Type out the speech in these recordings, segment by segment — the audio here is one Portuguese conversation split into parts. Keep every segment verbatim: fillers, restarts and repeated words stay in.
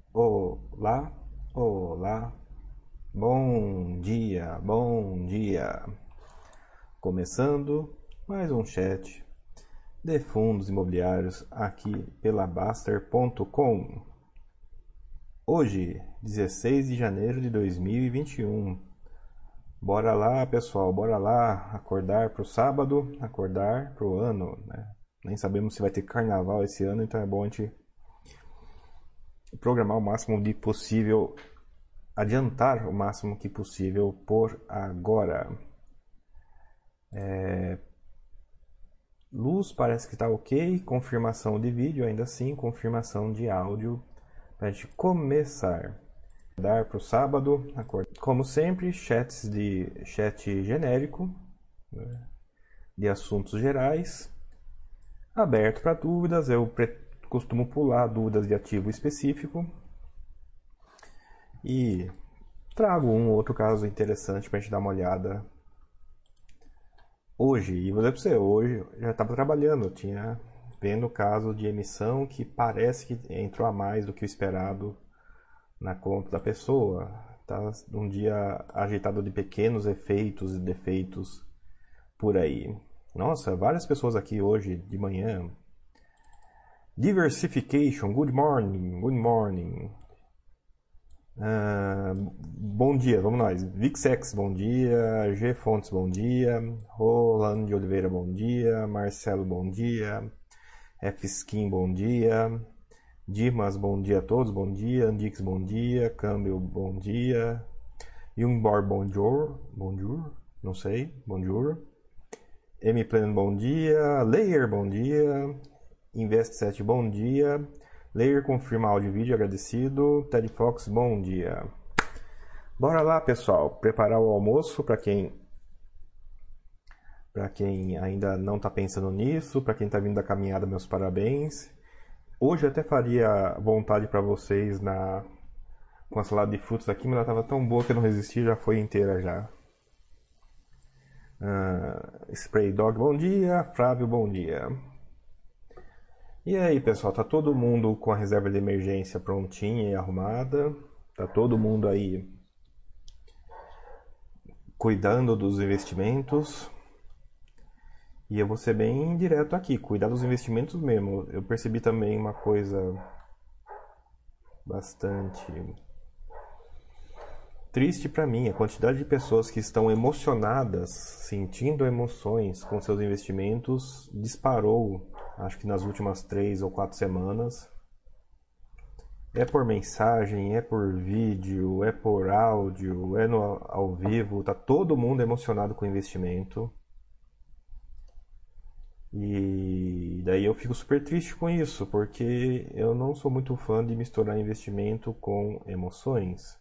Olá, olá, bom dia, bom dia. Começando mais um chat de fundos imobiliários aqui pela Baster ponto com. Hoje, dezesseis de janeiro de dois mil e vinte e um. Bora lá, pessoal, bora lá acordar pro sábado, acordar pro ano, né? Nem sabemos se vai ter carnaval esse ano, então é bom a gente programar o máximo de possível, adiantar o máximo que possível por agora. É... Luz parece que está ok, confirmação de vídeo ainda assim, confirmação de áudio para a gente começar. Dar para o sábado, como sempre, chats de chat genérico, né, de assuntos gerais, aberto para dúvidas. Eu costumo pular dúvidas de ativo específico e trago um ou outro caso interessante para a gente dar uma olhada hoje. E vou dizer para você, hoje eu já estava trabalhando, eu tinha vendo o caso de emissão que parece que entrou a mais do que o esperado na conta da pessoa. Tá um dia agitado de pequenos efeitos e defeitos por aí. Nossa, várias pessoas aqui hoje de manhã. Diversification, good morning, good morning. Ah, bom dia, vamos nós. Vixex, bom dia. G Fontes, bom dia. Rolando de Oliveira, bom dia. Marcelo, bom dia. F Skin, bom dia. Dimas, bom dia a todos, bom dia. Andix, bom dia. Câmbio, bom dia. Jungbor, bonjour, bonjour, não sei, bonjour. M-Plan, bom dia. Layer, bom dia. Invest sete, bom dia. Layer confirma áudio e vídeo, agradecido. Ted Fox, bom dia. Bora lá, pessoal, preparar o almoço para quem para quem ainda não está pensando nisso, para quem está vindo da caminhada, meus parabéns. Hoje eu até faria vontade para vocês na com a salada de frutos aqui, mas ela estava tão boa que eu não resisti, já foi inteira já. Uh, Spray Dog, bom dia. Flávio, bom dia. E aí, pessoal, tá todo mundo com a reserva de emergência prontinha e arrumada? Tá todo mundo aí cuidando dos investimentos? E eu vou ser bem direto aqui, cuidar dos investimentos mesmo. Eu percebi também uma coisa bastante triste para mim, a quantidade de pessoas que estão emocionadas, sentindo emoções com seus investimentos, disparou, acho que nas últimas três ou quatro semanas. É por mensagem, é por vídeo, é por áudio, é no, ao vivo, tá todo mundo emocionado com o investimento. E daí eu fico super triste com isso, porque eu não sou muito fã de misturar investimento com emoções.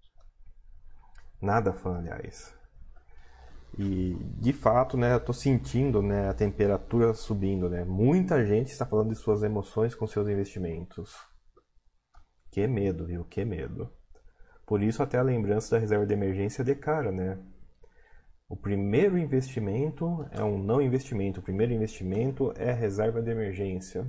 Nada fã, aliás. E de fato, né, eu tô sentindo, né, a temperatura subindo, né? Muita gente está falando de suas emoções com seus investimentos. Que medo, viu? Que medo. Por isso até a lembrança da reserva de emergência de cara, né? O primeiro investimento é um não investimento. O primeiro investimento é reserva de emergência.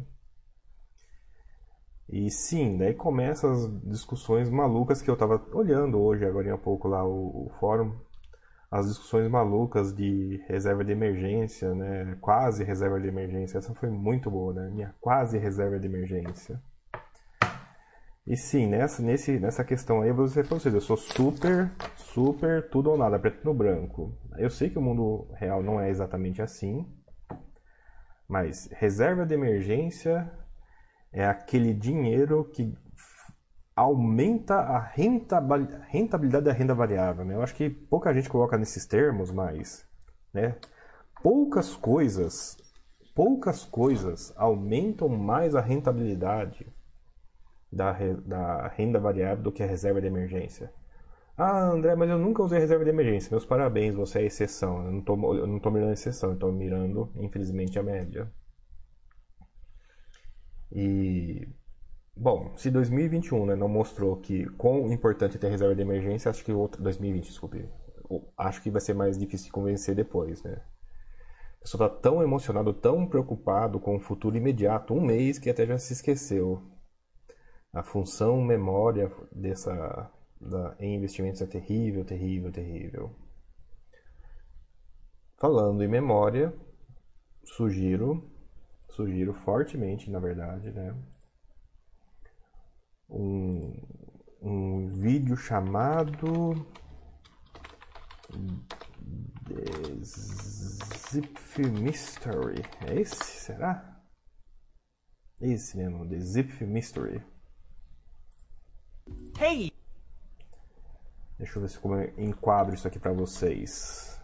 E sim, daí começam as discussões malucas que eu tava olhando hoje, agora há pouco lá o, o fórum. As discussões malucas de reserva de emergência, né? Quase reserva de emergência. Essa foi muito boa, né? Minha quase reserva de emergência. E sim, nessa, nesse, nessa questão aí eu vou dizer pra vocês, eu sou super, super tudo ou nada, preto no branco. Eu sei que o mundo real não é exatamente assim, mas reserva de emergência é aquele dinheiro que aumenta a rentabilidade da renda variável, né? Eu acho que pouca gente coloca nesses termos, mas, né? Poucas coisas, poucas coisas aumentam mais a rentabilidade da, da renda variável do que a reserva de emergência. Ah, André, mas eu nunca usei reserva de emergência. Meus parabéns, você é exceção. Eu não tô, eu não tô mirando a exceção, eu tô mirando, infelizmente, a média. E bom, se dois mil e vinte e um, né, não mostrou que quão importante é ter reserva de emergência, acho que outro dois mil e vinte, desculpe, acho que vai ser mais difícil de convencer depois, né? A pessoa tá tão emocionado, tão preocupado com o futuro imediato, um mês, que até já se esqueceu. A função memória dessa, da, em investimentos é terrível, terrível, terrível. Falando em memória, sugiro, sugiro fortemente, na verdade, né, um, um vídeo chamado The Zip Mystery. É esse? Será? Esse mesmo, The Zip Mystery. Hey! Deixa eu ver se como eu enquadro isso aqui pra vocês.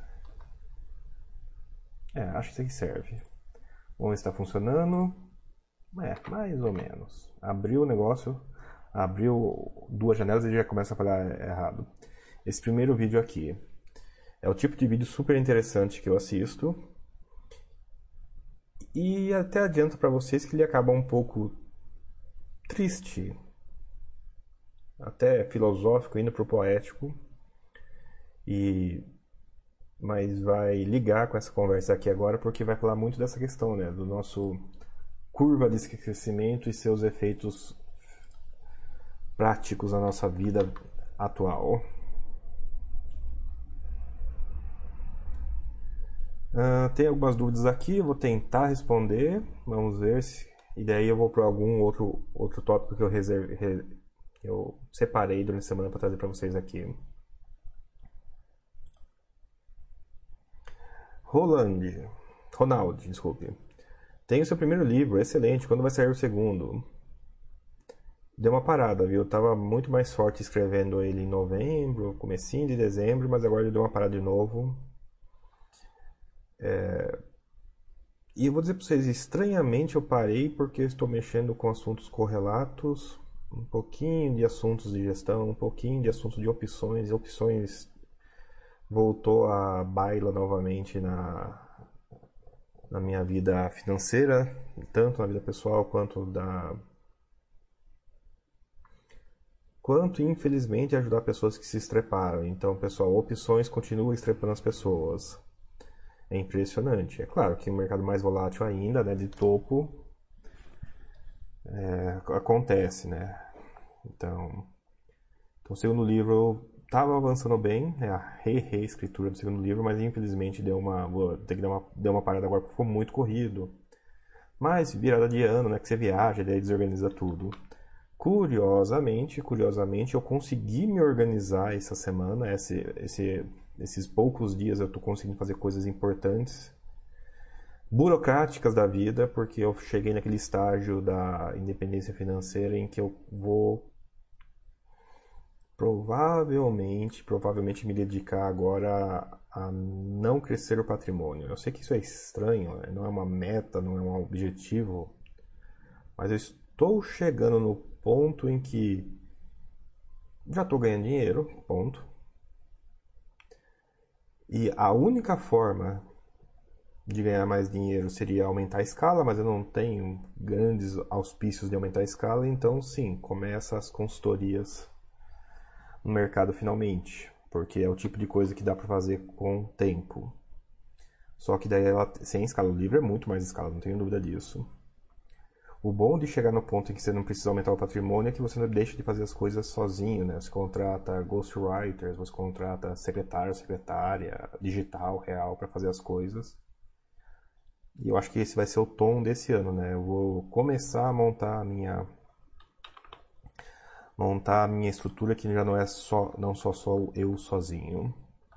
É, acho que isso aqui serve. Vamos ver se está funcionando. É, mais ou menos. Abriu o negócio, abriu duas janelas e já começa a falar errado. Esse primeiro vídeo aqui é o tipo de vídeo super interessante que eu assisto. E até adianto para vocês que ele acaba um pouco triste, até filosófico, indo pro poético. E mas vai ligar com essa conversa aqui agora porque vai falar muito dessa questão, né, do nosso curva de crescimento e seus efeitos práticos na nossa vida atual. Uh, tem algumas dúvidas aqui, eu vou tentar responder, vamos ver se... E daí eu vou para algum outro, outro tópico que eu, reserve, re, eu separei durante a semana para trazer para vocês aqui. Roland, Ronald, desculpe. Tem o seu primeiro livro, excelente, quando vai sair o segundo? Deu uma parada, viu? Eu tava muito mais forte escrevendo ele em novembro, comecinho de dezembro, mas agora ele deu uma parada de novo. É... E eu vou dizer para vocês, estranhamente eu parei porque eu estou mexendo com assuntos correlatos, um pouquinho de assuntos de gestão, um pouquinho de assuntos de opções. Opções voltou à baila novamente na, na minha vida financeira, tanto na vida pessoal quanto da... Quanto, infelizmente, ajudar pessoas que se estreparam. Então, pessoal, opções continuam estrepando as pessoas. É impressionante. É claro que o mercado mais volátil ainda, né, de topo, é, acontece, né? Então, então, o segundo livro estava avançando bem, é a re-reescritura do segundo livro, mas infelizmente deu uma, vou ter que dar uma, deu uma parada agora porque ficou muito corrido. Mas virada de ano, né, que você viaja, daí desorganiza tudo. Curiosamente, curiosamente, eu consegui me organizar essa semana, esse, esse, esses poucos dias eu estou conseguindo fazer coisas importantes, burocráticas da vida, porque eu cheguei naquele estágio da independência financeira em que eu vou provavelmente, provavelmente me dedicar agora a não crescer o patrimônio. Eu sei que isso é estranho, não é uma meta, não é um objetivo, mas eu estou chegando no ponto em que já estou ganhando dinheiro, ponto. E a única forma de ganhar mais dinheiro seria aumentar a escala, mas eu não tenho grandes auspícios de aumentar a escala, então sim, começa as consultorias no mercado finalmente, porque é o tipo de coisa que dá para fazer com tempo. Só que daí ela, sem escala, o livro é muito mais escala, não tenho dúvida disso. O bom de chegar no ponto em que você não precisa aumentar o patrimônio é que você não deixa de fazer as coisas sozinho, né? Você contrata ghostwriters, você contrata secretário, secretária, digital, real, para fazer as coisas. E eu acho que esse vai ser o tom desse ano, né? Eu vou começar a montar a minha montar a minha estrutura que já não é só não só só eu sozinho.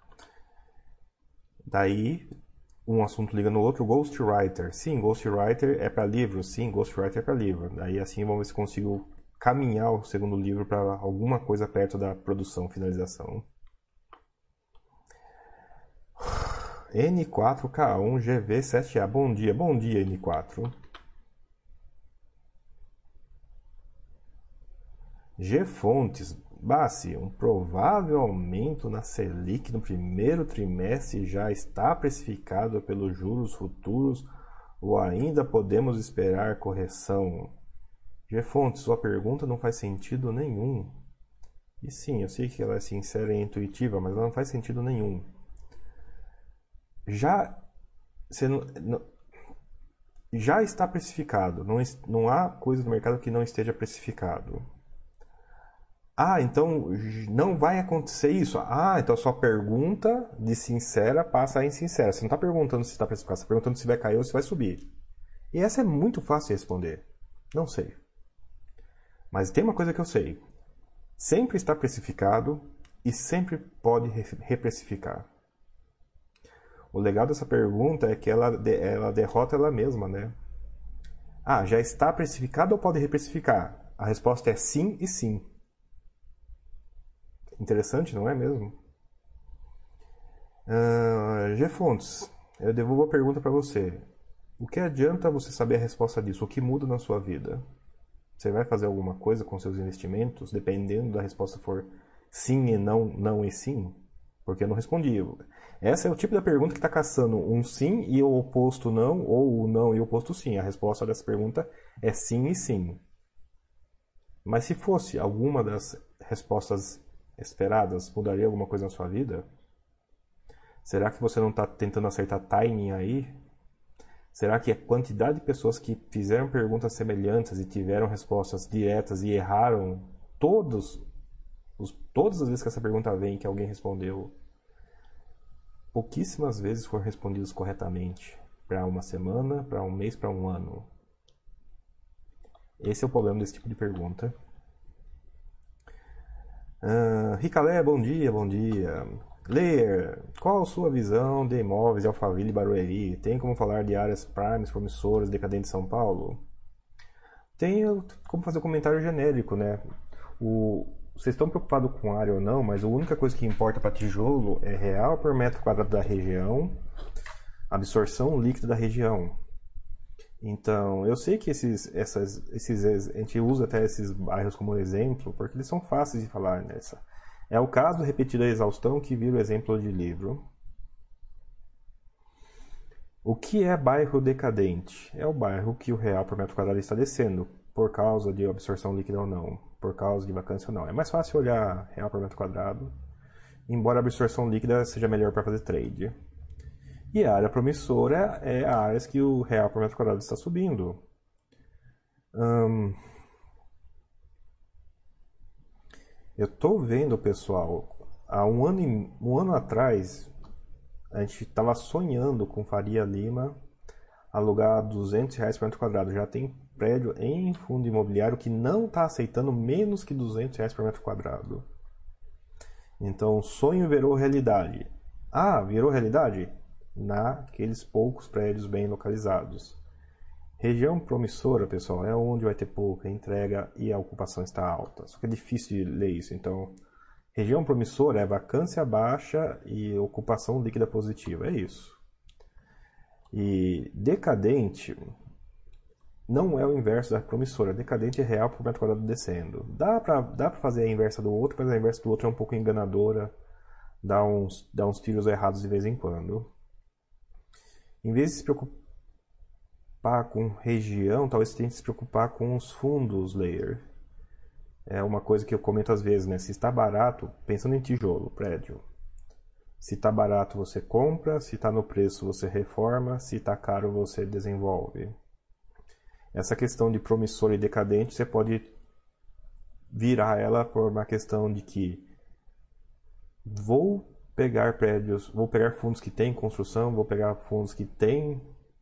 Daí um assunto liga no outro. Ghostwriter, sim, Ghostwriter é para livro, sim, Ghostwriter é para livro. Daí assim vamos ver se consigo caminhar o segundo livro para alguma coisa perto da produção, finalização. N quatro K um G V sete A, bom dia, bom dia N quatro. G Fontes, Bassi, um provável aumento na Selic no primeiro trimestre já está precificado pelos juros futuros ou ainda podemos esperar correção? G Fontes, sua pergunta não faz sentido nenhum. E sim, eu sei que ela é sincera e intuitiva, mas ela não faz sentido nenhum. Já, você não, não, já está precificado, não, não há coisa no mercado que não esteja precificado. Ah, então não vai acontecer isso. Ah, então a sua pergunta de sincera passa a insincera. Você não está perguntando se está precificado, você está perguntando se vai cair ou se vai subir. E essa é muito fácil de responder. Não sei. Mas tem uma coisa que eu sei. Sempre está precificado e sempre pode reprecificar. O legal dessa pergunta é que ela, ela derrota ela mesma, né? Ah, já está precificado ou pode reprecificar? A resposta é sim e sim. Interessante, não é mesmo? Uh, G. Fontes, eu devolvo a pergunta para você. O que adianta você saber a resposta disso? O que muda na sua vida? Você vai fazer alguma coisa com seus investimentos, dependendo da resposta for sim e não, não e sim? Porque eu não respondi. Essa é o tipo da pergunta que está caçando um sim e o oposto não, ou o não e o oposto sim. A resposta dessa pergunta é sim e sim. Mas se fosse alguma das respostas esperadas, mudaria alguma coisa na sua vida? Será que você não está tentando acertar timing aí? Será que a quantidade de pessoas que fizeram perguntas semelhantes e tiveram respostas diretas e erraram todos, os, todas as vezes que essa pergunta vem que alguém respondeu, pouquíssimas vezes foram respondidas corretamente? Para uma semana, para um mês, para um ano. Esse é o problema desse tipo de pergunta. Uh, Ricalé, bom dia, bom dia. Leir, qual a sua visão de imóveis de Alphaville e Barueri? Tem como falar de áreas primes, promissoras, decadentes de São Paulo? Tem como fazer um comentário genérico, né? O, vocês estão preocupados com área ou não, mas a única coisa que importa para tijolo é real por metro quadrado da região, absorção líquida da região. Então, eu sei que esses, essas, esses, a gente usa até esses bairros como exemplo, porque eles são fáceis de falar nessa. É o caso repetido da exaustão que vira o exemplo de livro. O que é bairro decadente? É o bairro que o real por metro quadrado está descendo, por causa de absorção líquida ou não, por causa de vacância ou não. É mais fácil olhar real por metro quadrado, embora a absorção líquida seja melhor para fazer trade. E a área promissora é a área que o real por metro quadrado está subindo. Hum, eu estou vendo, pessoal, há um ano, um ano atrás, a gente estava sonhando com Faria Lima alugar duzentos reais por metro quadrado. Já tem prédio em fundo imobiliário que não está aceitando menos que duzentos reais por metro quadrado. Então, o sonho virou realidade. Ah, virou realidade? Naqueles poucos prédios bem localizados. Região promissora, pessoal, é onde vai ter pouca entrega e a ocupação está alta. Só que é difícil de ler isso. Então, região promissora é vacância baixa e ocupação líquida positiva. É isso. E decadente não é o inverso da promissora. Decadente é real por metro quadrado descendo. Dá pra, dá pra fazer a inversa do outro, mas a inversa do outro é um pouco enganadora. Dá uns, dá uns tiros errados de vez em quando. Em vez de se preocupar com região, talvez você tenha que se preocupar com os fundos layer. É uma coisa que eu comento às vezes, né? Se está barato, pensando em tijolo, prédio. Se está barato, você compra. Se está no preço, você reforma. Se está caro, você desenvolve. Essa questão de promissora e decadente, você pode virar ela por uma questão de que vou pegar prédios, vou pegar fundos que têm construção, vou pegar fundos que têm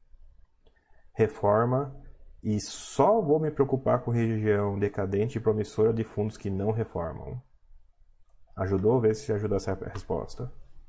reforma e só vou me preocupar com região decadente e promissora de fundos que não reformam. Ajudou? Vê se ajudou essa resposta.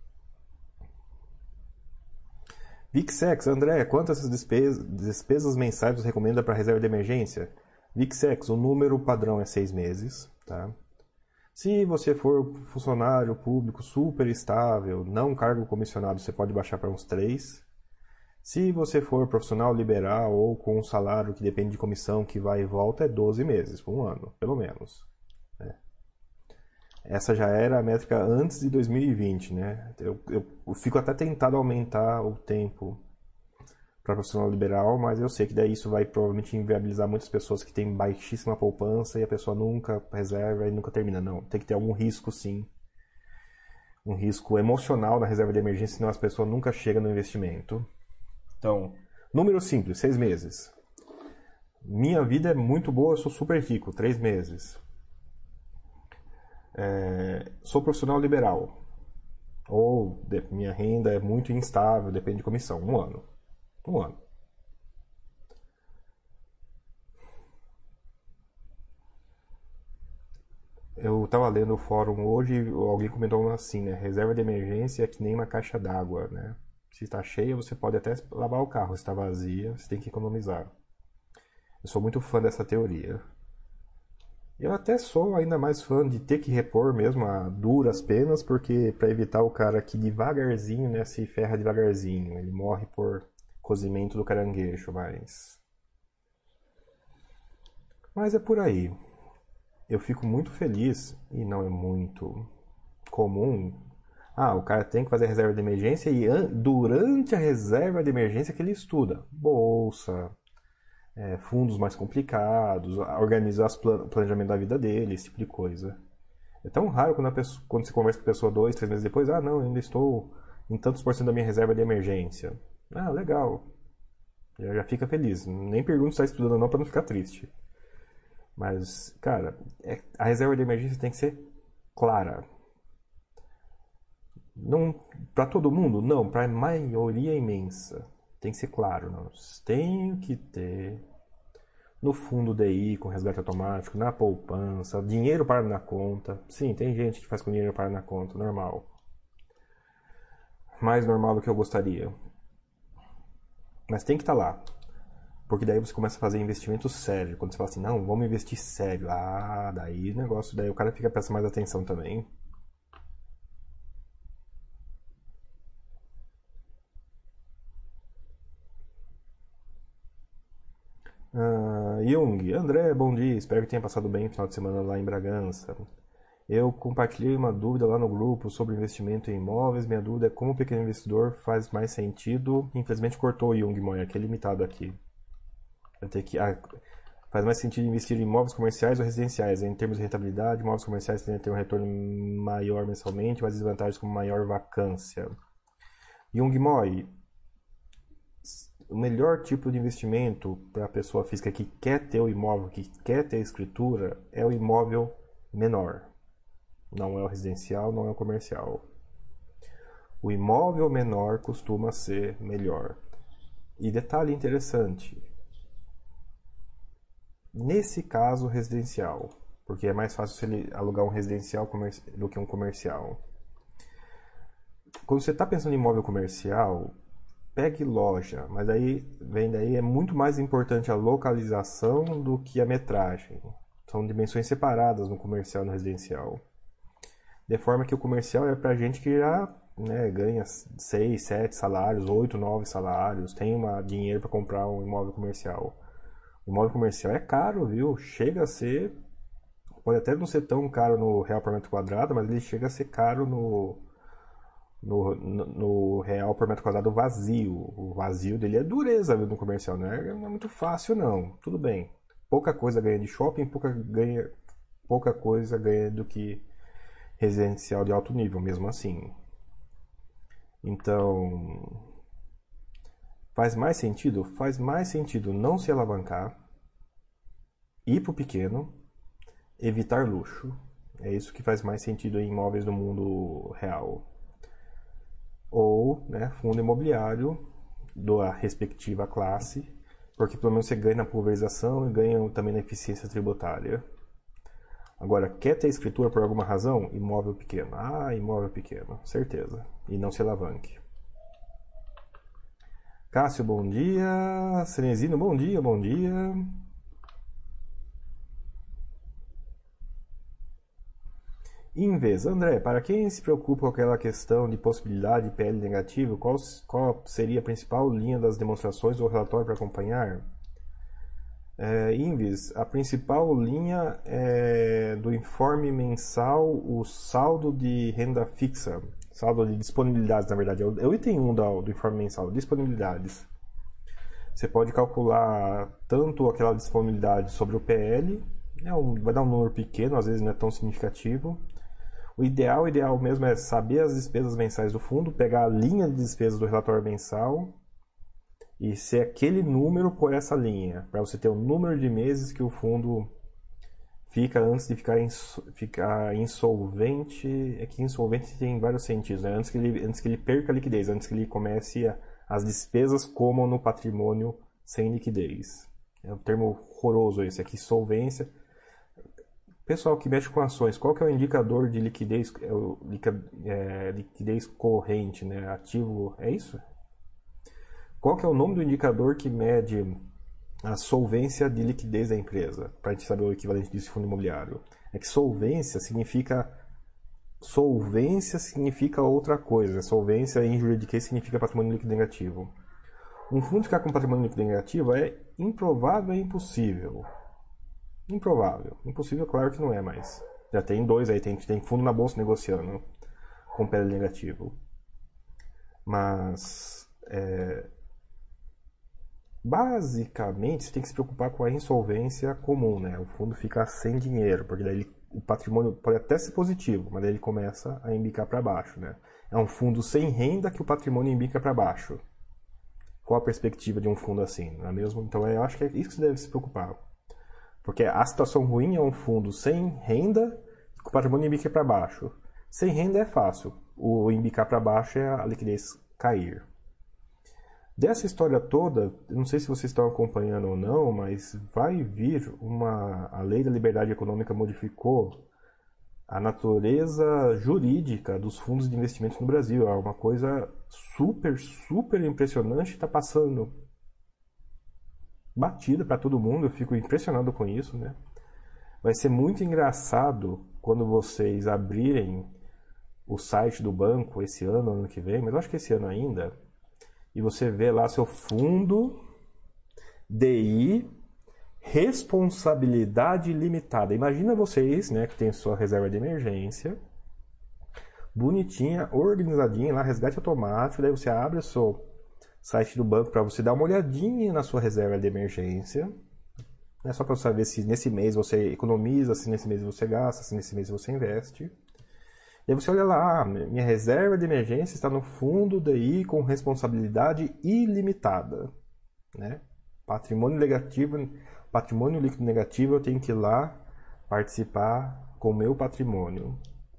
VIXEX, André, quantas despesas, despesas mensais você recomenda para reserva de emergência? VIXEX, o número padrão é seis meses, tá? Se você for funcionário público super estável, não cargo comissionado, você pode baixar para uns três. Se você for profissional liberal ou com um salário que depende de comissão que vai e volta, é doze meses, por um ano, pelo menos. Né? Essa já era a métrica antes de dois mil e vinte, né? Eu, eu, eu fico até tentado aumentar o tempo para profissional liberal, mas eu sei que daí isso vai provavelmente inviabilizar muitas pessoas que têm baixíssima poupança e a pessoa nunca reserva e nunca termina. Não, tem que ter algum risco sim. Um risco emocional na reserva de emergência, senão as pessoas nunca chegam no investimento. Então, número simples, seis meses. Minha vida é muito boa, eu sou super rico, três meses. É, sou profissional liberal. Ou de, minha renda é muito instável, depende de comissão. Um ano. Um ano. Eu estava lendo o fórum hoje e alguém comentou assim, né? Reserva de emergência é que nem uma caixa d'água, né? Se está cheia, você pode até lavar o carro. Se está vazia, você tem que economizar. Eu sou muito fã dessa teoria. Eu até sou ainda mais fã de ter que repor mesmo a duras penas, porque para evitar o cara que devagarzinho, né, se ferra devagarzinho. Ele morre por cozimento do caranguejo, mas... Mas é por aí. Eu fico muito feliz, e não é muito comum. Ah, o cara tem que fazer reserva de emergência e durante a reserva de emergência que ele estuda. Bolsa, é, fundos mais complicados, organizar o planejamento da vida dele, esse tipo de coisa. É tão raro quando, a pessoa, quando você conversa com a pessoa dois, três meses depois, ah, não, eu ainda estou em tantos por cento da minha reserva de emergência. Ah, legal. Já, já fica feliz. Nem pergunto se está estudando ou não para não ficar triste. Mas, cara, é, a reserva de emergência tem que ser clara. Não para todo mundo, não, para a maioria imensa. Tem que ser claro, não. Tenho que ter no fundo D I com resgate automático, na poupança, dinheiro para na conta. Sim, tem gente que faz com dinheiro para na conta, normal. Mais normal do que eu gostaria. Mas tem que estar lá. Porque daí você começa a fazer investimento sério. Quando você fala assim, não, vamos investir sério. Ah, daí o negócio, daí o cara fica prestando mais atenção também. Ah, Jung, André, bom dia. Espero que tenha passado bem o final de semana lá em Bragança. Eu compartilhei uma dúvida lá no grupo sobre investimento em imóveis. Minha dúvida é como o pequeno investidor faz mais sentido. Infelizmente cortou o Jung Moya, que é limitado aqui. Vai ter que, ah, faz mais sentido investir em imóveis comerciais ou residenciais. Em termos de rentabilidade, imóveis comerciais tendem a ter um retorno maior mensalmente, mas desvantagens como maior vacância. Jung Moy, o melhor tipo de investimento para a pessoa física que quer ter o imóvel, que quer ter a escritura, é o imóvel menor. Não é o residencial, não é o comercial. O imóvel menor costuma ser melhor. E detalhe interessante, nesse caso residencial, porque é mais fácil ele alugar um residencial do que um comercial. Quando você está pensando em imóvel comercial, pegue loja, mas aí vem daí é muito mais importante a localização do que a metragem. São dimensões separadas no comercial e no residencial. De forma que o comercial é para gente que já, né, ganha seis, sete salários, oito, nove salários, tem uma, dinheiro para comprar um imóvel comercial. O imóvel comercial é caro, viu? Chega a ser, pode até não ser tão caro no real por metro quadrado, mas ele chega a ser caro no, no, no, no real por metro quadrado vazio. O vazio dele é dureza, viu, no comercial, não é, não é muito fácil não. Tudo bem. Pouca coisa ganha de shopping, pouca, ganha, pouca coisa ganha do que residencial de alto nível, mesmo assim. Então, faz mais sentido? Faz mais sentido não se alavancar, ir para o pequeno, evitar luxo. É isso que faz mais sentido em imóveis do mundo real. Ou, né, fundo imobiliário da respectiva classe, porque pelo menos você ganha na pulverização e ganha também na eficiência tributária. Agora, quer ter escritura por alguma razão? Imóvel pequeno. Ah, imóvel pequeno, certeza. E não se alavanque. Cássio, bom dia. Cenezino, bom dia, bom dia. Inves, André, para quem se preocupa com aquela questão de possibilidade de P L negativo, qual, qual seria a principal linha das demonstrações ou relatório para acompanhar? É, Inves, a principal linha é do informe mensal, o saldo de renda fixa, saldo de disponibilidades, na verdade, é o, é o item um do, do informe mensal, disponibilidades. Você pode calcular tanto aquela disponibilidade sobre o P L, é um, vai dar um número pequeno, às vezes não é tão significativo. O ideal, o ideal mesmo é saber as despesas mensais do fundo, pegar a linha de despesas do relatório mensal e ser aquele número por essa linha, para você ter o número de meses que o fundo fica antes de ficar, ins, ficar insolvente. É que insolvente tem vários sentidos, né? Antes que ele, antes que ele perca a liquidez, antes que ele comece a, as despesas como no patrimônio sem liquidez. É um termo horroroso esse aqui, solvência. Pessoal que mexe com ações, qual que é o indicador de liquidez, é o, é, liquidez corrente, né? Ativo, é isso? Qual que é o nome do indicador que mede a solvência de liquidez da empresa? Para a gente saber o equivalente disso em fundo imobiliário. É que solvência significa... Solvência significa outra coisa. Solvência em juridiquês significa patrimônio líquido negativo. Um fundo ficar com patrimônio líquido negativo é improvável e impossível. Improvável. Impossível, claro que não é, mas já tem dois aí, tem, tem fundo na bolsa negociando com P L negativo. Mas, é, basicamente, você tem que se preocupar com a insolvência comum, né? O fundo fica sem dinheiro, porque daí ele, o patrimônio pode até ser positivo, mas daí ele começa a embicar para baixo, né? É um fundo sem renda que o patrimônio embica para baixo. Qual a perspectiva de um fundo assim, não é mesmo? Então, eu acho que é isso que você deve se preocupar. Porque a situação ruim é um fundo sem renda com o patrimônio embica para baixo. Sem renda é fácil. O embicar para baixo é a liquidez cair. Dessa história toda, não sei se vocês estão acompanhando ou não, mas vai vir uma... A Lei da Liberdade Econômica modificou a natureza jurídica dos fundos de investimentos no Brasil. É uma coisa super, super impressionante que está passando batida para todo mundo, eu fico impressionado com isso, né? Vai ser muito engraçado quando vocês abrirem o site do banco esse ano, ano que vem, mas eu acho que esse ano ainda, e você vê lá seu fundo D I responsabilidade limitada. Imagina vocês, né, que tem sua reserva de emergência, bonitinha, organizadinha, lá, resgate automático, daí você abre o seu site do banco para você dar uma olhadinha na sua reserva de emergência. Não é só para saber se nesse mês você economiza, se nesse mês você gasta, se nesse mês você investe. E aí você olha lá, ah, minha reserva de emergência está no fundo D I com responsabilidade ilimitada. Né? Patrimônio negativo, patrimônio líquido negativo, eu tenho que ir lá participar com o meu patrimônio.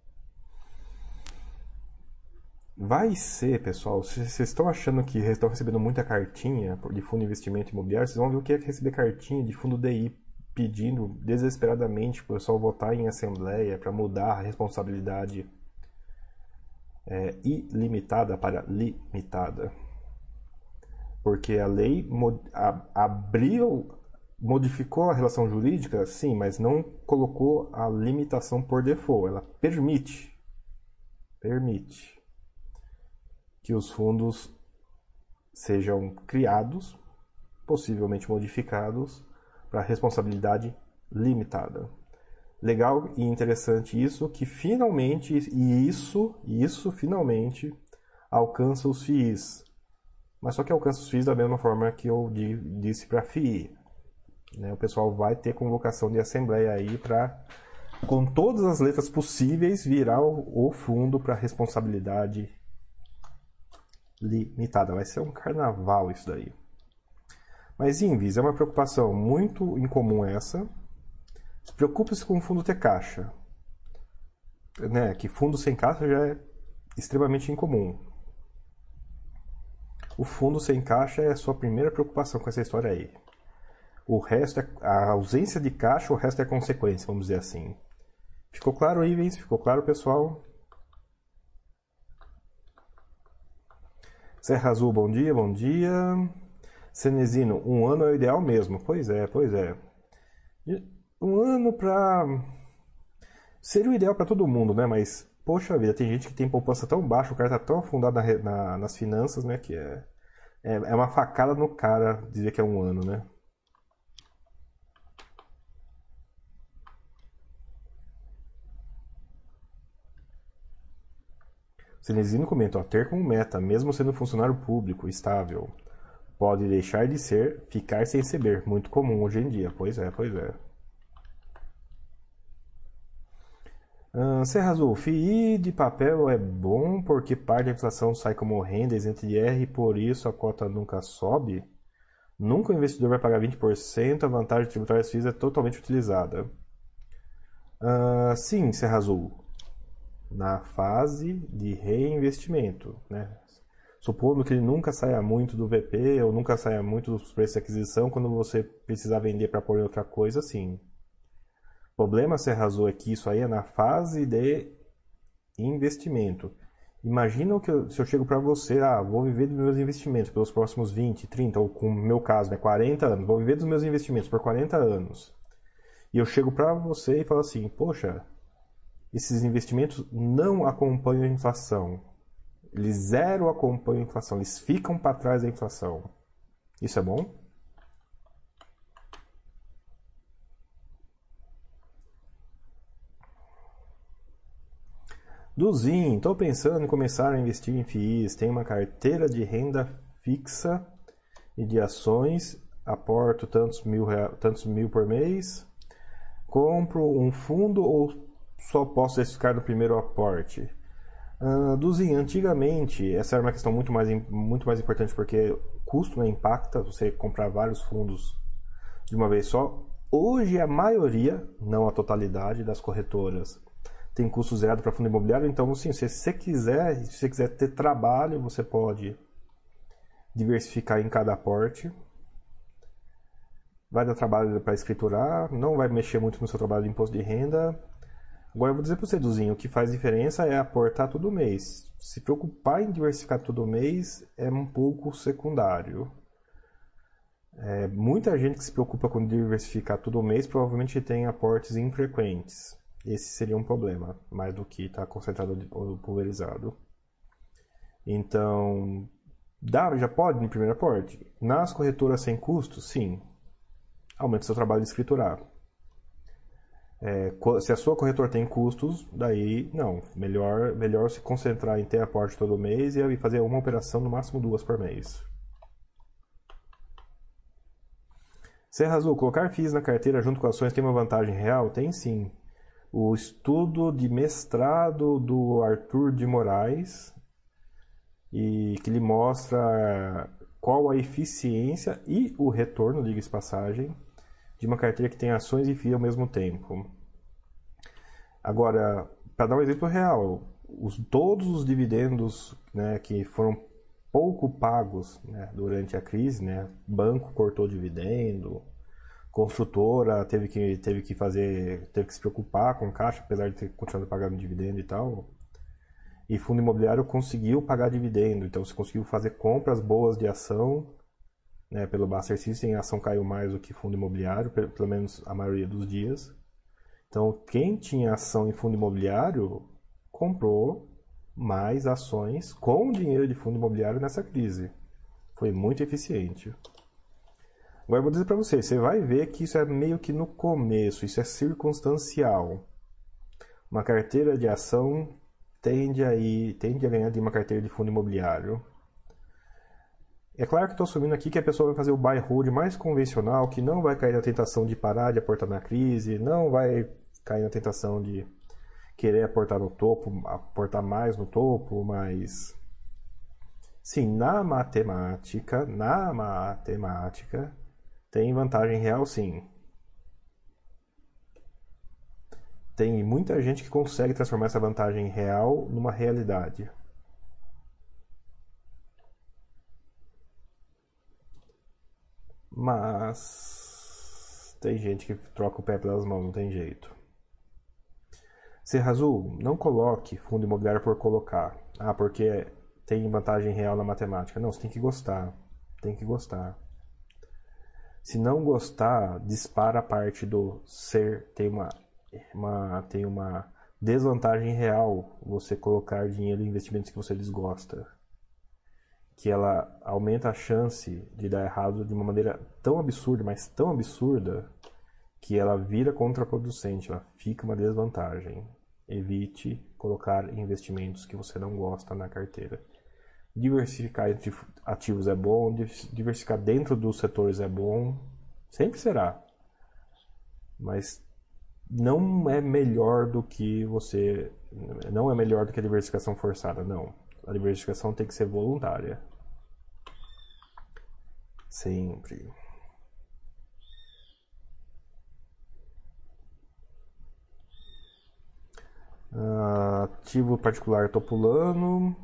Vai ser, pessoal, se vocês estão achando que estão recebendo muita cartinha de fundo de investimento imobiliário, vocês vão ver o que é receber cartinha de fundo D I pedindo desesperadamente para o pessoal votar em assembleia para mudar a responsabilidade é, ilimitada para limitada. Porque a lei abriu, modificou a relação jurídica, sim, mas não colocou a limitação por default. Ela permite, permite que os fundos sejam criados, possivelmente modificados, para responsabilidade limitada. Legal e interessante isso, que finalmente, e isso, isso finalmente, alcança os F I Is. Mas só que alcança os F I Is da mesma forma que eu disse para a F I I. Né? O pessoal vai ter convocação de assembleia aí para, com todas as letras possíveis, virar o, o fundo para responsabilidade limitada. Vai ser um carnaval isso daí. Mas Invis, é uma preocupação muito incomum essa. Preocupe-se com o fundo ter caixa. Né? Que fundo sem caixa já é extremamente incomum. O fundo sem caixa é a sua primeira preocupação com essa história aí. O resto é a ausência de caixa, o resto é consequência, vamos dizer assim. Ficou claro, Ivens? Ficou claro, pessoal? Serra Azul, bom dia, bom dia. Cenezino, um ano é o ideal mesmo. Pois é, pois é. Um ano pra... Seria o ideal para todo mundo, né? Mas, poxa vida, tem gente que tem poupança tão baixa, o cara tá tão afundado na, na, nas finanças, né? Que é, é, é uma facada no cara dizer que é um ano, né? Cenezino comenta, ó, ter como meta, mesmo sendo funcionário público, estável, pode deixar de ser, ficar sem receber. Muito comum hoje em dia. Pois é, pois é. Uh, Serra Azul, F I I de papel é bom porque parte da inflação sai como renda isenta de R e por isso a cota nunca sobe? Nunca o investidor vai pagar vinte por cento, a vantagem tributária F I I é totalmente utilizada. Ah, sim, Serra Azul, na fase de reinvestimento, né? Supondo que ele nunca saia muito do V P ou nunca saia muito dos preços de aquisição, quando você precisar vender para pôr em outra coisa, sim. O problema, Serra Azul, é que isso aí é na fase de investimento. Imagina que eu, se eu chego para você, ah, vou viver dos meus investimentos pelos próximos vinte, trinta, ou como no meu caso, né, quarenta anos, vou viver dos meus investimentos por quarenta anos. E eu chego para você e falo assim, poxa, esses investimentos não acompanham a inflação. Eles zero acompanham a inflação, eles ficam para trás da inflação. Isso é bom? Duzinho, estou pensando em começar a investir em F I Is. Tenho uma carteira de renda fixa e de ações. Aporto tantos mil, tantos mil por mês. Compro um fundo ou só posso ficar no primeiro aporte? Uh, Duzinho, antigamente, essa era uma questão muito mais, muito mais importante porque o custo, né, impacta você comprar vários fundos de uma vez só. Hoje, a maioria, não a totalidade, das corretoras tem custo zero para fundo imobiliário. Então, sim, se você quiser, se você quiser ter trabalho, você pode diversificar em cada aporte. Vai dar trabalho para escriturar, não vai mexer muito no seu trabalho de imposto de renda. Agora eu vou dizer para você, Duzinho, o que faz diferença é aportar todo mês. Se preocupar em diversificar todo mês é um pouco secundário. É, muita gente que se preocupa com diversificar todo mês provavelmente tem aportes infrequentes. Esse seria um problema, mais do que estar concentrado ou pulverizado. Então, dá, já pode no primeiro aporte? Nas corretoras sem custo, sim. Aumenta seu trabalho de escriturar. É, se a sua corretora tem custos, daí não. Melhor, melhor se concentrar em ter aporte todo mês e fazer uma operação, no máximo duas por mês. Serra Azul, colocar F I Is na carteira junto com ações tem uma vantagem real? Tem sim. O estudo de mestrado do Arthur de Moraes, e que lhe mostra qual a eficiência e o retorno, diga-se passagem, de uma carteira que tem ações e F I I ao mesmo tempo. Agora, para dar um exemplo real, os, todos os dividendos, né, que foram pouco pagos, né, durante a crise, né, banco cortou dividendo, construtora teve que, teve que fazer, teve que se preocupar com caixa, apesar de ter continuado pagando dividendo e tal. E fundo imobiliário conseguiu pagar dividendo, então você conseguiu fazer compras boas de ação, né, pelo Buster System, a ação caiu mais do que fundo imobiliário, pelo menos a maioria dos dias. Então, quem tinha ação em fundo imobiliário comprou mais ações com dinheiro de fundo imobiliário nessa crise. Foi muito eficiente. Agora eu vou dizer para você, você vai ver que isso é meio que no começo, isso é circunstancial. Uma carteira de ação tende a, ir, tende a ganhar de uma carteira de fundo imobiliário. É claro que estou assumindo aqui que a pessoa vai fazer o buy hold mais convencional, que não vai cair na tentação de parar de aportar na crise, não vai cair na tentação de querer aportar no topo, aportar mais no topo, mas sim, na matemática, na matemática, tem vantagem real sim. Tem muita gente que consegue transformar essa vantagem real numa realidade. Mas tem gente que troca o pé pelas mãos, não tem jeito. Serra Azul, não coloque fundo imobiliário por colocar. Ah, porque tem vantagem real na matemática. Não, você tem que gostar. Tem que gostar. Se não gostar, dispara a parte do ser. Tem uma, uma, tem uma desvantagem real você colocar dinheiro em investimentos que você desgosta. Que ela aumenta a chance de dar errado de uma maneira tão absurda, mas tão absurda, que ela vira contraproducente, ela fica uma desvantagem. Evite colocar investimentos que você não gosta na carteira. Diversificar entre ativos é bom, diversificar dentro dos setores é bom, sempre será. Mas não é melhor do que você. Não é melhor do que a diversificação forçada, não. A diversificação tem que ser voluntária. Sempre. Uh, ativo particular, tô pulando.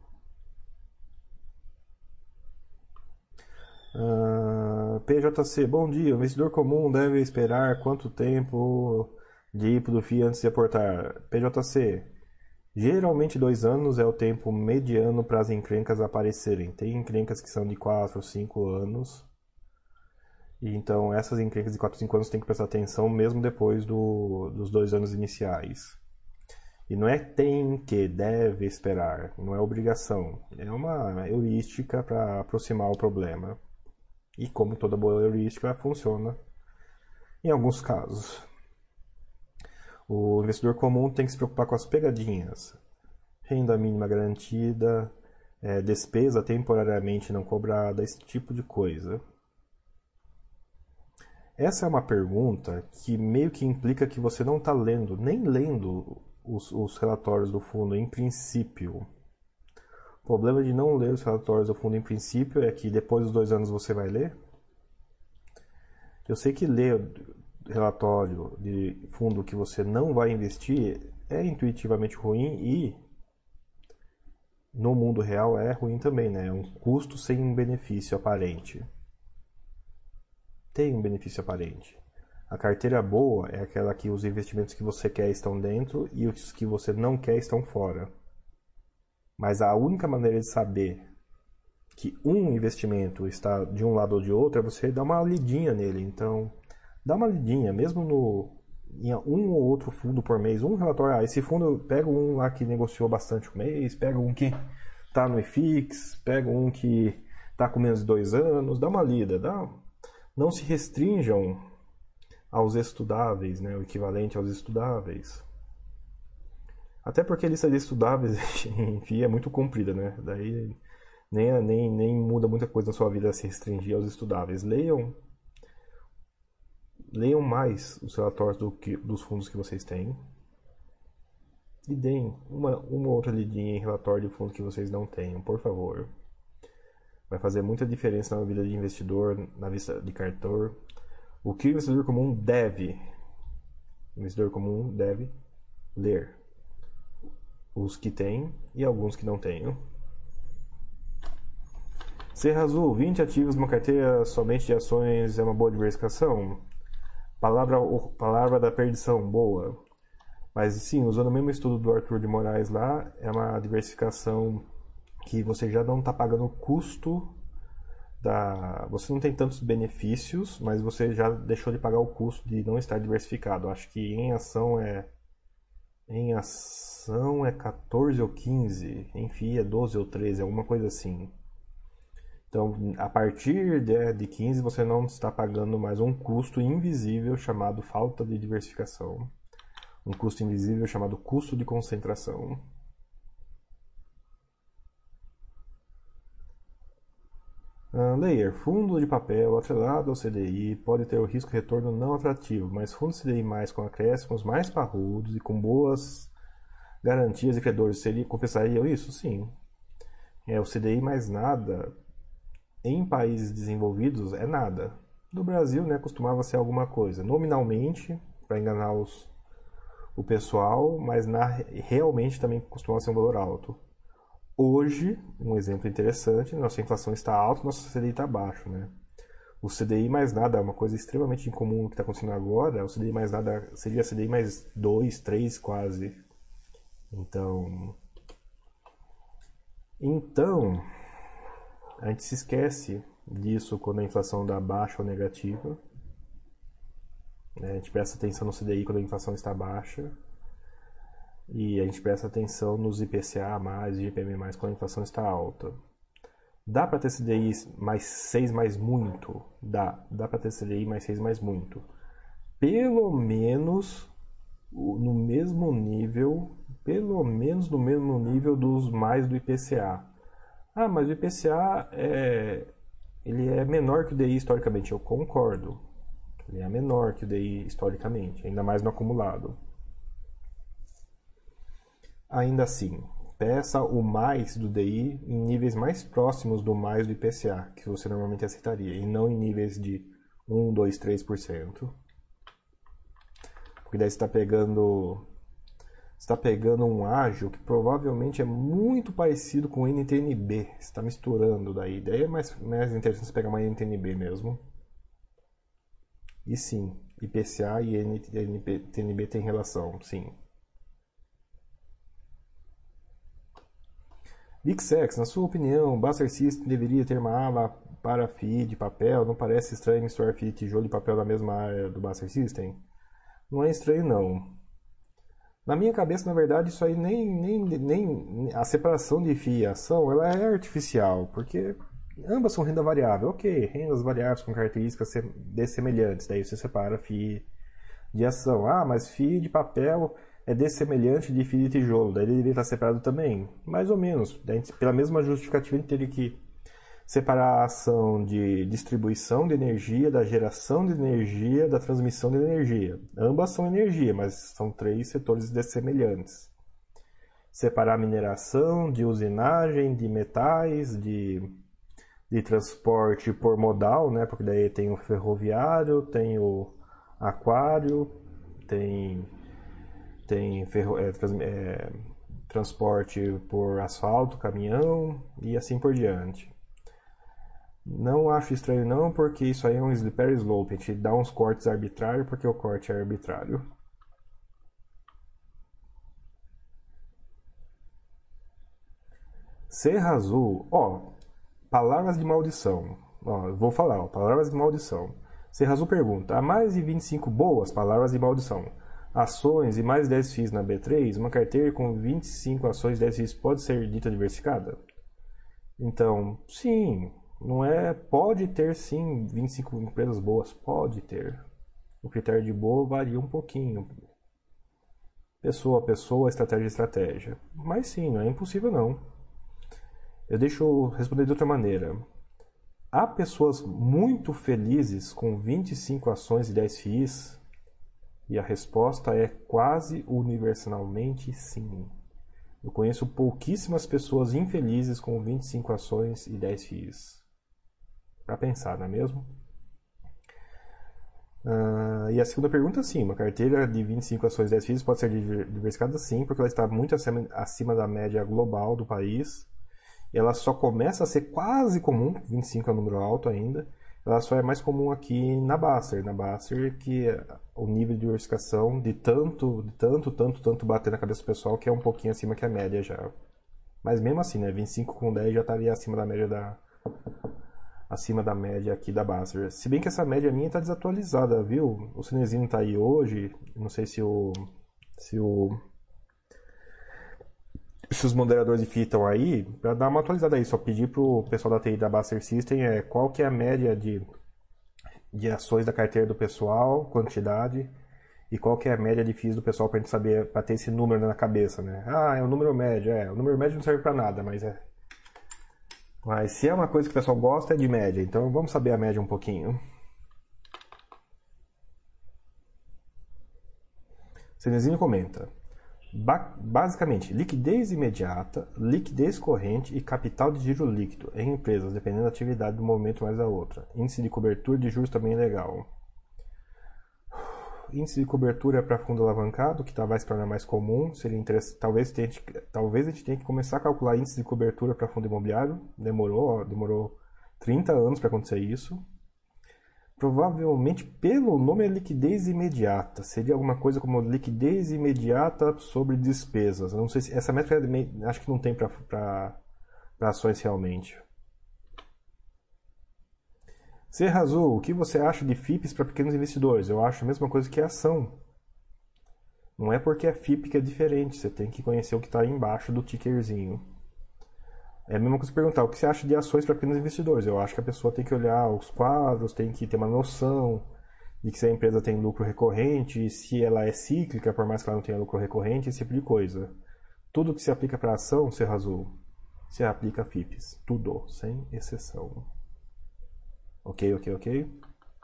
Uh, P J C, bom dia. O investidor comum deve esperar quanto tempo de I P O do F I I antes de aportar? P J C, geralmente dois anos é o tempo mediano para as encrencas aparecerem. Tem encrencas que são de quatro, cinco anos. E então essas encrencas de quatro, cinco anos tem que prestar atenção mesmo depois do, dos dois anos iniciais. E não é tem que, deve esperar, não é obrigação. É uma heurística para aproximar o problema. E como toda boa heurística, funciona em alguns casos. O investidor comum tem que se preocupar com as pegadinhas. Renda mínima garantida, é, despesa temporariamente não cobrada, esse tipo de coisa. Essa é uma pergunta que meio que implica que você não está lendo, nem lendo os, os relatórios do fundo em princípio. O problema de não ler os relatórios do fundo em princípio é que depois dos dois anos você vai ler. Eu sei que ler relatório de fundo que você não vai investir é intuitivamente ruim e no mundo real é ruim também, né? É um custo sem um benefício aparente. Tem um benefício aparente. A carteira boa é aquela que os investimentos que você quer estão dentro e os que você não quer estão fora. Mas a única maneira de saber que um investimento está de um lado ou de outro é você dar uma lidinha nele. Então, dá uma lidinha, mesmo no em um ou outro fundo por mês, um relatório, ah, esse fundo, pega um lá que negociou bastante o mês, pega um que está no I F I X, pega um que está com menos de dois anos, dá uma lida, dá... não se restringam aos estudáveis, né, o equivalente aos estudáveis. Até porque a lista de estudáveis, enfim, é muito comprida, né? Daí nem, nem, nem muda muita coisa na sua vida se restringir aos estudáveis. Leiam, leiam mais os relatórios do que, dos fundos que vocês têm e deem uma, uma outra lidinha em relatório de fundos que vocês não tenham, por favor. Vai fazer muita diferença na vida de investidor, na vista de cartor. O que o investidor comum deve, o investidor comum deve ler. Os que tem e alguns que não tenham. Serra Azul, vinte ativos numa carteira somente de ações é uma boa diversificação? Palavra, palavra da perdição, boa. Mas sim, usando o mesmo estudo do Arthur de Moraes lá, é uma diversificação que você já não está pagando o custo da... Você não tem tantos benefícios, mas você já deixou de pagar o custo de não estar diversificado. Acho que em ação é... Em ação é quatorze ou quinze, em F I I é doze ou treze, alguma coisa assim. Então, a partir de, de quinze, você não está pagando mais um custo invisível chamado falta de diversificação. Um custo invisível chamado custo de concentração. Uh, Layer, fundo de papel atrelado ao C D I pode ter o risco de retorno não atrativo, mas fundo C D I mais com acréscimos mais parrudos e com boas garantias de credores seria, confessariam isso? Sim. É, o C D I mais nada em países desenvolvidos é nada. No Brasil, né, costumava ser alguma coisa, nominalmente, para enganar os, o pessoal, mas na, realmente também costumava ser um valor alto. Hoje, um exemplo interessante, nossa inflação está alta, nosso C D I está baixo, né? O C D I mais nada é uma coisa extremamente incomum que está acontecendo agora. O C D I mais nada seria C D I mais dois, três quase. Então, então, a gente se esquece disso quando a inflação dá baixa ou negativa. A gente presta atenção no C D I quando a inflação está baixa. E a gente presta atenção nos I P C A mais e I G P M mais quando a inflação está alta. Dá para ter C D I mais seis mais muito? Dá. Dá para ter C D I mais seis mais muito. Pelo menos no mesmo nível, pelo menos no mesmo nível dos mais do I P C A. Ah, mas o I P C A é, ele é menor que o D I historicamente. Eu concordo. Ele é menor que o D I historicamente, ainda mais no acumulado. Ainda assim, peça o mais do D I em níveis mais próximos do mais do I P C A, que você normalmente aceitaria, e não em níveis de um, dois, três por cento. Porque daí você está pegando... está pegando um ágil que provavelmente é muito parecido com o N T N B. Você está misturando daí. Daí é mais, mais interessante você pegar uma N T N B mesmo. E sim, I P C A e N T N B tem relação, sim. Bixex, na sua opinião, o Buster System deveria ter uma aba para F I I de papel? Não parece estranho misturar F I I de tijolo e papel na mesma área do Buster System? Não é estranho, não. Na minha cabeça, na verdade, isso aí nem, nem, nem a separação de F I I e ação, ela é artificial, porque ambas são renda variável. Ok, rendas variáveis com características dessemelhantes, daí você separa F I I de ação. Ah, mas F I I de papel é dessemelhante de F I I de tijolo, daí ele deveria estar separado também. Mais ou menos. Daí, pela mesma justificativa, a gente teria que separar a ação de distribuição de energia, da geração de energia, da transmissão de energia. Ambas são energia, mas são três setores dessemelhantes. Separar a mineração, de usinagem, de metais, de, de transporte por modal, né? Porque daí tem o ferroviário, tem o aquário, tem, tem ferro, é, trans, é, transporte por asfalto, caminhão e assim por diante. Não acho estranho não, porque isso aí é um slippery slope. A gente dá uns cortes arbitrários porque o corte é arbitrário. Serra Azul, ó, palavras de maldição. Ó, vou falar, ó, palavras de maldição. Serra Azul pergunta, há mais de vinte e cinco boas palavras de maldição. Ações e mais dez F I Is na B três, uma carteira com vinte e cinco ações e dez F I Is pode ser dita diversificada? Então, sim. Não é, pode ter sim vinte e cinco empresas boas, pode ter. O critério de boa varia um pouquinho. Pessoa a pessoa, estratégia a estratégia. Mas sim, não é impossível não. Eu deixo responder de outra maneira. Há pessoas muito felizes com vinte e cinco ações e dez F I Is? E a resposta é quase universalmente sim. Eu conheço pouquíssimas pessoas infelizes com vinte e cinco ações e dez F I Is. Para pensar, não é mesmo? Uh, e a segunda pergunta, sim, uma carteira de vinte e cinco ações e dez F I Is pode ser diversificada sim, porque ela está muito acima, acima da média global do país. Ela só começa a ser quase comum, vinte e cinco é um número alto ainda, ela só é mais comum aqui na Baster. Na Baster, que o nível de diversificação de tanto, de tanto, tanto, tanto bater na cabeça do pessoal, que é um pouquinho acima que a média já. Mas mesmo assim, né, vinte e cinco com dez já estaria acima da média da... acima da média aqui da Baster. Se bem que essa média minha está desatualizada, viu? O Cinezinho está aí hoje, não sei se o... se o... se os moderadores de F I I estão aí, para dar uma atualizada aí, só pedir pro pessoal da T I da Baster System é, qual que é a média de, de ações da carteira do pessoal, quantidade, e qual que é a média de F I Is do pessoal para a gente saber, para ter esse número na cabeça, né? Ah, é o número médio, é. O número médio não serve para nada, mas é... Mas se é uma coisa que o pessoal gosta, é de média. Então vamos saber a média um pouquinho. Cenezinho comenta. Ba basicamente, liquidez imediata, liquidez corrente e capital de giro líquido em empresas, dependendo da atividade do momento mais da outra. Índice de cobertura de juros também é legal. Índice de cobertura é para fundo alavancado, que tá, vai se tornar mais comum. Seria interessante. Talvez, tente, talvez a gente tenha que começar a calcular índice de cobertura para fundo imobiliário. Demorou, ó, demorou trinta anos para acontecer isso. Provavelmente, pelo nome, é liquidez imediata. Seria alguma coisa como liquidez imediata sobre despesas. Eu não sei se essa métrica acho que não tem para ações realmente. Serra Azul, o que você acha de F I Ps para pequenos investidores? Eu acho a mesma coisa que a ação. Não é porque é F I P que é diferente, você tem que conhecer o que está embaixo do tickerzinho. É a mesma coisa que perguntar, o que você acha de ações para pequenos investidores? Eu acho que a pessoa tem que olhar os quadros, tem que ter uma noção de que se a empresa tem lucro recorrente, se ela é cíclica, por mais que ela não tenha lucro recorrente, esse tipo de coisa. Tudo que se aplica para ação, Serra Azul, se aplica a F I Ps. Tudo, sem exceção. Ok, ok, ok.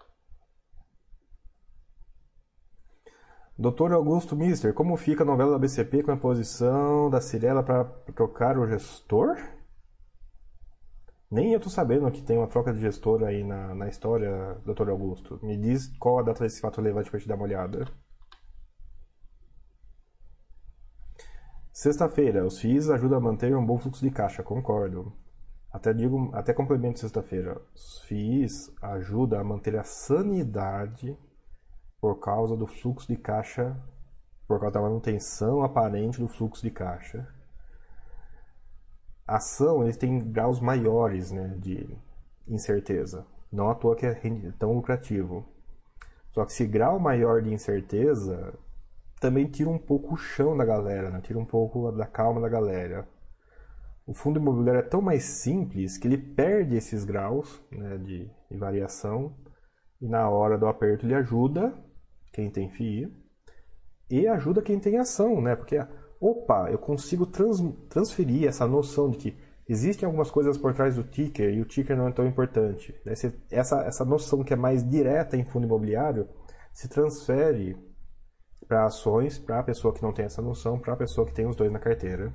doutor Augusto Mister, como fica a novela da B C P com a posição da Cirela para trocar o gestor? Nem eu tô sabendo que tem uma troca de gestor aí na, na história, doutor Augusto. Me diz qual a data desse fato relevante para te dar uma olhada. Sexta-feira, os F I Is ajudam a manter um bom fluxo de caixa, concordo. Até digo, até complemento sexta-feira. Os F I Is ajudam a manter a sanidade por causa do fluxo de caixa, por causa da manutenção aparente do fluxo de caixa. A ação, eles têm graus maiores, né, de incerteza. Não à toa que é tão lucrativo. Só que esse grau maior de incerteza também tira um pouco o chão da galera, né? Tira um pouco da calma da galera. O fundo imobiliário é tão mais simples que ele perde esses graus, né, de, de variação, e na hora do aperto ele ajuda quem tem F I e ajuda quem tem ação, né? Porque, opa, eu consigo trans, transferir essa noção de que existem algumas coisas por trás do ticker e o ticker não é tão importante. Essa, essa noção que é mais direta em fundo imobiliário se transfere para ações, para a pessoa que não tem essa noção, para a pessoa que tem os dois na carteira.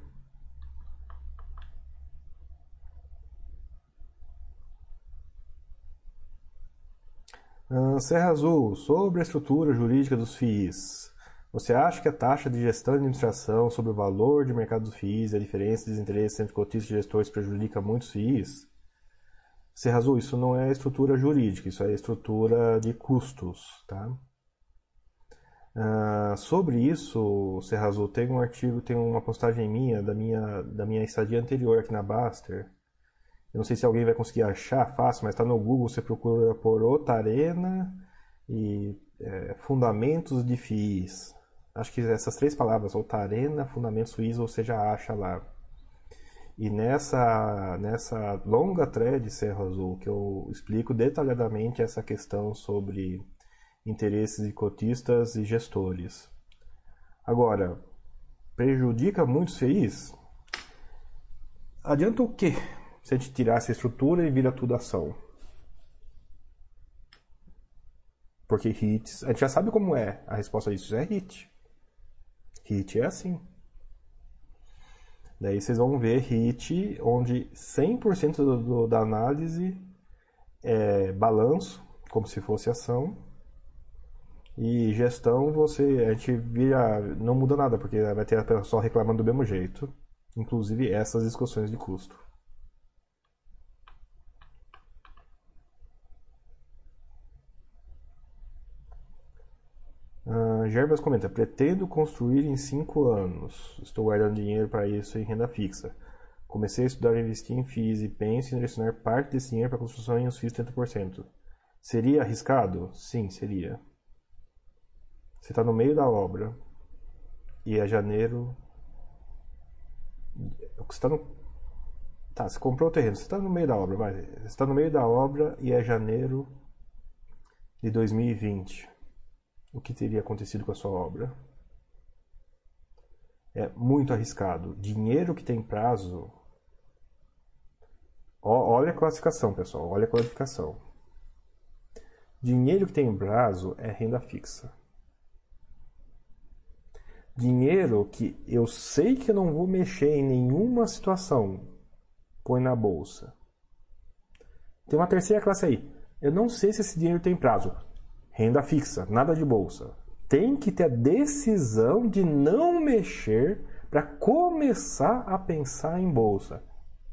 Uh, Serra Azul, sobre a estrutura jurídica dos F I Is. Você acha que a taxa de gestão e administração sobre o valor de mercado dos F I Is e a diferença de interesses entre cotistas e gestores prejudica muito os F I Is? Serra Azul, isso não é estrutura jurídica, isso é estrutura de custos, tá? Uh, sobre isso, Serra Azul, tem um artigo, tem uma postagem minha da minha, da minha estadia anterior aqui na Baster. Eu não sei se alguém vai conseguir achar fácil, mas está no Google, você procura por Otarena e é, fundamentos de F I Is. Acho que essas três palavras, Otarena, fundamentos F I Is, você já acha lá. E nessa, nessa longa thread, Serra Azul, que eu explico detalhadamente essa questão sobre interesses de cotistas e gestores. Agora, prejudica muitos F I Is? Adianta o quê se a gente tirar essa estrutura e vira tudo ação? Porque hits, a gente já sabe como é a resposta disso, é hit. Hit é assim. Daí vocês vão ver hit onde cem por cento do, do, da análise é balanço, como se fosse ação. E gestão, você, a gente vira, não muda nada, porque vai ter a pessoa reclamando do mesmo jeito. Inclusive essas discussões de custo. Uh, Gerbas comenta, pretendo construir em cinco anos. Estou guardando dinheiro para isso em renda fixa. Comecei a estudar e investir em F I Is e penso em direcionar parte desse dinheiro para a construção em uns F I Is trinta por cento. Seria arriscado? Sim, seria. Você está no meio da obra e é janeiro. Você está no. Tá, você comprou o terreno, você está no meio da obra, vai. Você está no meio da obra e é janeiro de dois mil e vinte. O que teria acontecido com a sua obra? É muito arriscado. Dinheiro que tem prazo. Olha a classificação, pessoal. Olha a classificação. Dinheiro que tem prazo é renda fixa. Dinheiro que eu sei que eu não vou mexer em nenhuma situação, põe na bolsa. Tem uma terceira classe aí. Eu não sei se esse dinheiro tem prazo. Renda fixa, nada de bolsa. Tem que ter a decisão de não mexer para começar a pensar em bolsa.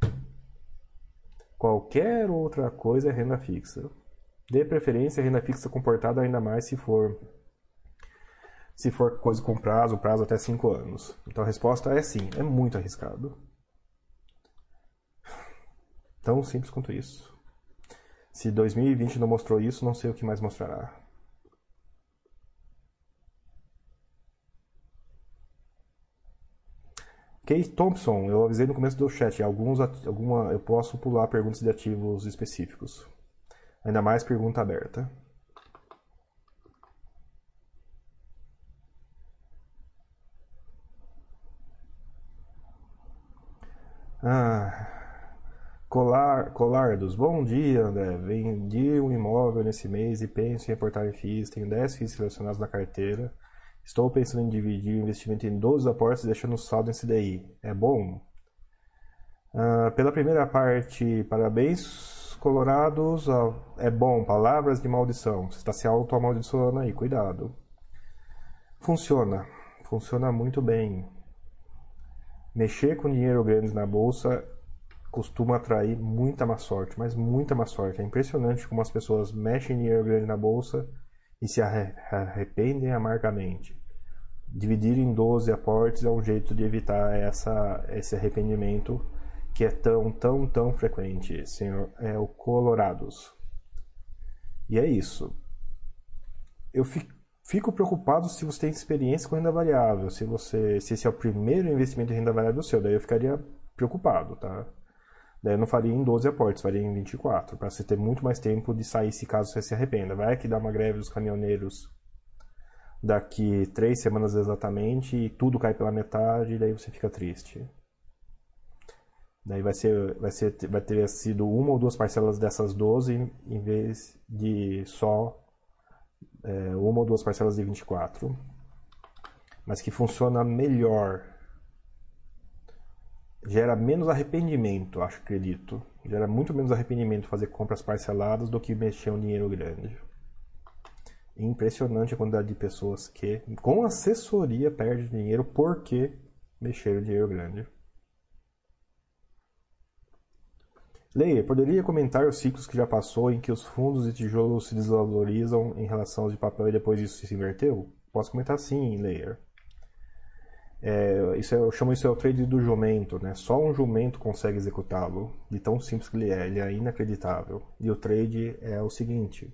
Qualquer outra coisa é renda fixa. Dê preferência a renda fixa comportada, ainda mais se for se for coisa com prazo, prazo até cinco anos. Então a resposta é sim, é muito arriscado. Tão simples quanto isso. Se dois mil e vinte não mostrou isso, não sei o que mais mostrará. Kate Thompson, eu avisei no começo do chat, alguns, alguma, eu posso pular perguntas de ativos específicos. Ainda mais pergunta aberta. Ah, Colar, Colardos, bom dia, André. Vendi um imóvel nesse mês e penso em reportar em F I Is. Tenho dez F I Is selecionados na carteira. Estou pensando em dividir o investimento em doze aportes, deixando o saldo em C D I. É bom? Ah, pela primeira parte, parabéns, Colorados. Ah, é bom, palavras de maldição. Você está se auto-amaldiçoando aí, cuidado. Funciona. Funciona muito bem. Mexer com dinheiro grande na bolsa costuma atrair muita má sorte, mas muita má sorte. É impressionante como as pessoas mexem dinheiro grande na bolsa e se arrependem amargamente. Dividir em doze aportes é um jeito de evitar essa, esse arrependimento que é tão, tão, tão frequente, senhor. É o Colorados. E é isso. Eu fico preocupado se você tem experiência com renda variável, se você, se esse é o primeiro investimento em renda variável seu, daí eu ficaria preocupado, tá? Daí eu não faria em doze aportes, faria em vinte e quatro, para você ter muito mais tempo de sair se caso você se arrependa. Vai que dá uma greve dos caminhoneiros daqui três semanas exatamente e tudo cai pela metade e daí você fica triste. Daí vai ser, vai ser, vai ter sido uma ou duas parcelas dessas doze em vez de só é, uma ou duas parcelas de vinte e quatro. Mas que funciona melhor. Gera menos arrependimento, acho, acredito. Gera muito menos arrependimento fazer compras parceladas do que mexer um dinheiro grande. Impressionante a quantidade de pessoas que, com assessoria, perdem dinheiro porque mexeram dinheiro grande. Leia, poderia comentar os ciclos que já passou em que os fundos de tijolo se desvalorizam em relação aos de papel e depois isso se inverteu? Posso comentar sim, Leia. É, isso é, eu chamo isso é o trade do jumento, né? Só um jumento consegue executá-lo, de tão simples que ele é, ele é inacreditável. E o trade é o seguinte: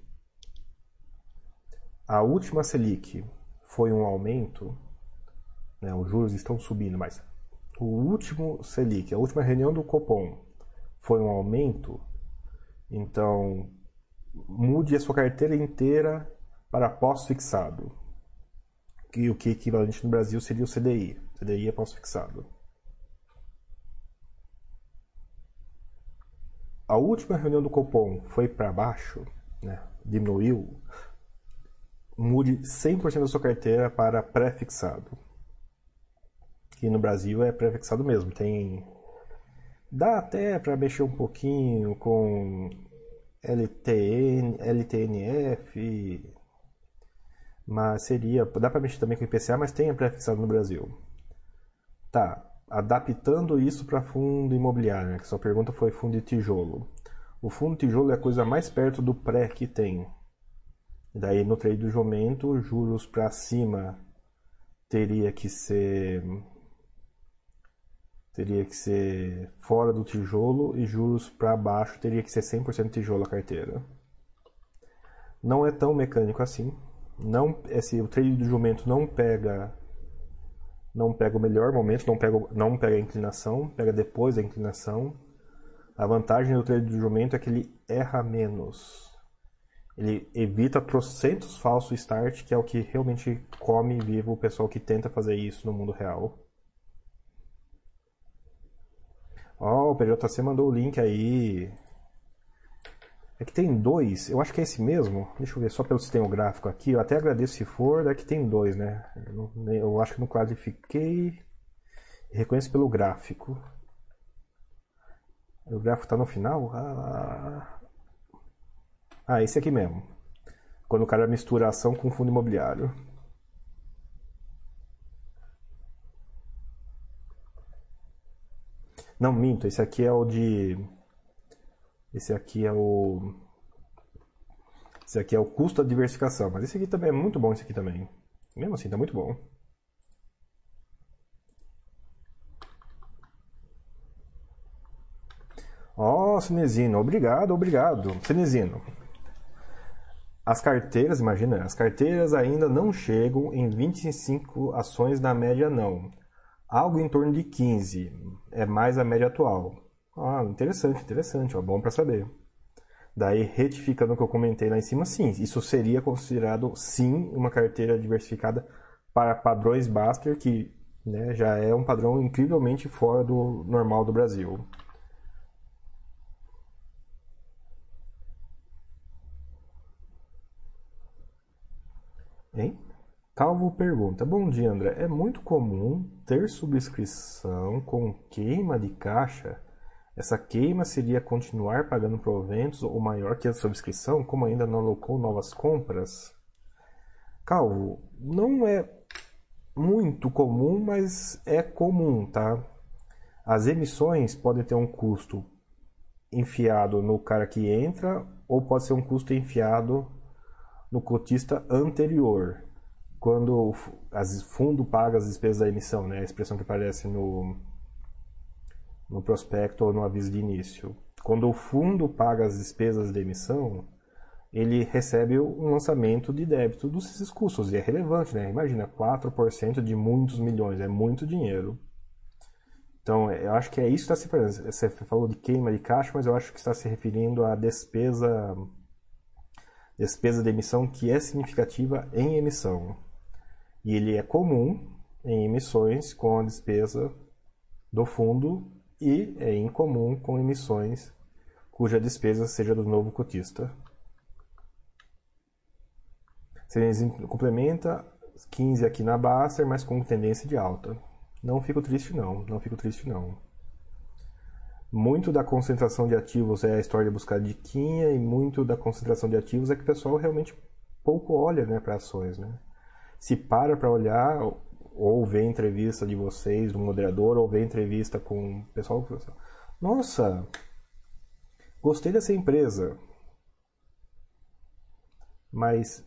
a última Selic foi um aumento, né? Os juros estão subindo, mas o último Selic, a última reunião do Copom foi um aumento, então mude a sua carteira inteira para pós-fixado. E o que equivalente no Brasil seria o C D I. C D I é pós-fixado. A última reunião do Copom foi para baixo, né? Diminuiu. Mude cem por cento da sua carteira para pré-fixado. Que no Brasil é pré-fixado mesmo. Tem... Dá até para mexer um pouquinho com L T N, L T N F... Mas seria... Dá para mexer também com I P C A, mas tem pré-fixado no Brasil. Tá. Adaptando isso para fundo imobiliário, né? Que sua pergunta foi fundo de tijolo. O fundo de tijolo é a coisa mais perto do pré que tem. Daí no trade do jumento, juros para cima teria que ser... Teria que ser fora do tijolo e juros para baixo teria que ser cem por cento tijolo a carteira. Não é tão mecânico assim. Não, esse, o trade do jumento não pega não pega o melhor momento, não pega, não pega a inclinação, pega depois da inclinação. A vantagem do trade do jumento é que ele erra menos. Ele evita trocentos falsos start, que é o que realmente come vivo o pessoal que tenta fazer isso no mundo real. Ó, oh, o P J C mandou o link aí. É que tem dois, eu acho que é esse mesmo. Deixa eu ver só pelo sistema gráfico aqui. Eu até agradeço se for, é que tem dois, né? Eu, não, eu acho que não clarifiquei. Reconheço pelo gráfico. O gráfico tá no final? Ah, ah, esse aqui mesmo. Quando o cara mistura ação com fundo imobiliário. Não, minto. Esse aqui é o de... Esse aqui é o... Esse aqui é o custo da diversificação. Mas esse aqui também é muito bom, esse aqui também. Mesmo assim, tá muito bom. Ó, oh, Cinezino. Obrigado, obrigado. Cinezino. As carteiras, imagina, as carteiras ainda não chegam em vinte e cinco ações na média, não. Algo em torno de quinze. É mais a média atual. Ah, interessante, interessante. Ó, bom para saber. Daí, retificando o que eu comentei lá em cima, sim, isso seria considerado, sim, uma carteira diversificada para padrões Baster, que né, já é um padrão incrivelmente fora do normal do Brasil. Hein? Calvo pergunta: Bom dia, André. É muito comum ter subscrição com queima de caixa? Essa queima seria continuar pagando proventos ou maior que a subscrição, como ainda não alocou novas compras? Calvo, não é muito comum, mas é comum, tá? As emissões podem ter um custo enfiado no cara que entra, ou pode ser um custo enfiado no cotista anterior, quando o fundo paga as despesas da emissão, né? A expressão que aparece no, no prospecto ou no aviso de início. Quando o fundo paga as despesas de emissão, ele recebe um lançamento de débito desses custos, e é relevante, né? Imagina, quatro por cento de muitos milhões, é muito dinheiro. Então, eu acho que é isso que está se referindo. Você falou de queima de caixa, mas eu acho que está se referindo à despesa, despesa de emissão que é significativa em emissão. E ele é comum em emissões com a despesa do fundo e é incomum com emissões cuja despesa seja do novo cotista. Você complementa quinze aqui na Baster, mas com tendência de alta. Não fico triste não, não fico triste não. Muito da concentração de ativos é a história de buscar diquinha, e muito da concentração de ativos é que o pessoal realmente pouco olha, né, para ações, né? Se para para olhar, ou vê entrevista de vocês, do moderador, ou vê entrevista com o pessoal, nossa, gostei dessa empresa, mas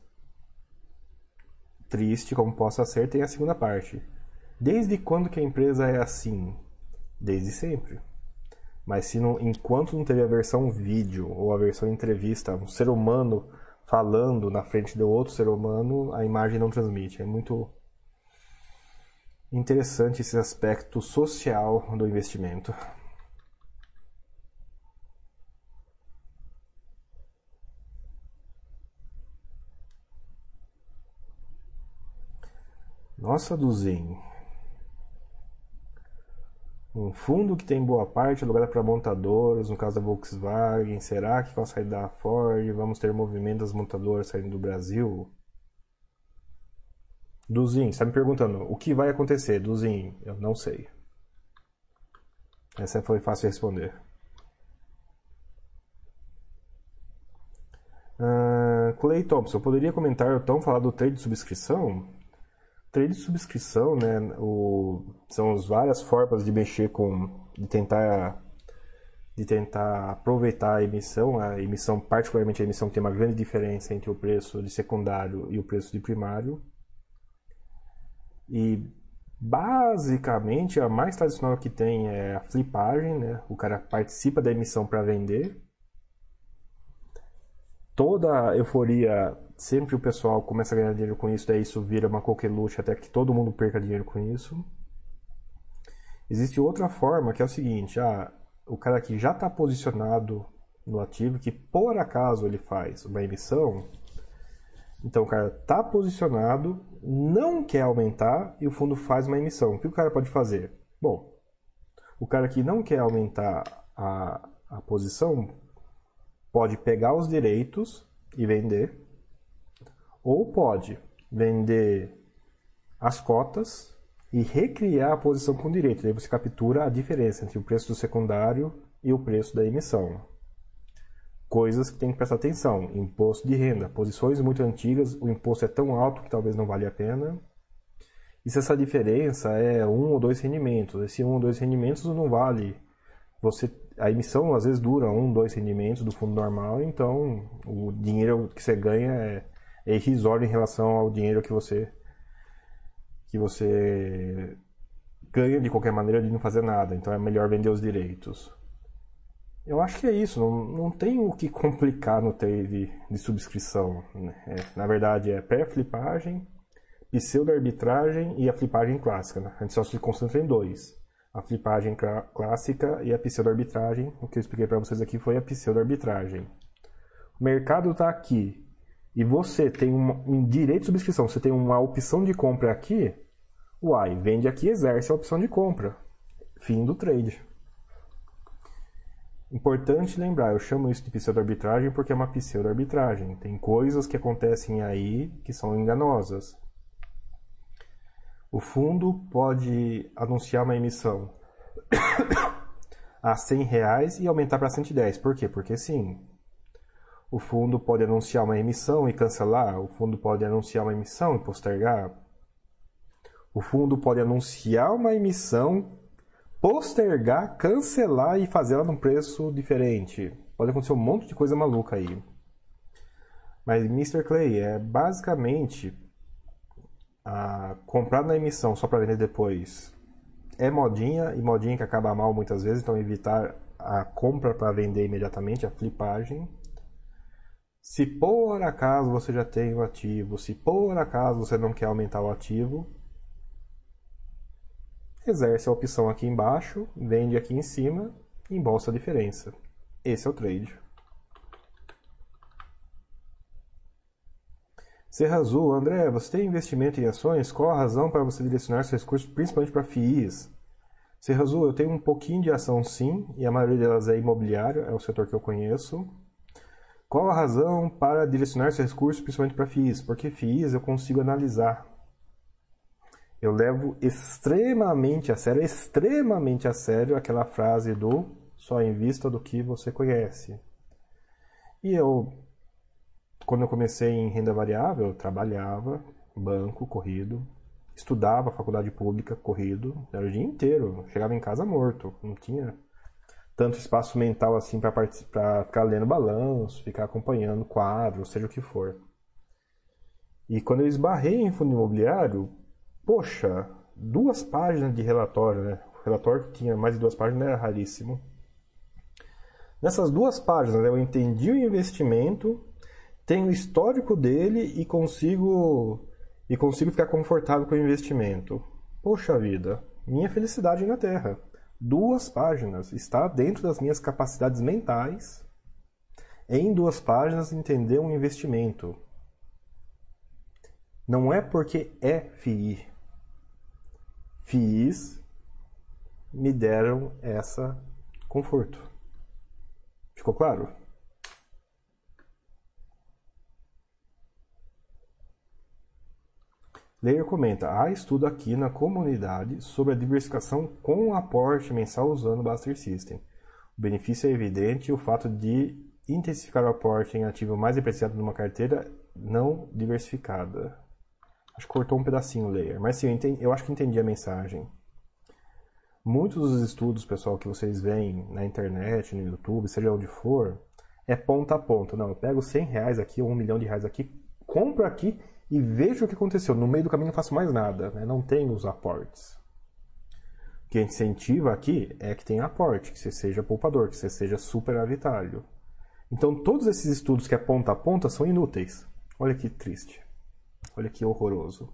triste como possa ser, tem a segunda parte. Desde quando que a empresa é assim? Desde sempre. Mas se não, enquanto não teve a versão vídeo ou a versão entrevista, um ser humano falando na frente do outro ser humano, a imagem não transmite. É muito interessante esse aspecto social do investimento. Nossa, Duzinho. Um fundo que tem boa parte alugada para montadoras, no caso da Volkswagen, será que com a saída da Ford vamos ter movimento das montadoras saindo do Brasil? Duzinho, você está me perguntando, o que vai acontecer? Duzinho, eu não sei. Essa foi fácil de responder. Uh, Clay Thompson, poderia comentar o tão falado trade de subscrição? Trade de subscrição, né, o, são as várias formas de mexer com, de tentar, de tentar aproveitar a emissão, a emissão, particularmente a emissão que tem uma grande diferença entre o preço de secundário e o preço de primário. E basicamente a mais tradicional que tem é a flipagem, né, o cara participa da emissão para vender. Toda a euforia, sempre o pessoal começa a ganhar dinheiro com isso, daí isso vira uma coqueluche até que todo mundo perca dinheiro com isso. Existe outra forma, que é o seguinte, ah, o cara que já está posicionado no ativo, que por acaso ele faz uma emissão, então o cara está posicionado, não quer aumentar e o fundo faz uma emissão. O que o cara pode fazer? Bom, o cara que não quer aumentar a, a posição pode pegar os direitos e vender, ou pode vender as cotas e recriar a posição com direito. Aí você captura a diferença entre o preço do secundário e o preço da emissão. Coisas que tem que prestar atenção. Imposto de renda. Posições muito antigas, o imposto é tão alto que talvez não valha a pena. E se essa diferença é um ou dois rendimentos, esse um ou dois rendimentos não vale. Você, a emissão às vezes dura um, dois rendimentos do fundo normal, então o dinheiro que você ganha é, é irrisório em relação ao dinheiro que você, que você ganha de qualquer maneira de não fazer nada. Então é melhor vender os direitos. Eu acho que é isso, não, não tem o que complicar no trade de subscrição. Né? É, na verdade é pré-flipagem, pseudo-arbitragem e a flipagem clássica. Né? A gente só se concentra em dois. A flipagem clássica e a pseudo-arbitragem. O que eu expliquei para vocês aqui foi a pseudo-arbitragem. O mercado está aqui e você tem um, um direito de subscrição, você tem uma opção de compra aqui, uai, vende aqui e exerce a opção de compra. Fim do trade. Importante lembrar, eu chamo isso de pseudo-arbitragem porque é uma pseudo-arbitragem. Tem coisas que acontecem aí que são enganosas. O fundo pode anunciar uma emissão a cem reais e aumentar para cento e dez. Por quê? Porque sim. O fundo pode anunciar uma emissão e cancelar. O fundo pode anunciar uma emissão e postergar. O fundo pode anunciar uma emissão postergar, cancelar e fazer ela num preço diferente. Pode acontecer um monte de coisa maluca aí. Mas, mister Clay, é basicamente a comprar na emissão só para vender depois é modinha, e modinha que acaba mal muitas vezes, então evitar a compra para vender imediatamente, a flipagem. Se por acaso você já tem o ativo, se por acaso você não quer aumentar o ativo, exerce a opção aqui embaixo, vende aqui em cima e embolsa a diferença. Esse é o trade. Serra Azul, André, você tem investimento em ações? Qual a razão para você direcionar seus recursos principalmente para F I Is? Serra Azul, eu tenho um pouquinho de ação sim, e a maioria delas é imobiliário, é o setor que eu conheço. Qual a razão para direcionar seus recursos principalmente para F I Is? Porque F I Is eu consigo analisar. Eu levo extremamente a sério, extremamente a sério aquela frase do só invista do que você conhece. E eu, quando eu comecei em renda variável, eu trabalhava, banco, corrido, estudava faculdade pública, corrido, era o dia inteiro, chegava em casa morto, não tinha tanto espaço mental assim para ficar lendo balanço, ficar acompanhando quadro, seja o que for. E quando eu esbarrei em fundo imobiliário, poxa, duas páginas de relatório, né? O relatório que tinha mais de duas páginas era raríssimo. Nessas duas páginas eu entendi o investimento, tenho o histórico dele e consigo e consigo ficar confortável com o investimento. Poxa vida, minha felicidade na Terra. Duas páginas, está dentro das minhas capacidades mentais, em duas páginas entender um investimento. Não é porque é F I. F I Is me deram essa conforto. Ficou claro? Leir comenta, há estudo aqui na comunidade sobre a diversificação com aporte mensal usando o Buster System. O benefício é evidente e o fato de intensificar o aporte em ativo mais depreciado numa carteira não diversificada. Acho que cortou um pedacinho o Layer, mas sim, eu, entendi, eu acho que entendi a mensagem. Muitos dos estudos, pessoal, que vocês veem na internet, no YouTube, seja onde for, é ponta a ponta. Não, eu pego cem reais aqui ou um milhão de reais aqui, compro aqui e vejo o que aconteceu. No meio do caminho não faço mais nada, né? Não tenho os aportes. O que incentiva aqui é que tenha aporte, que você seja poupador, que você seja superavitário. Então todos esses estudos que é ponta a ponta são inúteis. Olha que triste. Olha que horroroso.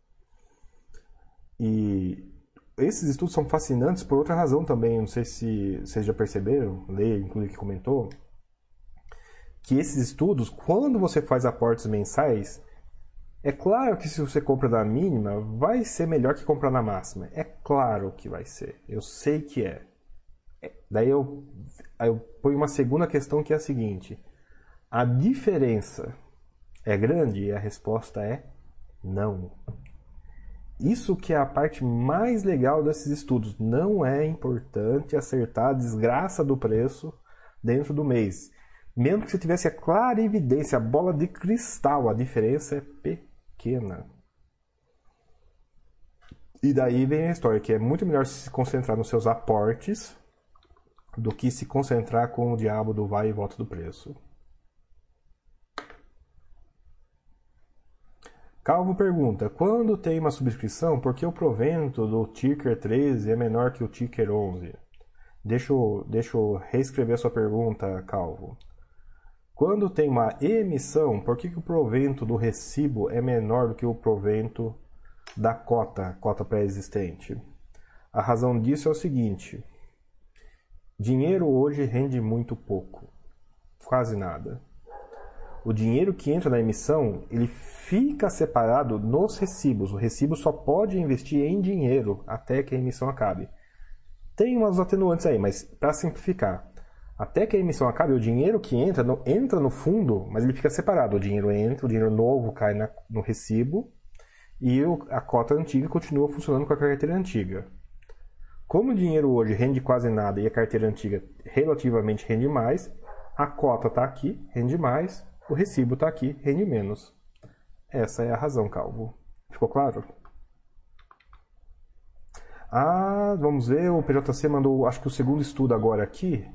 E esses estudos são fascinantes por outra razão também. Não sei se vocês já perceberam, Leia, inclusive, que comentou, que esses estudos, quando você faz aportes mensais, é claro que se você compra na mínima, vai ser melhor que comprar na máxima. É claro que vai ser. Eu sei que é. Daí eu, eu ponho uma segunda questão que é a seguinte. A diferença é grande? E a resposta é não. Isso que é a parte mais legal desses estudos. Não é importante acertar a desgraça do preço dentro do mês. Mesmo que você tivesse a clara evidência, a bola de cristal, a diferença é pequena. E daí vem a história, que é muito melhor se concentrar nos seus aportes do que se concentrar com o diabo do vai e volta do preço. Calvo pergunta, quando tem uma subscrição, por que o provento do ticker treze é menor que o ticker onze? Deixa eu, deixa eu reescrever a sua pergunta, Calvo. Quando tem uma emissão, por que, que o provento do recibo é menor do que o provento da cota, cota pré-existente? A razão disso é o seguinte, dinheiro hoje rende muito pouco, quase nada. O dinheiro que entra na emissão, ele fica separado nos recibos. O recibo só pode investir em dinheiro até que a emissão acabe. Tem umas atenuantes aí, mas para simplificar, até que a emissão acabe, o dinheiro que entra, não, entra no fundo, mas ele fica separado. O dinheiro entra, o dinheiro novo cai na, no recibo e o, a cota antiga continua funcionando com a carteira antiga. Como o dinheiro hoje rende quase nada e a carteira antiga relativamente rende mais, a cota está aqui, rende mais, o recibo está aqui, rende menos. Essa é a razão, Calvo. Ficou claro? Ah, vamos ver, o P J C mandou, acho que o segundo estudo agora aqui.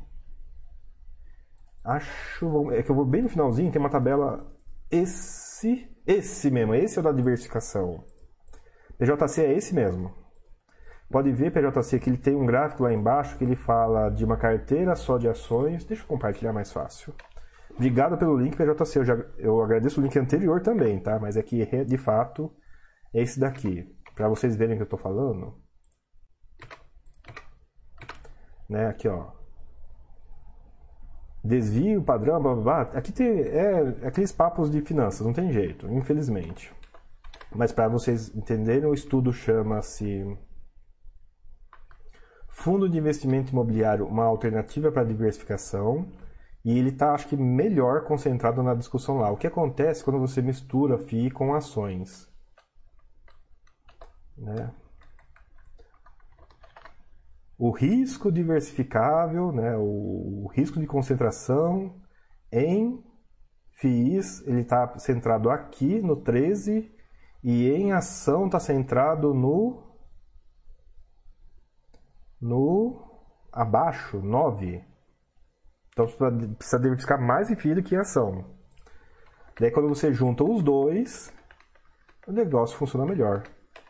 Acho, é que eu vou bem no finalzinho, tem uma tabela, esse, esse mesmo, esse é o da diversificação. P J C é esse mesmo. Pode ver, P J C, que ele tem um gráfico lá embaixo que ele fala de uma carteira só de ações. Deixa eu compartilhar mais fácil. Obrigado pelo link, P J C. Eu, já, eu agradeço o link anterior também, tá? Mas é que, de fato, é esse daqui. Para vocês verem o que eu estou falando. Né? Aqui, ó. Desvio, padrão, blá, blá, blá. Aqui tem é, aqueles papos de finanças, não tem jeito, infelizmente. Mas para vocês entenderem, o estudo chama-se Fundo de Investimento Imobiliário, uma alternativa para diversificação. E ele está, acho que, melhor concentrado na discussão lá. O que acontece quando você mistura F I I com ações? Né? O risco diversificável, né? o, o risco de concentração em F I Is, ele está centrado aqui no treze e em ação está centrado no no abaixo, nove. Então você precisa diversificar mais em F I I do que em ação. Daí quando você junta os dois, o negócio funciona melhor.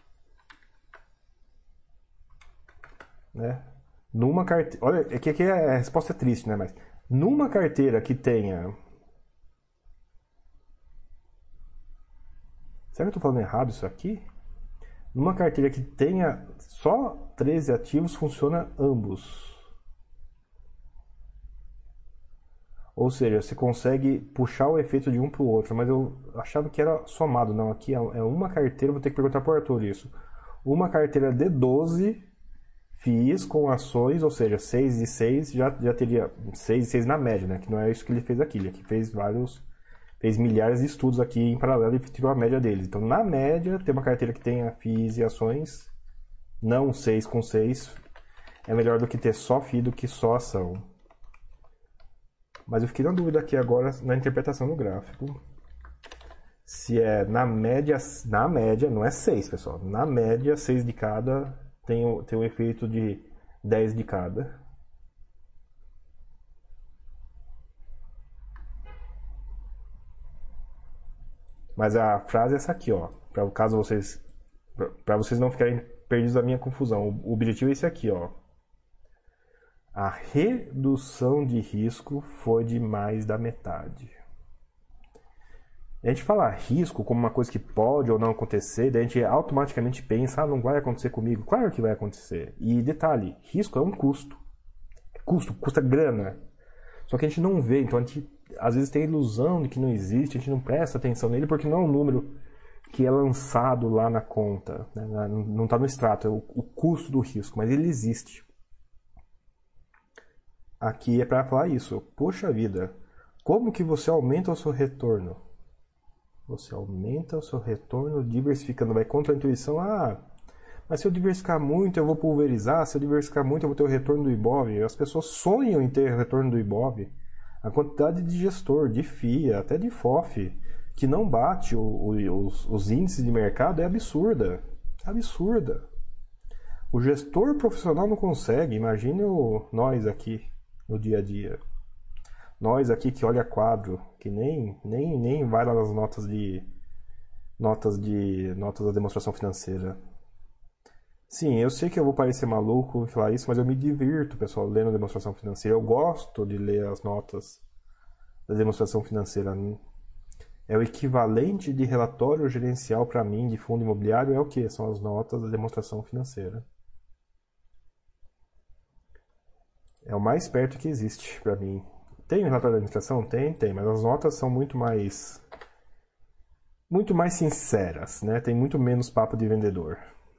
Né? Numa carteira, olha, é que aqui a resposta é triste, né? Mas numa carteira que tenha, será que eu estou falando errado isso aqui? Numa carteira que tenha só treze ativos, funciona ambos. Ou seja, você consegue puxar o efeito de um para o outro, mas eu achava que era somado. Não, aqui é uma carteira, vou ter que perguntar para o Arthur isso. Uma carteira de doze F I Is com ações, ou seja, seis de seis, já, já teria seis de seis na média, né? Que não é isso que ele fez aqui. Ele aqui fez vários, fez milhares de estudos aqui em paralelo e tirou a média deles. Então, na média, ter uma carteira que tenha F I Is e ações, não seis com seis, é melhor do que ter só F I I do que só ação. Mas eu fiquei na dúvida aqui agora na interpretação do gráfico. Se é na média, na média, não é seis, pessoal. Na média, seis de cada tem o, tem o efeito de dez de cada. Mas a frase é essa aqui, ó. Para caso vocês, para vocês não ficarem perdidos da minha confusão. O objetivo é esse aqui, ó. A redução de risco foi de mais da metade. A gente fala risco como uma coisa que pode ou não acontecer, daí a gente automaticamente pensa, ah, não vai acontecer comigo. Claro que vai acontecer. E detalhe, risco é um custo. Custo, custa grana. Só que a gente não vê, então a gente às vezes tem a ilusão de que não existe, a gente não presta atenção nele porque não é um número que é lançado lá na conta, né? Não está no extrato, é o, o custo do risco, mas ele existe. Aqui é para falar isso. Poxa vida, como que você aumenta o seu retorno? Você aumenta o seu retorno diversificando. Vai contra a intuição. Ah, mas se eu diversificar muito, eu vou pulverizar. Se eu diversificar muito, eu vou ter o retorno do Ibov. As pessoas sonham em ter o retorno do Ibov. A quantidade de gestor, de F I I, até de F O F, que não bate o, o, os, os índices de mercado é absurda. Absurda. O gestor profissional não consegue. Imagine o, nós aqui no dia a dia. Nós aqui que olha quadro, que nem, nem, nem vai lá nas notas de notas de notas da demonstração financeira. Sim, eu sei que eu vou parecer maluco em falar isso, mas eu me divirto, pessoal, lendo a demonstração financeira. Eu gosto de ler as notas da demonstração financeira. É o equivalente de relatório gerencial para mim de fundo imobiliário, é o que? São as notas da demonstração financeira. É o mais perto que existe para mim. Tem o relatório da administração? Tem, tem, mas as notas são muito mais muito mais sinceras, né? Tem muito menos papo de vendedor.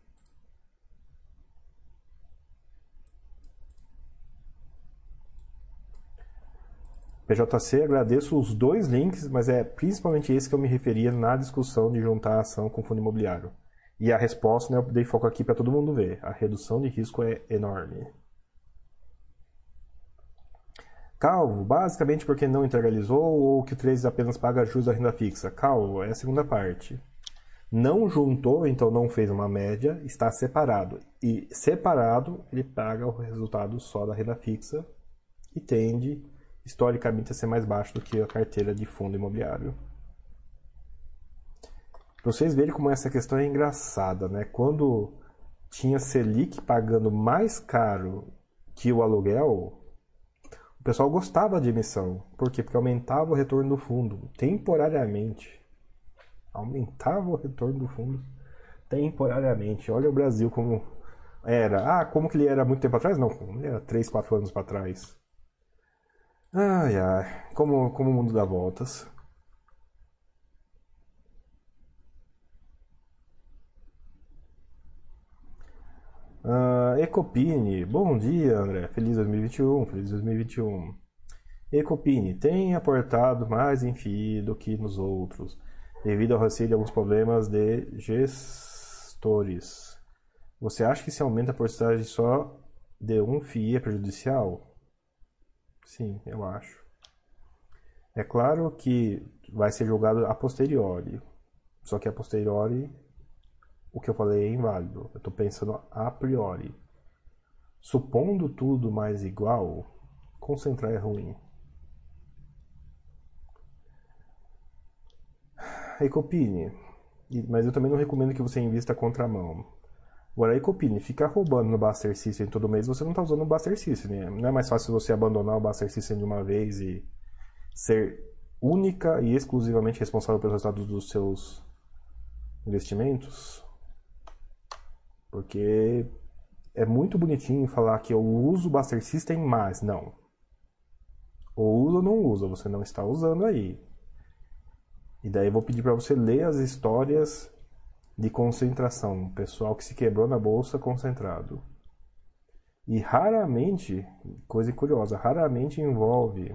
P J C, agradeço os dois links, mas é principalmente esse que eu me referia na discussão de juntar a ação com fundo imobiliário. E a resposta, né, eu dei foco aqui para todo mundo ver. A redução de risco é enorme. Calvo, basicamente porque não integralizou ou que o treze apenas paga juros da renda fixa? Calvo, é a segunda parte. Não juntou, então não fez uma média, está separado. E separado, ele paga o resultado só da renda fixa e tende, historicamente, a ser mais baixo do que a carteira de fundo imobiliário. Para vocês verem como essa questão é engraçada, né? Quando tinha Selic pagando mais caro que o aluguel, o pessoal gostava de emissão. Por quê? Porque aumentava o retorno do fundo, temporariamente. Aumentava o retorno do fundo temporariamente. Olha o Brasil como era. Ah, como que ele era muito tempo atrás? Não, ele era três, quatro anos para trás. Ai, ai, como, como o mundo dá voltas. Uh, Ecopini, bom dia, André. Feliz dois mil e vinte e um, feliz dois mil e vinte e um. Ecopini, tem aportado mais em F I I do que nos outros, devido ao receio de alguns problemas de gestores. Você acha que se aumenta a porcentagem só de um F I I é prejudicial? Sim, eu acho. É claro que vai ser julgado a posteriori, só que a posteriori o que eu falei é inválido. Eu estou pensando a priori. Supondo tudo mais igual, concentrar é ruim. Ecopine, mas eu também não recomendo que você invista contramão. Agora, Ecopine, ficar roubando no Buster System todo mês, você não está usando o Buster System, né? Não é mais fácil você abandonar o Buster System de uma vez e ser única e exclusivamente responsável pelos resultados dos seus investimentos? Porque é muito bonitinho falar que eu uso o Buster System, mas não. Ou usa ou não usa, você não está usando aí. E daí eu vou pedir para você ler as histórias de concentração, pessoal que se quebrou na bolsa concentrado. E raramente, coisa curiosa, raramente envolve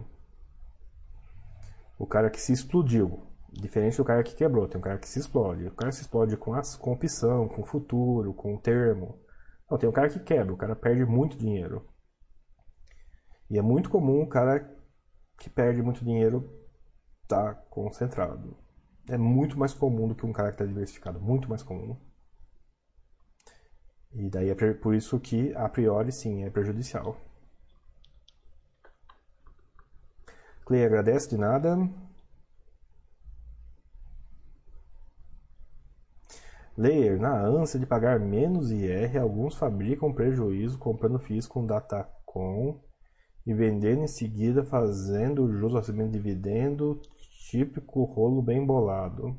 o cara que se explodiu. Diferente do cara que quebrou, tem um cara que se explode. O cara se explode com, as, com opção, com futuro, com termo. Não, tem um cara que quebra, o cara perde muito dinheiro. E é muito comum o cara que perde muito dinheiro estar tá concentrado. É muito mais comum do que um cara que está diversificado, muito mais comum. E daí é por isso que, a priori, sim, é prejudicial. Clay agradece, de nada. Layer, na ânsia de pagar menos I R, alguns fabricam prejuízo comprando F I Is com Datacom e vendendo em seguida, fazendo jus ao recebimento de dividendo, típico rolo bem bolado.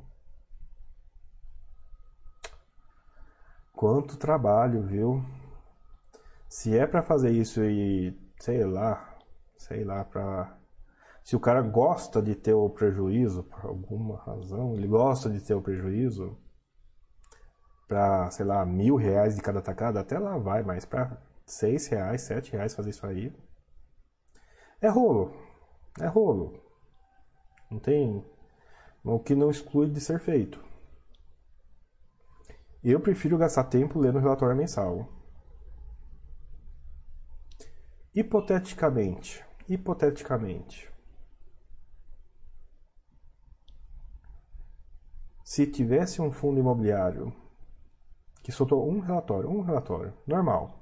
Quanto trabalho, viu? Se é pra fazer isso e, sei lá, sei lá, pra... Se o cara gosta de ter o prejuízo, por alguma razão, ele gosta de ter o prejuízo, pra, sei lá, mil reais de cada tacada, até lá vai, mas pra seis reais, sete reais fazer isso aí, é rolo, é rolo. Não tem, o que não exclui de ser feito. Eu prefiro gastar tempo lendo o relatório mensal. Hipoteticamente, hipoteticamente, se tivesse um fundo imobiliário que soltou um relatório, um relatório normal,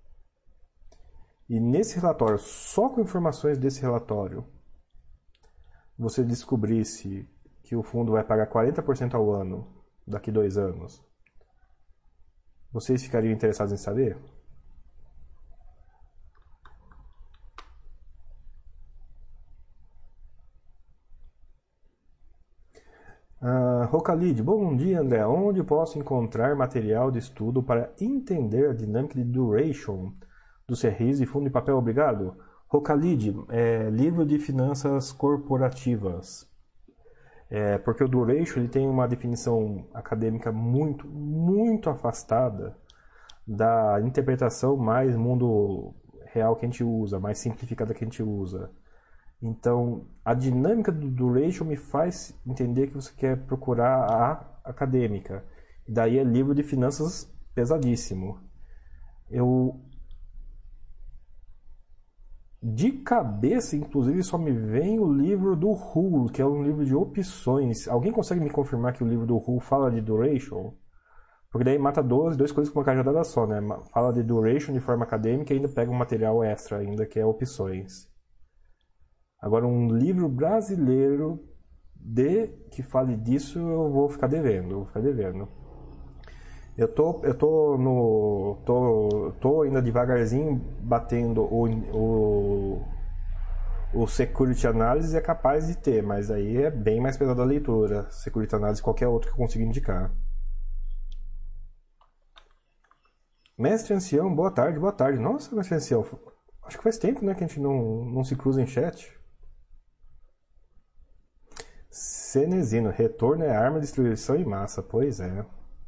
e nesse relatório, só com informações desse relatório, você descobrisse que o fundo vai pagar quarenta por cento ao ano daqui a dois anos, vocês ficariam interessados em saber? Ah, Rocalide, bom dia, André. Onde posso encontrar material de estudo para entender a dinâmica de duration dos C R Is e fundo de papel? Obrigado. Rocalide, é, livro de finanças corporativas. É, porque o duration ele tem uma definição acadêmica muito, muito afastada da interpretação mais mundo real que a gente usa, mais simplificada que a gente usa. Então, a dinâmica do duration me faz entender que você quer procurar a acadêmica. E daí é livro de finanças pesadíssimo. Eu De cabeça, inclusive, só me vem o livro do Hull, que é um livro de opções. Alguém consegue me confirmar que o livro do Hull fala de duration? Porque daí mata duas, duas coisas com uma cajadada só, né? Fala de duration de forma acadêmica e ainda pega um material extra ainda, que é opções. Agora, um livro brasileiro de que fale disso, eu vou ficar devendo, eu vou ficar devendo. Eu tô, eu tô no. Tô, tô ainda devagarzinho batendo o, o, o Security Analysis é capaz de ter, mas aí é bem mais pesado a leitura. Security Analysis qualquer outro que eu consiga indicar. Mestre Ancião, boa tarde, boa tarde. Nossa, Mestre Ancião, acho que faz tempo, né, que a gente não, não se cruza em chat. Cenezino, retorno é arma, destruição em massa, pois é.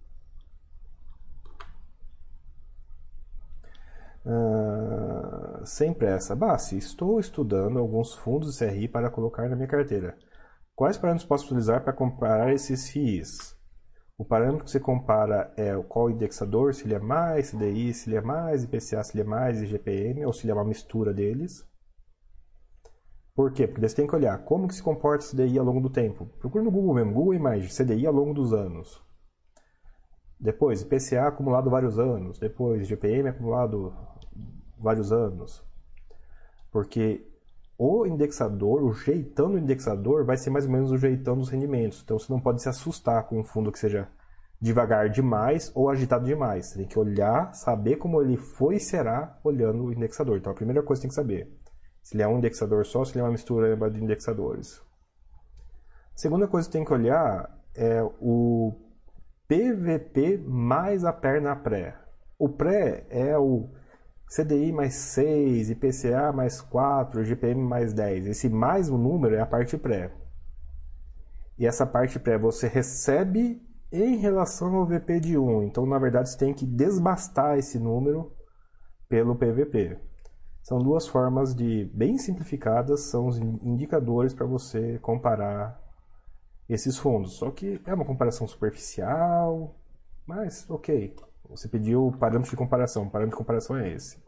Uh, sem pressa. Bassi, estou estudando alguns fundos C R I para colocar na minha carteira. Quais parâmetros posso utilizar para comparar esses F I Is? O parâmetro que você compara é o qual indexador, se ele é mais C D I, se ele é mais I P C A, se ele é mais I G P M, ou se ele é uma mistura deles. Por quê? Porque você tem que olhar como que se comporta o C D I ao longo do tempo. Procura no Google mesmo, Google Imagens, C D I ao longo dos anos. Depois, I P C A acumulado vários anos. Depois, I G P M acumulado vários anos. Porque o indexador, o jeitão do indexador vai ser mais ou menos o jeitão dos rendimentos. Então você não pode se assustar com um fundo que seja devagar demais ou agitado demais. Você tem que olhar, saber como ele foi e será olhando o indexador. Então a primeira coisa que você tem que saber se ele é um indexador só, se ele é uma mistura de indexadores. A segunda coisa que tem que olhar é o P V P mais a perna pré. O pré é o C D I mais seis, I P C A mais quatro, I G P M mais dez. Esse mais o número é a parte pré. E essa parte pré você recebe em relação ao V P de um. Então, na verdade, você tem que desbastar esse número pelo P V P. São duas formas de, bem simplificadas, são os indicadores para você comparar esses fundos. Só que é uma comparação superficial, mas ok. Você pediu o parâmetro de comparação. O parâmetro de comparação é esse.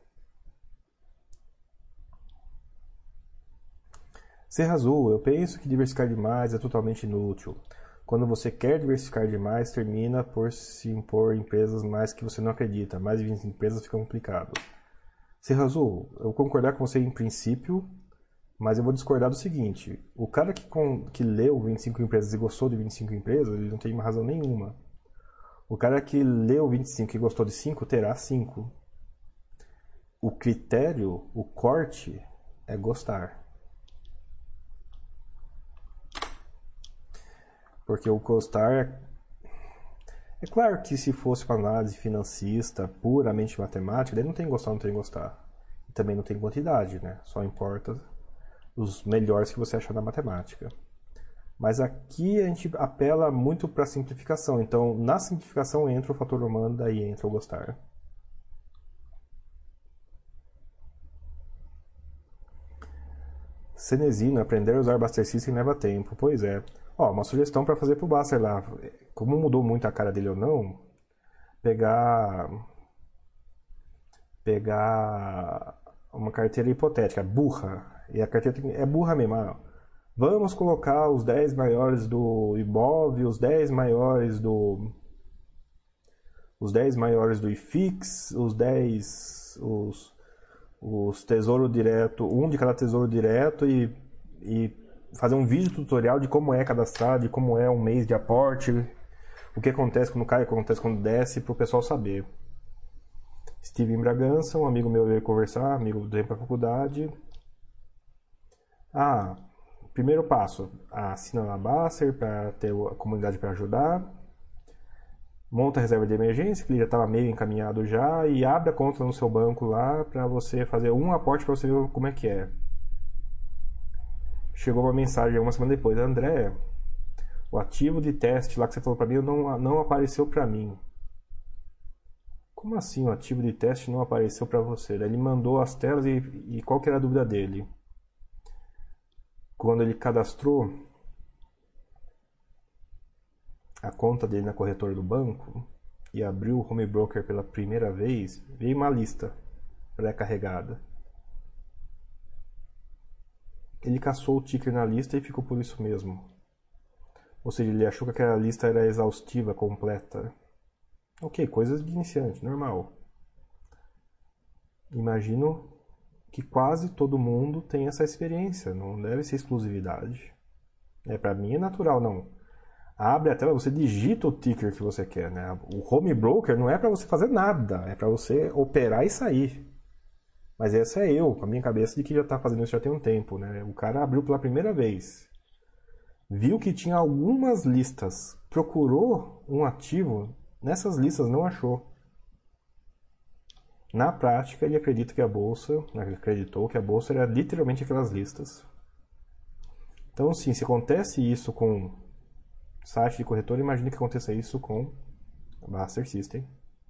Serra Azul, eu penso que diversificar demais é totalmente inútil. Quando você quer diversificar demais, termina por se impor empresas mais que você não acredita. Mais de vinte empresas fica complicado. Serra Azul, eu vou concordar com você em princípio, mas eu vou discordar do seguinte. O cara que, com, que leu vinte e cinco empresas e gostou de vinte e cinco empresas, ele não tem uma razão nenhuma. O cara que leu vinte e cinco e gostou de cinco, terá cinco. O critério, o corte, é gostar. Porque o gostar é... É claro que se fosse uma análise financista, puramente matemática, daí não tem gostar, não tem gostar. E também não tem quantidade, né? Só importa os melhores que você achar na matemática. Mas aqui a gente apela muito para a simplificação. Então, na simplificação entra o fator humano, daí entra o gostar. Cenezino, aprender a usar Buster System leva tempo. Pois é. Ó, uma sugestão para fazer pro Buster lá. Como mudou muito a cara dele ou não, pegar... Pegar uma carteira hipotética, burra. E a carteira é burra mesmo. Ah, vamos colocar os dez maiores do Ibov, os dez maiores do... Os dez maiores do I F I X, os dez... Os, os tesouro direto, um de cada tesouro direto e, e fazer um vídeo tutorial de como é cadastrar, de como é um mês de aporte, o que acontece quando cai, o que acontece quando desce, para o pessoal saber. Estive em Bragança, um amigo meu veio conversar, amigo do tempo da faculdade. Ah, primeiro passo, assina na Baster para ter a comunidade para ajudar. Monta a reserva de emergência, que ele já estava meio encaminhado já, e abre a conta no seu banco lá para você fazer um aporte para você ver como é que é. Chegou uma mensagem uma semana depois: André, o ativo de teste lá que você falou para mim não, não apareceu para mim. Como assim o ativo de teste não apareceu para você? Ele mandou as telas e, e qual que era a dúvida dele? Quando ele cadastrou a conta dele na corretora do banco e abriu o home broker pela primeira vez, veio uma lista pré-carregada. ele caçou o ticker na lista e ficou por isso mesmo. Ou seja, ele achou que aquela lista era exaustiva, completa. Ok, coisas de iniciante, normal. Imagino que quase todo mundo tem essa experiência, não deve ser exclusividade. É, para mim é natural, não. Abre a tela, você digita o ticker que você quer, né? O home broker não é para você fazer nada, é para você operar e sair. Mas essa é eu, com a minha cabeça de que já está fazendo isso já tem um tempo, né? O cara abriu pela primeira vez, viu que tinha algumas listas, procurou um ativo, nessas listas não achou. Na prática, ele acredita que a bolsa, ele acreditou que a bolsa era literalmente aquelas listas. Então, sim, se acontece isso com site de corretora, imagine que aconteça isso com a Baster System.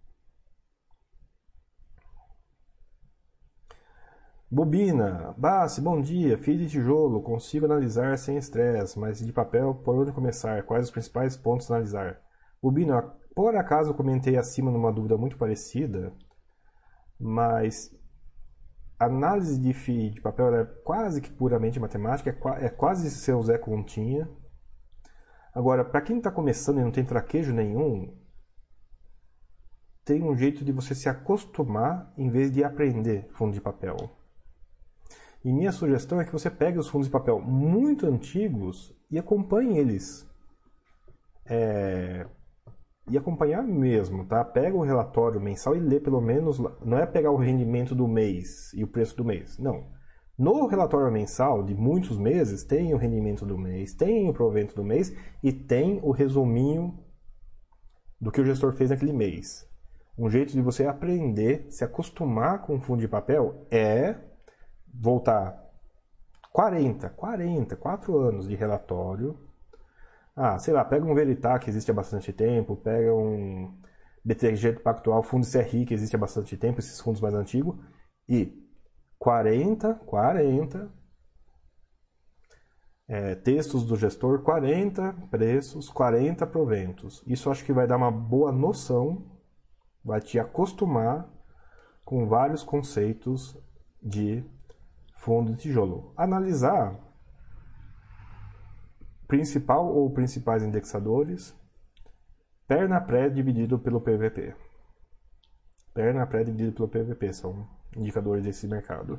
Bobina, Bassi, bom dia, fio de tijolo, consigo analisar sem estresse, mas de papel, por onde começar? Quais os principais pontos a analisar? Bobina, por acaso eu comentei acima numa dúvida muito parecida, mas análise de F I I de papel é quase que puramente matemática, é, é quase seu Zé Continha. Agora, para quem está começando e não tem traquejo nenhum, tem um jeito de você se acostumar em vez de aprender fundo de papel. E minha sugestão é que você pegue os fundos de papel muito antigos e acompanhe eles. É... E acompanhar mesmo, tá? Pega o relatório mensal e lê pelo menos... Não é pegar o rendimento do mês e o preço do mês, não. No relatório mensal de muitos meses, tem o rendimento do mês, tem o provento do mês e tem o resuminho do que o gestor fez naquele mês. Um jeito de você aprender, se acostumar com o fundo de papel é voltar quarenta, quarenta, quatro anos de relatório. Ah, sei lá, pega um Veritá que existe há bastante tempo, pega um B T G Pactual, fundo C R I que existe há bastante tempo, esses fundos mais antigos, e quarenta, quarenta é, textos do gestor, quarenta preços, quarenta proventos. Isso acho que vai dar uma boa noção, vai te acostumar com vários conceitos de fundo de tijolo. Analisar principal ou principais indexadores, perna pré dividido pelo P V P. Perna pré dividido pelo P V P são indicadores desse mercado.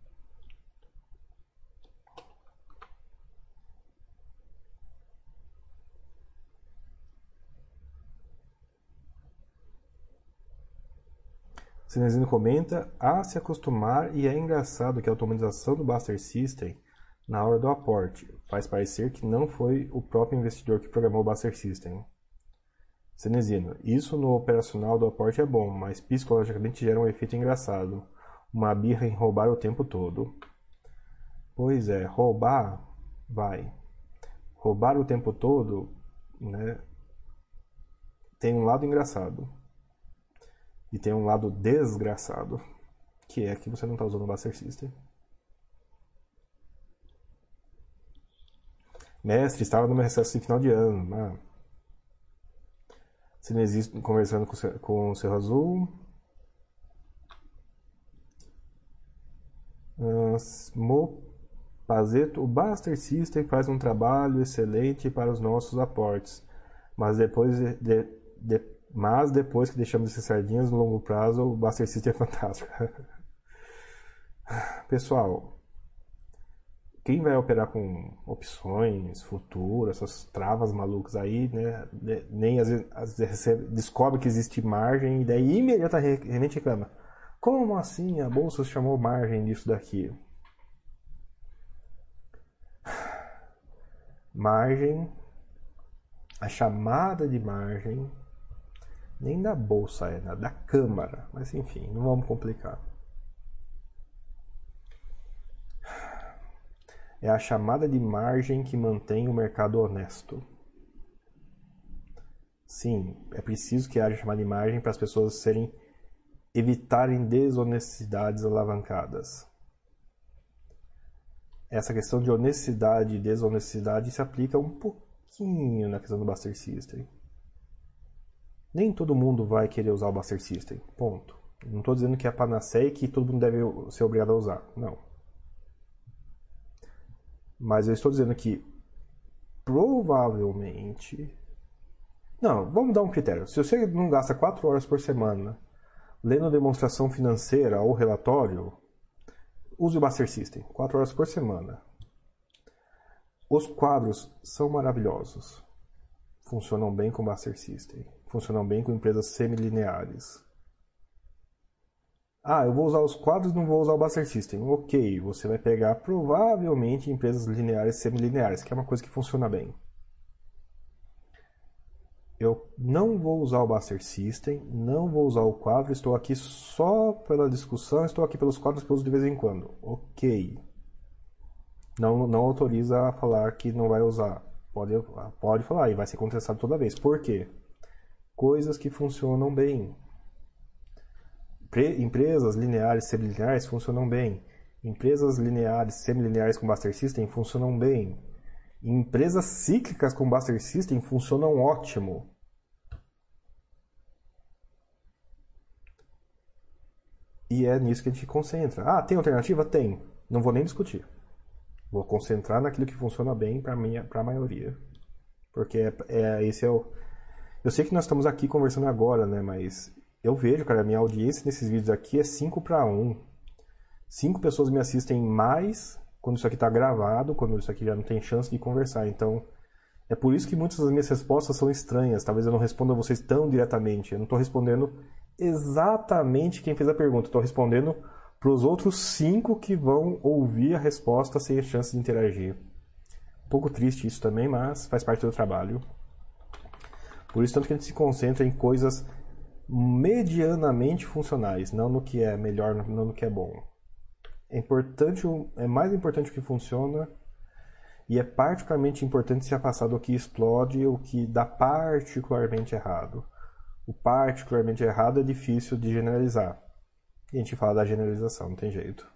Cenezino comenta, a se acostumar e é engraçado que a automatização do Buster System na hora do aporte faz parecer que não foi o próprio investidor que programou o Buster System. Cenezino, isso no operacional do aporte é bom, mas psicologicamente gera um efeito engraçado. Uma birra em roubar o tempo todo. Pois é, roubar, vai. Roubar o tempo todo, né, tem um lado engraçado. E tem um lado desgraçado, que é que você não está usando o Buster System. Mestre, estava no meu recesso de final de ano. Ah. Sinésio conversando com, com o Cerro Azul. Uh, Mo Pazeto, o Buster System faz um trabalho excelente para os nossos aportes, mas depois de, de, de Mas depois que deixamos de ser sardinhas no longo prazo, o Buster System é fantástico. Pessoal, quem vai operar com opções, futuro, essas travas malucas aí, né? Nem às vezes, às vezes descobre que existe margem e daí imediatamente reclama. Como assim a bolsa se chamou margem disso daqui? Margem, a chamada de margem, nem da bolsa é, da câmara, mas enfim, não vamos complicar. É a chamada de margem que mantém o mercado honesto. Sim, é preciso que haja chamada de margem para as pessoas serem, evitarem desonestidades alavancadas. Essa questão de honestidade e desonestidade se aplica um pouquinho na questão do Buster System. Nem todo mundo vai querer usar o Buster System, ponto. Não estou dizendo que é a panaceia e que todo mundo deve ser obrigado a usar, não. Mas eu estou dizendo que provavelmente... Não, vamos dar um critério. Se você não gasta quatro horas por semana lendo demonstração financeira ou relatório, use o Buster System. quatro horas por semana. Os quadros são maravilhosos. Funcionam bem com o Buster System. Funcionam bem com empresas semilineares. Ah, eu vou usar os quadros e não vou usar o Buster System. Ok, você vai pegar provavelmente empresas lineares e semilineares, que é uma coisa que funciona bem. Eu não vou usar o Buster System, não vou usar o quadro, estou aqui só pela discussão, estou aqui pelos quadros que eu uso de vez em quando. Ok. Não, não autoriza a falar que não vai usar. Pode, pode falar e vai ser contestado toda vez. Por quê? Coisas que funcionam bem. Pre- empresas lineares e semilineares funcionam bem. Empresas lineares e semilineares com Buster System funcionam bem. Empresas cíclicas com Buster System funcionam ótimo. E é nisso que a gente concentra. Ah, tem alternativa? Tem. Não vou nem discutir. Vou concentrar naquilo que funciona bem para a maioria. Porque é, é, esse é o... Eu sei que nós estamos aqui conversando agora, né? Mas eu vejo, cara, a minha audiência nesses vídeos aqui é cinco para um. Cinco pessoas me assistem mais quando isso aqui está gravado, quando isso aqui já não tem chance de conversar. Então, é por isso que muitas das minhas respostas são estranhas. Talvez eu não responda a vocês tão diretamente. Eu não estou respondendo exatamente quem fez a pergunta. Estou respondendo para os outros cinco que vão ouvir a resposta sem a chance de interagir. Um pouco triste isso também, mas faz parte do trabalho. Por isso, tanto que a gente se concentra em coisas medianamente funcionais, não no que é melhor, não no que é bom. É importante, é mais importante o que funciona e é particularmente importante se afastar do que explode ou que dá particularmente errado. O particularmente errado é difícil de generalizar. E a gente fala da generalização, não tem jeito.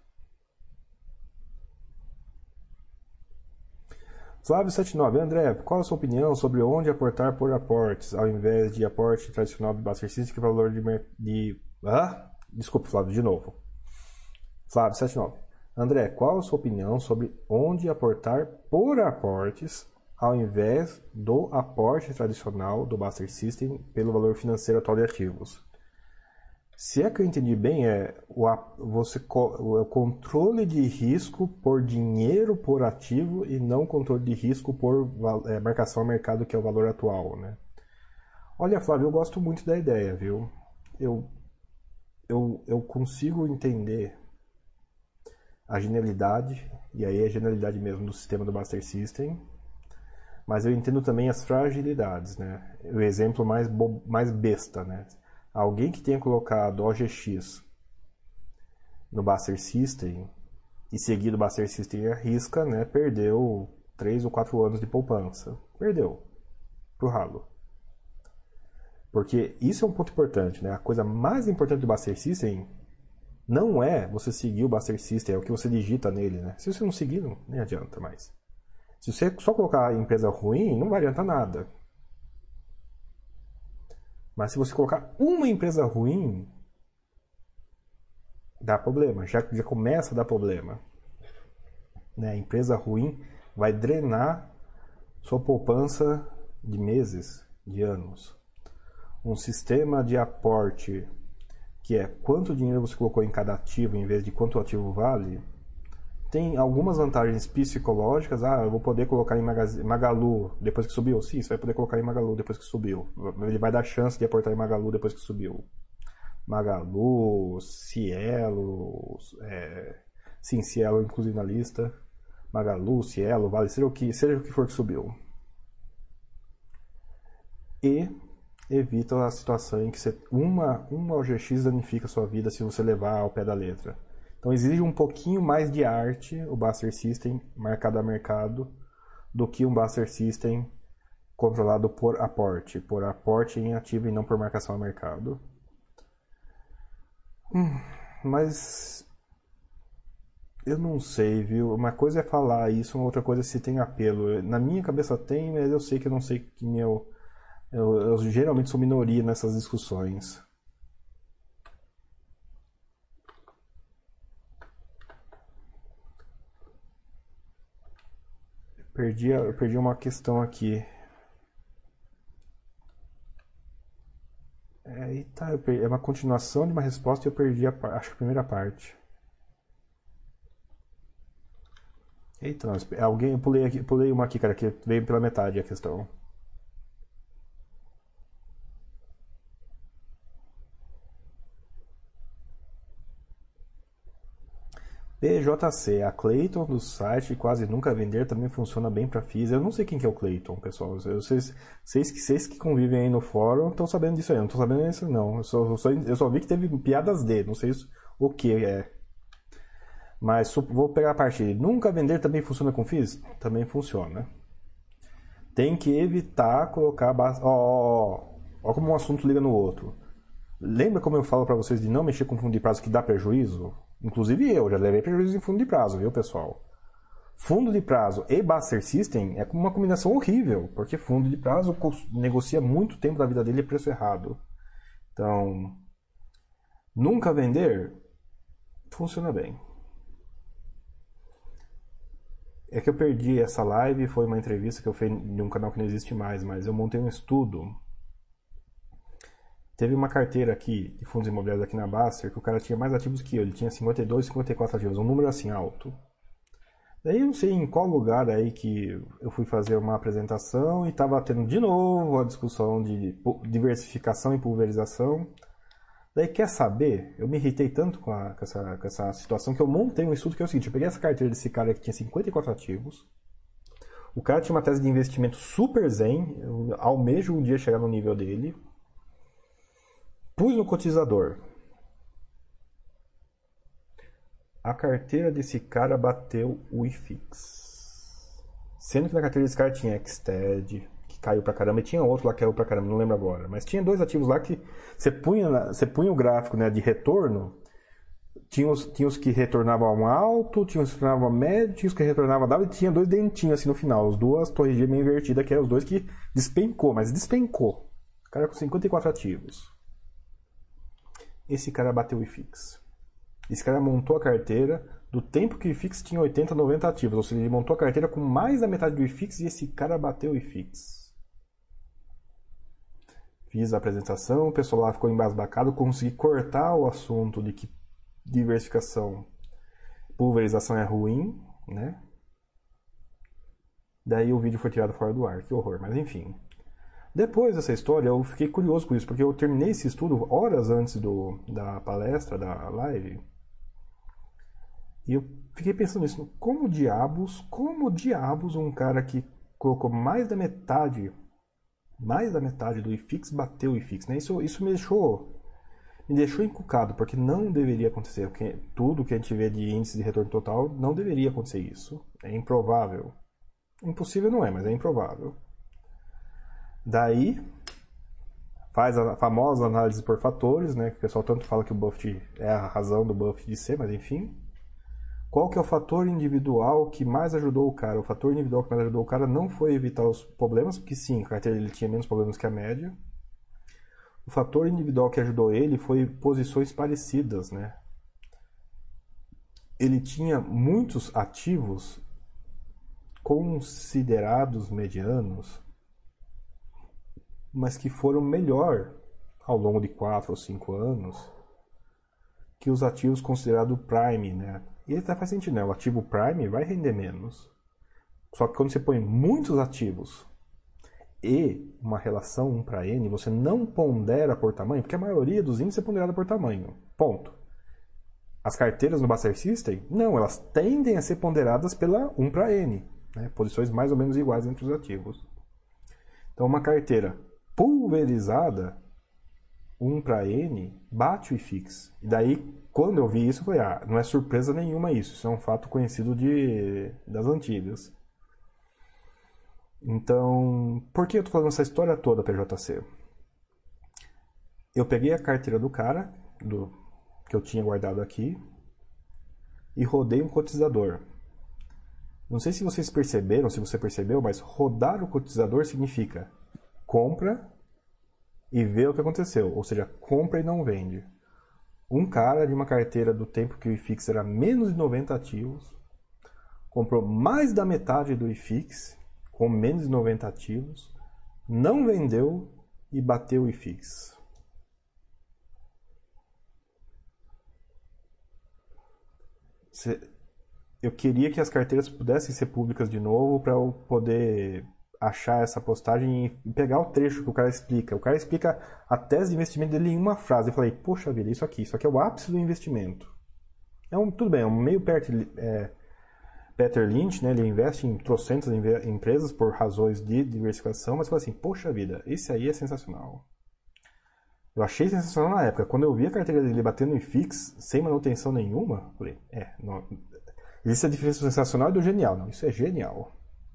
Flávio setenta e nove. André, qual a sua opinião sobre onde aportar por aportes, ao invés de aporte tradicional do Buster System, que é o valor de... de... Ah? Desculpa, Flávio, de novo. Flávio setenta e nove. André, qual a sua opinião sobre onde aportar por aportes, ao invés do aporte tradicional do Buster System pelo valor financeiro atual de ativos? Se é que eu entendi bem, é o, você, o controle de risco por dinheiro por ativo e não controle de risco por é, marcação a mercado, que é o valor atual, né? Olha, Flávio, eu gosto muito da ideia, viu? Eu, eu, eu consigo entender a genialidade, e aí é a genialidade mesmo do sistema do Buster System, mas eu entendo também as fragilidades, né? O exemplo mais, mais besta, né? Alguém que tenha colocado O G X no Buster System e seguido o Buster System à risca, né, perdeu três ou quatro anos de poupança. Perdeu pro ralo. Porque isso é um ponto importante, né? A coisa mais importante do Buster System não é você seguir o Buster System, é o que você digita nele, né? Se você não seguir, não, nem adianta mais. Se você só colocar empresa ruim, não vai adiantar nada. Mas se você colocar uma empresa ruim, dá problema, já, já começa a dar problema. Né? A empresa ruim vai drenar sua poupança de meses, de anos. Um sistema de aporte, que é quanto dinheiro você colocou em cada ativo em vez de quanto o ativo vale, tem algumas vantagens psicológicas. Ah, eu vou poder colocar em Magalu depois que subiu. Sim, você vai poder colocar em Magalu depois que subiu. Ele vai dar chance de aportar em Magalu depois que subiu. Magalu, Cielo, é... sim, Cielo inclusive na lista. Magalu, Cielo, Vale, seja o que, seja o que for que subiu. E evita a situação em que você, uma, uma O G X danifica a sua vida se você levar ao pé da letra. Então exige um pouquinho mais de arte o Buster System marcado a mercado do que um Buster System controlado por aporte. Por aporte em ativo e não por marcação a mercado. Hum, mas eu não sei, viu? Uma coisa é falar isso, uma outra coisa é se tem apelo. Na minha cabeça tem, mas eu sei que eu não sei quem eu... Eu, eu geralmente sou minoria nessas discussões. perdi, eu perdi uma questão aqui. É, e tá, eu perdi, é uma continuação de uma resposta e eu perdi a, acho que a primeira parte. Eita, não, alguém, eu pulei, aqui, pulei uma aqui, cara, que veio pela metade a questão. P J C, a Clayton do site quase nunca vender também funciona bem para F I S. Eu não sei quem que é o Clayton, pessoal. Vocês, vocês, que, vocês que convivem aí no fórum estão sabendo disso aí. Eu não estou sabendo disso não. Eu só, eu, só, eu só vi que teve piadas de, não sei isso, o que é. Mas vou pegar a parte. Nunca vender também funciona com F I S? Também funciona. Tem que evitar colocar... Ó, ó, ó, ó como um assunto liga no outro. Lembra como eu falo para vocês de não mexer com fundo de prazo que dá prejuízo? Inclusive eu já levei prejuízo em fundo de prazo, viu, pessoal? Fundo de prazo e Buster System é uma combinação horrível, porque fundo de prazo negocia muito tempo da vida dele a preço errado. Então, nunca vender funciona bem. É que eu perdi essa live, foi uma entrevista que eu fiz de um canal que não existe mais, mas eu montei um estudo. Teve uma carteira aqui de fundos imobiliários aqui na Baster que o cara tinha mais ativos que eu. Ele tinha cinquenta e dois, cinquenta e quatro ativos, um número assim alto. Daí eu não sei em qual lugar aí que eu fui fazer uma apresentação e estava tendo de novo a discussão de diversificação e pulverização. Daí quer saber? Eu me irritei tanto com, a, com, essa, com essa situação que eu montei um estudo que é o seguinte: eu peguei essa carteira desse cara que tinha cinquenta e quatro ativos. O cara tinha uma tese de investimento super zen. Eu almejo um dia chegar no nível dele. Pus no cotizador. A carteira desse cara bateu o I F I X. Sendo que na carteira desse cara tinha Xted, que caiu pra caramba, e tinha outro lá que caiu pra caramba, não lembro agora. Mas tinha dois ativos lá que você punha, você punha o gráfico, né, de retorno. Tinha os, tinha os que retornavam alto, tinha os que retornavam médio, tinha os que retornavam W, e tinha dois dentinhos assim no final. As duas torres gêmeas invertidas, que eram os dois que despencou, mas despencou. O cara com cinquenta e quatro ativos. Esse cara bateu o I F I X. Esse cara montou a carteira do tempo que o I F I X tinha oitenta, noventa ativos. Ou seja, ele montou a carteira com mais da metade do I F I X e esse cara bateu o I F I X. Fiz a apresentação, o pessoal lá ficou embasbacado, consegui cortar o assunto de que diversificação, pulverização é ruim, né? Daí o vídeo foi tirado fora do ar, que horror, mas enfim. Depois dessa história, eu fiquei curioso com isso, porque eu terminei esse estudo horas antes do, da palestra, da live, e eu fiquei pensando nisso, como diabos, como diabos um cara que colocou mais da metade, mais da metade do I F I X bateu o I F I X, né? Isso, isso me deixou, me deixou encucado, porque não deveria acontecer. Porque tudo que a gente vê de índice de retorno total, não deveria acontecer isso. É improvável. Impossível não é, mas é improvável. Daí, faz a famosa análise por fatores, né? Que o pessoal tanto fala que o Buffett é a razão do Buffett de ser, mas enfim. Qual que é o fator individual que mais ajudou o cara? O fator individual que mais ajudou o cara não foi evitar os problemas, porque sim, a carteira dele tinha menos problemas que a média. O fator individual que ajudou ele foi posições parecidas, né? Ele tinha muitos ativos considerados medianos, mas que foram melhor ao longo de quatro ou cinco anos que os ativos considerados prime, né? E até faz sentido, né? O ativo prime vai render menos. Só que quando você põe muitos ativos e uma relação um para N, você não pondera por tamanho, porque a maioria dos índices é ponderada por tamanho. Ponto. As carteiras no Buster System, não, elas tendem a ser ponderadas pela um para N, né? Posições mais ou menos iguais entre os ativos. Então, uma carteira pulverizada, um para N, bate o I F I X. E daí, quando eu vi isso, eu falei, ah, não é surpresa nenhuma isso, isso é um fato conhecido de, das antigas. Então, por que eu tô falando essa história toda, P J C? Eu peguei a carteira do cara, do, que eu tinha guardado aqui, e rodei um cotizador. Não sei se vocês perceberam, se você percebeu, mas rodar o cotizador significa compra e vê o que aconteceu. Ou seja, compra e não vende. Um cara de uma carteira do tempo que o I F I X era menos de noventa ativos, comprou mais da metade do I F I X, com menos de noventa ativos, não vendeu e bateu o I F I X. Eu queria que as carteiras pudessem ser públicas de novo para eu poder achar essa postagem e pegar o trecho que o cara explica. O cara explica a tese de investimento dele em uma frase. Eu falei, poxa vida, isso aqui, isso aqui é o ápice do investimento. É um, tudo bem, é um meio perto, é, Peter Lynch, né, ele investe em trocentas empresas por razões de diversificação, mas fala assim, poxa vida, esse aí é sensacional. Eu achei sensacional na época. Quando eu vi a carteira dele batendo em F I X sem manutenção nenhuma, falei, é, não, existe a diferença do sensacional e do genial. Não, isso é genial.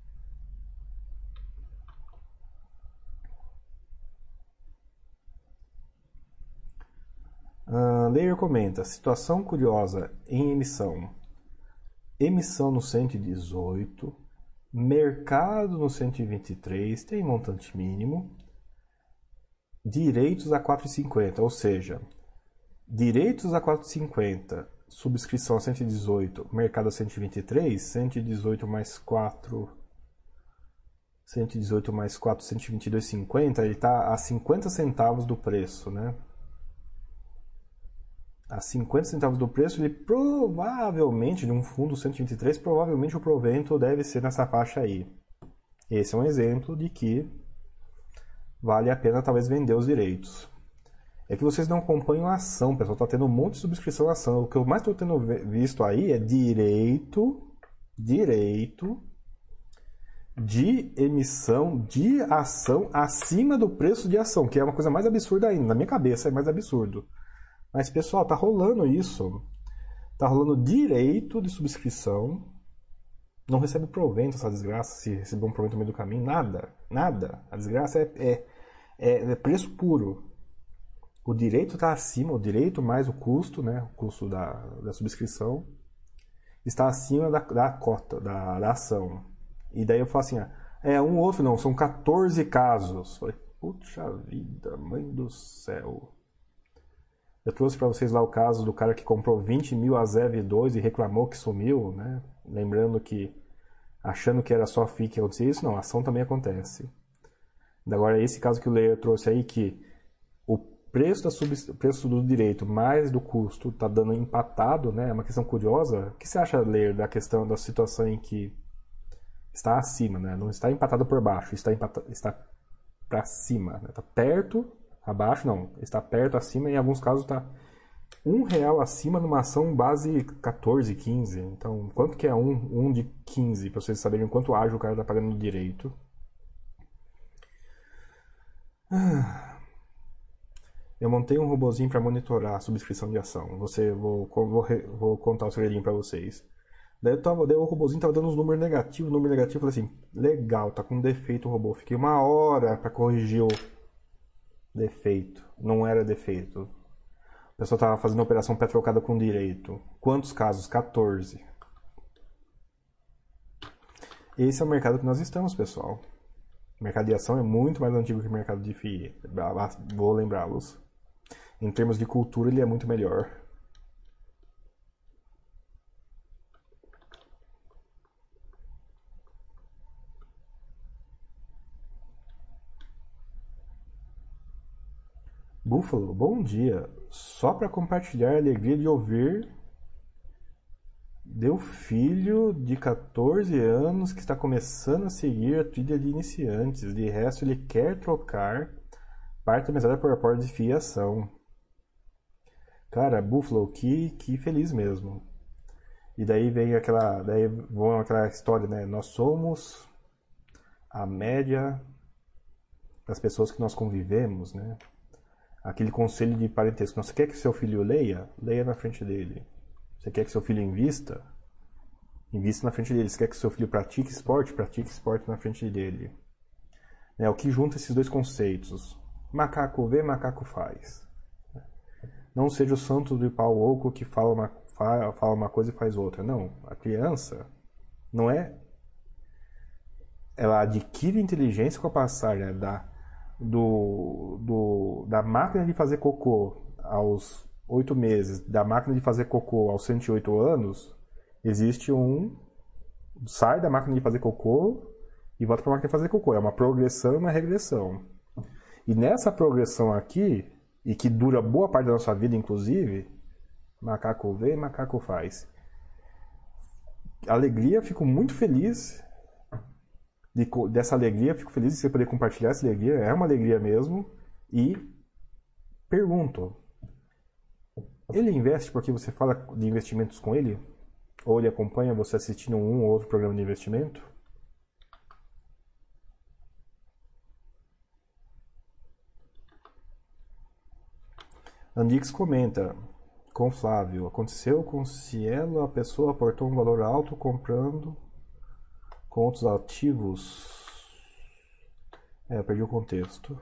Uh, Leir comenta, situação curiosa em emissão. Emissão no cento e dezoito, mercado no cento e vinte e três, tem montante mínimo, direitos a quatro reais e cinquenta centavos, ou seja, direitos a quatro reais e cinquenta centavos, subscrição a cento e dezoito, mercado a cento e vinte e três, cento e dezoito mais quatro, cento e dezoito mais quatro, cento e vinte e dois reais e cinquenta centavos, ele está a cinquenta centavos do preço, né? A cinquenta centavos do preço, ele provavelmente, de um fundo cento e vinte e três, provavelmente o provento deve ser nessa faixa aí. Esse é um exemplo de que vale a pena talvez vender os direitos. É que vocês não acompanham a ação, pessoal. Está tendo um monte de subscrição à ação. O que eu mais estou tendo visto aí é direito, direito de emissão de ação acima do preço de ação, que é uma coisa mais absurda ainda. Na minha cabeça é mais absurdo. Mas, pessoal, tá rolando isso. Tá rolando direito de subscrição. Não recebe provento essa desgraça, se receber um provento no meio do caminho. Nada, nada. A desgraça é, é, é, é preço puro. O direito está acima, o direito mais o custo, né? O custo da, da subscrição, está acima da, da cota, da, da ação. E daí eu falo assim, é um outro não, são quatorze casos. Falei, puxa vida, mãe do céu. Eu trouxe para vocês lá o caso do cara que comprou vinte mil a Z E V dois e reclamou que sumiu, né? Lembrando que, achando que era só F I I que acontecia isso, não, a ação também acontece. Agora, esse caso que o Leia trouxe aí, que o preço, da sub... preço do direito mais do custo está dando empatado, né? É uma questão curiosa. O que você acha, Leia, da questão da situação em que está acima, né? Não está empatado por baixo, está, empata... está para cima, né? Está perto... Abaixo não, está perto, acima, e em alguns casos está um real acima numa ação base quatorze, quinze. Então, quanto que é um, um de quinze, para vocês saberem quanto ágil o cara está pagando no direito. Eu montei um robozinho para monitorar a subscrição de ação. Você, vou, vou, vou contar o segredinho para vocês. Daí, eu tava, daí o robozinho estava dando uns números negativos, número negativo, eu falei assim, legal, tá com defeito o robô. Fiquei uma hora para corrigir o defeito. Não era defeito. A pessoa estava fazendo a operação pé trocada com direito. Quantos casos? quatorze. Esse é o mercado que nós estamos, pessoal. O mercado de ação é muito mais antigo que o mercado de F I I. Vou lembrá-los. Em termos de cultura, ele é muito melhor. Buffalo, bom dia. Só para compartilhar a alegria de ouvir Deu filho de quatorze anos que está começando a seguir a trilha de iniciantes. De resto, ele quer trocar parte da mesada por aporte de fiação. Cara, Buffalo, que, que feliz mesmo. E daí vem aquela, daí vão aquela história, né? Nós somos a média das pessoas que nós convivemos, né? Aquele conselho de parentesco. Você quer que seu filho leia? Leia na frente dele. Você quer que seu filho invista? Invista na frente dele. Você quer que seu filho pratique esporte? Pratique esporte na frente dele. É o que junta esses dois conceitos. Macaco vê, macaco faz. Não seja o santo do pau oco que fala uma, fala uma coisa e faz outra. Não. A criança não é... Ela adquire inteligência com a passagem, né, da, do, do, da máquina de fazer cocô aos oito meses, da máquina de fazer cocô aos cento e oito anos, existe um, sai da máquina de fazer cocô e volta para a máquina de fazer cocô. É uma progressão e uma regressão. E nessa progressão aqui, e que dura boa parte da nossa vida, inclusive, macaco vê, macaco faz. Alegria, fico muito feliz de, dessa alegria, fico feliz de você poder compartilhar essa alegria, é uma alegria mesmo. E pergunto, ele investe porque você fala de investimentos com ele? Ou ele acompanha você assistindo um ou outro programa de investimento? Andix comenta, com Flávio, aconteceu com Cielo, a pessoa aportou um valor alto comprando com outros ativos. É, eu perdi o contexto.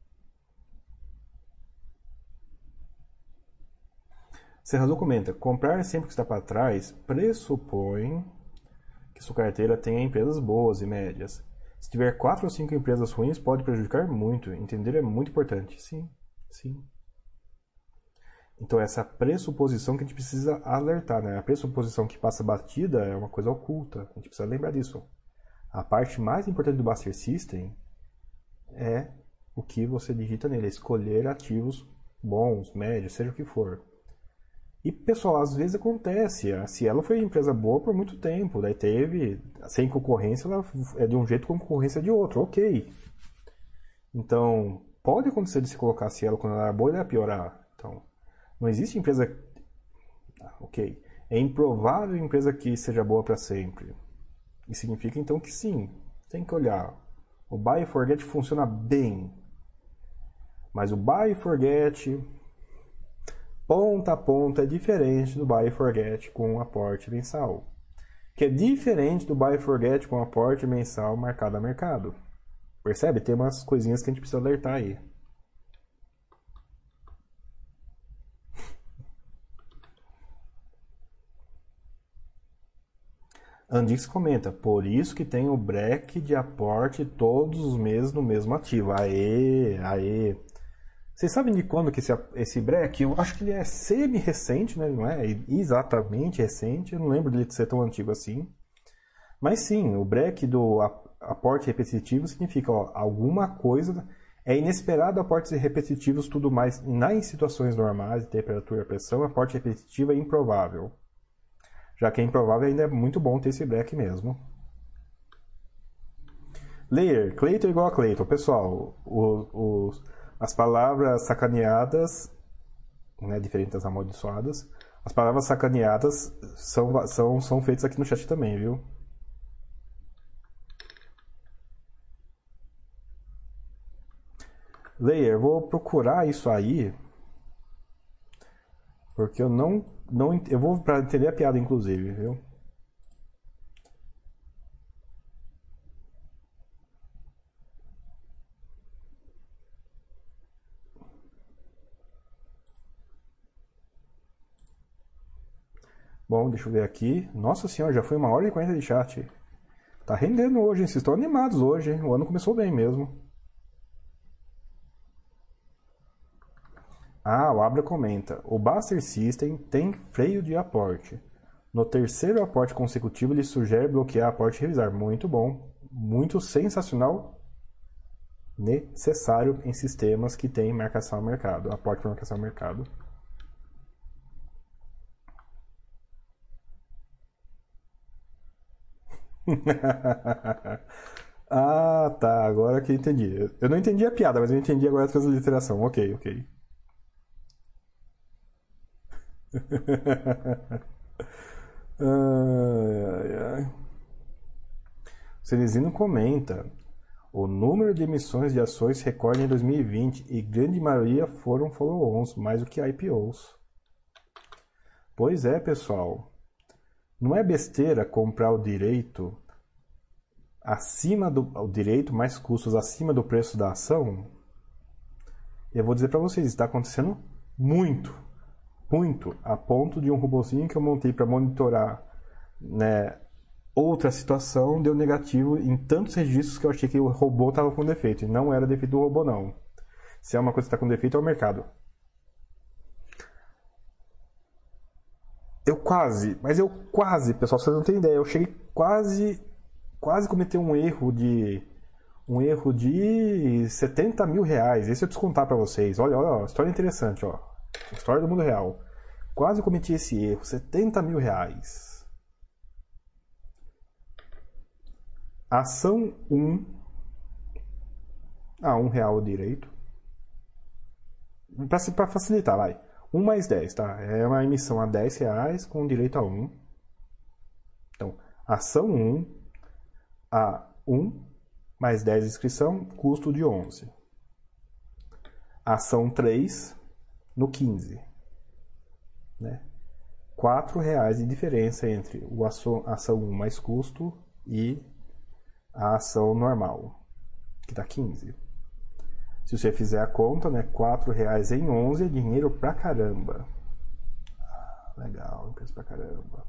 Serrador comenta, comprar sempre que está para trás pressupõe que sua carteira tenha empresas boas e médias. Se tiver quatro ou cinco empresas ruins, pode prejudicar muito. Entender é muito importante. Sim, sim. Então essa pressuposição que a gente precisa alertar, né? A pressuposição que passa batida é uma coisa oculta. A gente precisa lembrar disso. A parte mais importante do Buster System é o que você digita nele, é escolher ativos bons, médios, seja o que for. E, pessoal, às vezes acontece. A Cielo foi uma empresa boa por muito tempo. Daí teve, sem concorrência, ela é de um jeito com concorrência de outro. Ok. Então, pode acontecer de se colocar a Cielo quando ela era boa e ela piorar. Então, não existe empresa... Ok. É improvável empresa que seja boa para sempre. E significa, então, que sim. Tem que olhar. O Buy and Forget funciona bem. Mas o Buy and Forget... ponta a ponta é diferente do Buy and Forget com aporte mensal. Que é diferente do Buy and Forget com aporte mensal marcado a mercado. Percebe? Tem umas coisinhas que a gente precisa alertar aí. Andix comenta, por isso que tem o break de aporte todos os meses no mesmo ativo. Aê, aê. Vocês sabem de quando que esse, esse break? Eu acho que ele é semi-recente, né? Não é exatamente recente. Eu não lembro dele ser tão antigo assim. Mas sim, o break do aporte repetitivo significa ó, alguma coisa... É inesperado aportes repetitivos, tudo mais. Nas situações normais, de temperatura e pressão, aporte repetitivo é improvável. Já que é improvável, ainda é muito bom ter esse break mesmo. Layer, Clayton igual a Clayton. Pessoal, o, o, as palavras sacaneadas, né, diferentes das amaldiçoadas, as palavras sacaneadas são, são, são feitas aqui no chat também, viu? Layer, vou procurar isso aí, porque eu não, não eu vou para entender a piada, inclusive, viu? Bom, deixa eu ver aqui. Nossa senhora, já foi uma hora e quarenta de chat. Tá rendendo hoje, hein? Vocês estão animados hoje, hein? O ano começou bem mesmo. Ah, o Abra comenta. O Buster System tem freio de aporte. No terceiro aporte consecutivo, ele sugere bloquear aporte e revisar. Muito bom. Muito sensacional. Necessário em sistemas que têm marcação ao mercado. Aporte para marcação ao mercado. Ah, tá. Agora que eu entendi. Eu não entendi a piada, mas eu entendi agora a transliteração. Ok, ok. Ai, ai, ai. Celestino comenta: o número de emissões de ações recorde em dois mil e vinte e grande maioria foram follow-ons, mais do que I P Os. Pois é, pessoal. Não é besteira comprar o direito acima do o direito mais custos acima do preço da ação? Eu vou dizer para vocês, está acontecendo muito, muito, a ponto de um robozinho que eu montei para monitorar, né, outra situação deu negativo em tantos registros que eu achei que o robô estava com defeito. E não era defeito do robô, não. Se é uma coisa que está com defeito, é o mercado. Eu quase, mas eu quase, pessoal, vocês não têm ideia, eu cheguei quase, quase cometer um erro de, um erro de setenta mil reais. Esse eu descontar pra vocês. Olha, olha, história interessante, ó. História do mundo real. Quase cometi esse erro, setenta mil reais. Ação um. Ah, um real direito. Para facilitar, vai. um mais dez, tá? É uma emissão a dez reais com direito a um. Então, ação um a um mais dez de inscrição, custo de onze. Ação três no quinze. Né? quatro reais de diferença entre o ação, ação um mais custo e a ação normal, que dá quinze. Se você fizer a conta, né, quatro reais em onze é dinheiro pra caramba. Ah, legal, empresa pra caramba.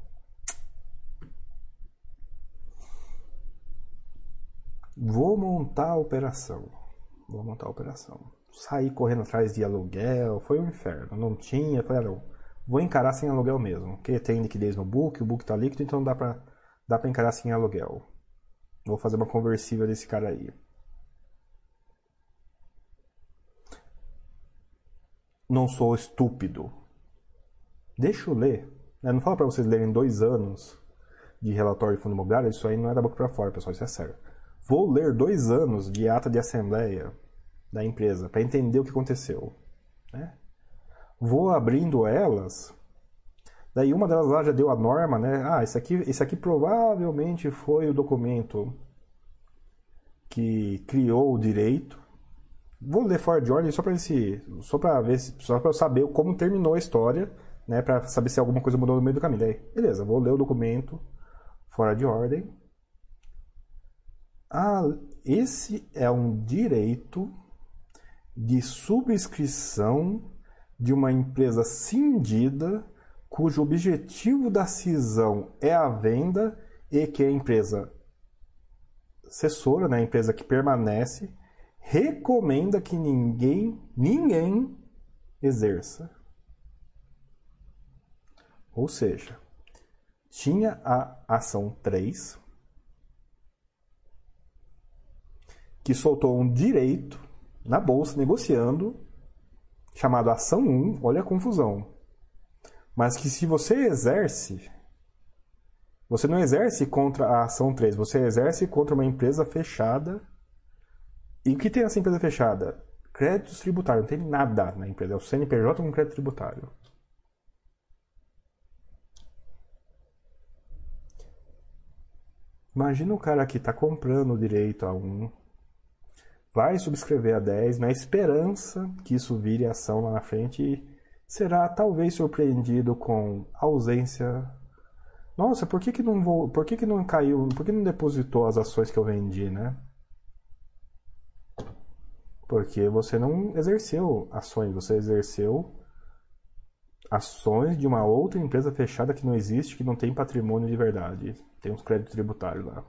Vou montar a operação. Vou montar a operação. Saí correndo atrás de aluguel, foi um inferno. Não tinha, falei, ah, não, vou encarar sem aluguel mesmo. Porque tem liquidez no book, o book tá líquido, então dá pra, dá pra encarar sem aluguel. Vou fazer uma conversível desse cara aí. Não sou estúpido. Deixa eu ler. Eu não falo para vocês lerem dois anos de relatório de fundo imobiliário, isso aí não é da boca para fora, pessoal, isso é sério. Vou ler dois anos de ata de assembleia da empresa para entender o que aconteceu. Né? Vou abrindo elas, daí uma delas lá já deu a norma, né? Ah, esse aqui, esse aqui provavelmente foi o documento que criou o direito. Vou ler fora de ordem só para se, só para ver, só para saber como terminou a história, né, para saber se alguma coisa mudou no meio do caminho. Daí, beleza, vou ler o documento fora de ordem. Ah, esse é um direito de subscrição de uma empresa cindida cujo objetivo da cisão é a venda e que a empresa cessora, né, a empresa que permanece, recomenda que ninguém, ninguém exerça. Ou seja, tinha a ação três que soltou um direito na bolsa negociando chamado ação um, olha a confusão. Mas que se você exerce, você não exerce contra a ação três, você exerce contra uma empresa fechada. E o que tem essa empresa fechada? Créditos tributários, não tem nada na empresa, é o C N P J com crédito tributário. Imagina o cara que está comprando o direito a um, vai subscrever a dez na esperança que isso vire ação lá na frente e será talvez surpreendido com ausência. Nossa, por que, que não vou, por que, que não caiu, por que não depositou as ações que eu vendi, né? Porque você não exerceu ações, você exerceu ações de uma outra empresa fechada que não existe, que não tem patrimônio de verdade. Tem uns créditos tributários lá.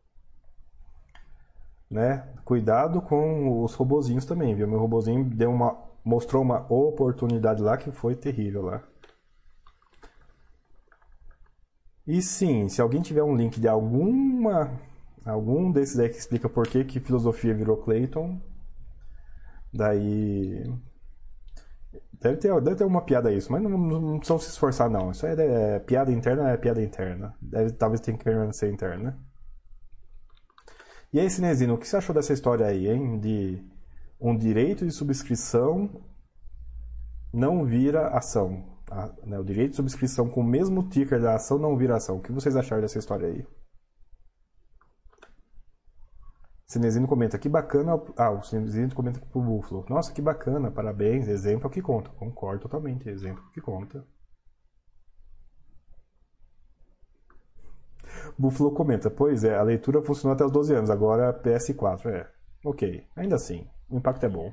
Né? Cuidado com os robozinhos também, viu? Meu robozinho deu uma, mostrou uma oportunidade lá que foi terrível lá. E sim, se alguém tiver um link de alguma algum desses aí que explica por que, que filosofia virou Clayton, daí deve ter, deve ter uma piada isso, mas não, não precisam se esforçar não. Isso aí é, é piada interna, é piada interna. Deve, talvez tenha que permanecer interna. E aí, Cinezino, o que você achou dessa história aí, hein? De um direito de subscrição não vira ação. A, né, o direito de subscrição com o mesmo ticker da ação não vira ação. O que vocês acharam dessa história aí? Cinezino comenta, que bacana. Ah, o Cinezino comenta aqui pro Buffalo. Nossa, que bacana, parabéns, exemplo é o que conta. Concordo totalmente, exemplo é o que conta. Buffalo comenta, pois é, a leitura funcionou até os doze anos, agora P S quatro, é. Ok, ainda assim, o impacto é bom.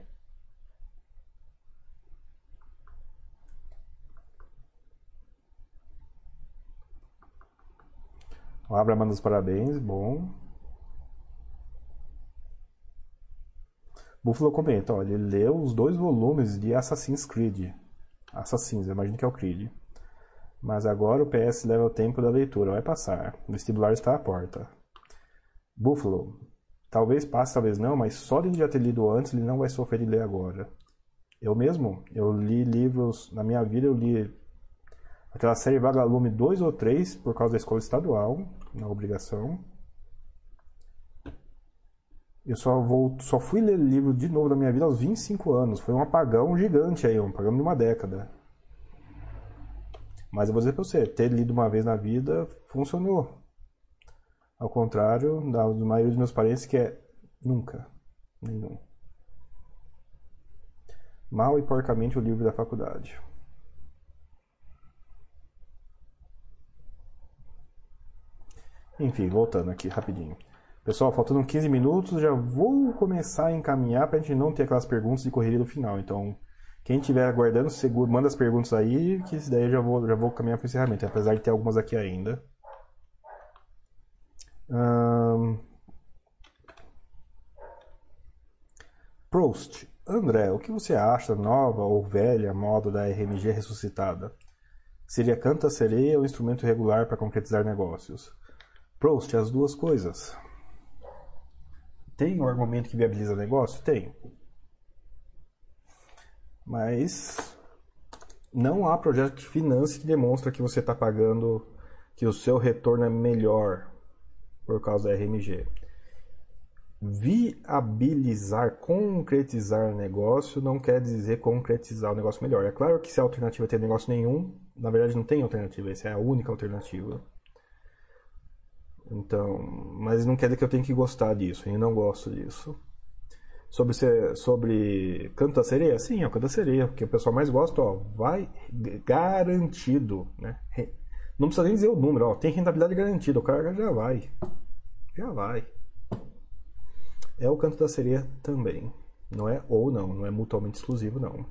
O Abra manda os parabéns, bom. Buffalo comenta, ó, ele leu os dois volumes de Assassin's Creed. Assassins, eu imagino que é o Creed. Mas agora o P S leva o tempo da leitura. Vai passar. O vestibular está à porta. Buffalo. Talvez passe, talvez não, mas só de ele já ter lido antes, ele não vai sofrer de ler agora. Eu mesmo, eu li livros, na minha vida eu li aquela série Vagalume dois ou três por causa da escola estadual, na obrigação. Eu só, vou, só fui ler livro de novo na minha vida aos vinte e cinco anos. Foi um apagão gigante aí, um apagão de uma década. Mas eu vou dizer pra você, ter lido uma vez na vida funcionou. Ao contrário da maioria dos meus parentes que é nunca, nenhum. Mal e porcamente o livro da faculdade. Enfim, voltando aqui rapidinho. Pessoal, faltando quinze minutos, já vou começar a encaminhar pra gente não ter aquelas perguntas de correria do final. Então, quem estiver aguardando, seguro, manda as perguntas aí, que daí eu já vou, já vou caminhar para o encerramento, apesar de ter algumas aqui ainda. Hum... Proust. André, o que você acha da nova ou velha moda da R M G ressuscitada? Seria canta sereia ou instrumento regular para concretizar negócios? Proust, as duas coisas. Tem um argumento que viabiliza negócio? Tem. Mas não há projeto de finance que demonstra que você está pagando, que o seu retorno é melhor por causa da R M G. Viabilizar, concretizar negócio não quer dizer concretizar o negócio melhor. É claro que se a alternativa é ter negócio nenhum, na verdade não tem alternativa, essa é a única alternativa. Então, mas não quer dizer que eu tenho que gostar disso, eu não gosto disso. Sobre, ser, sobre canto da sereia? Sim, é o canto da sereia, porque o pessoal mais gosta, ó, vai garantido, né? Não precisa nem dizer o número, ó, tem rentabilidade garantida, o cara já vai. Já vai. É o canto da sereia também. Não é ou não, não é mutuamente exclusivo, não.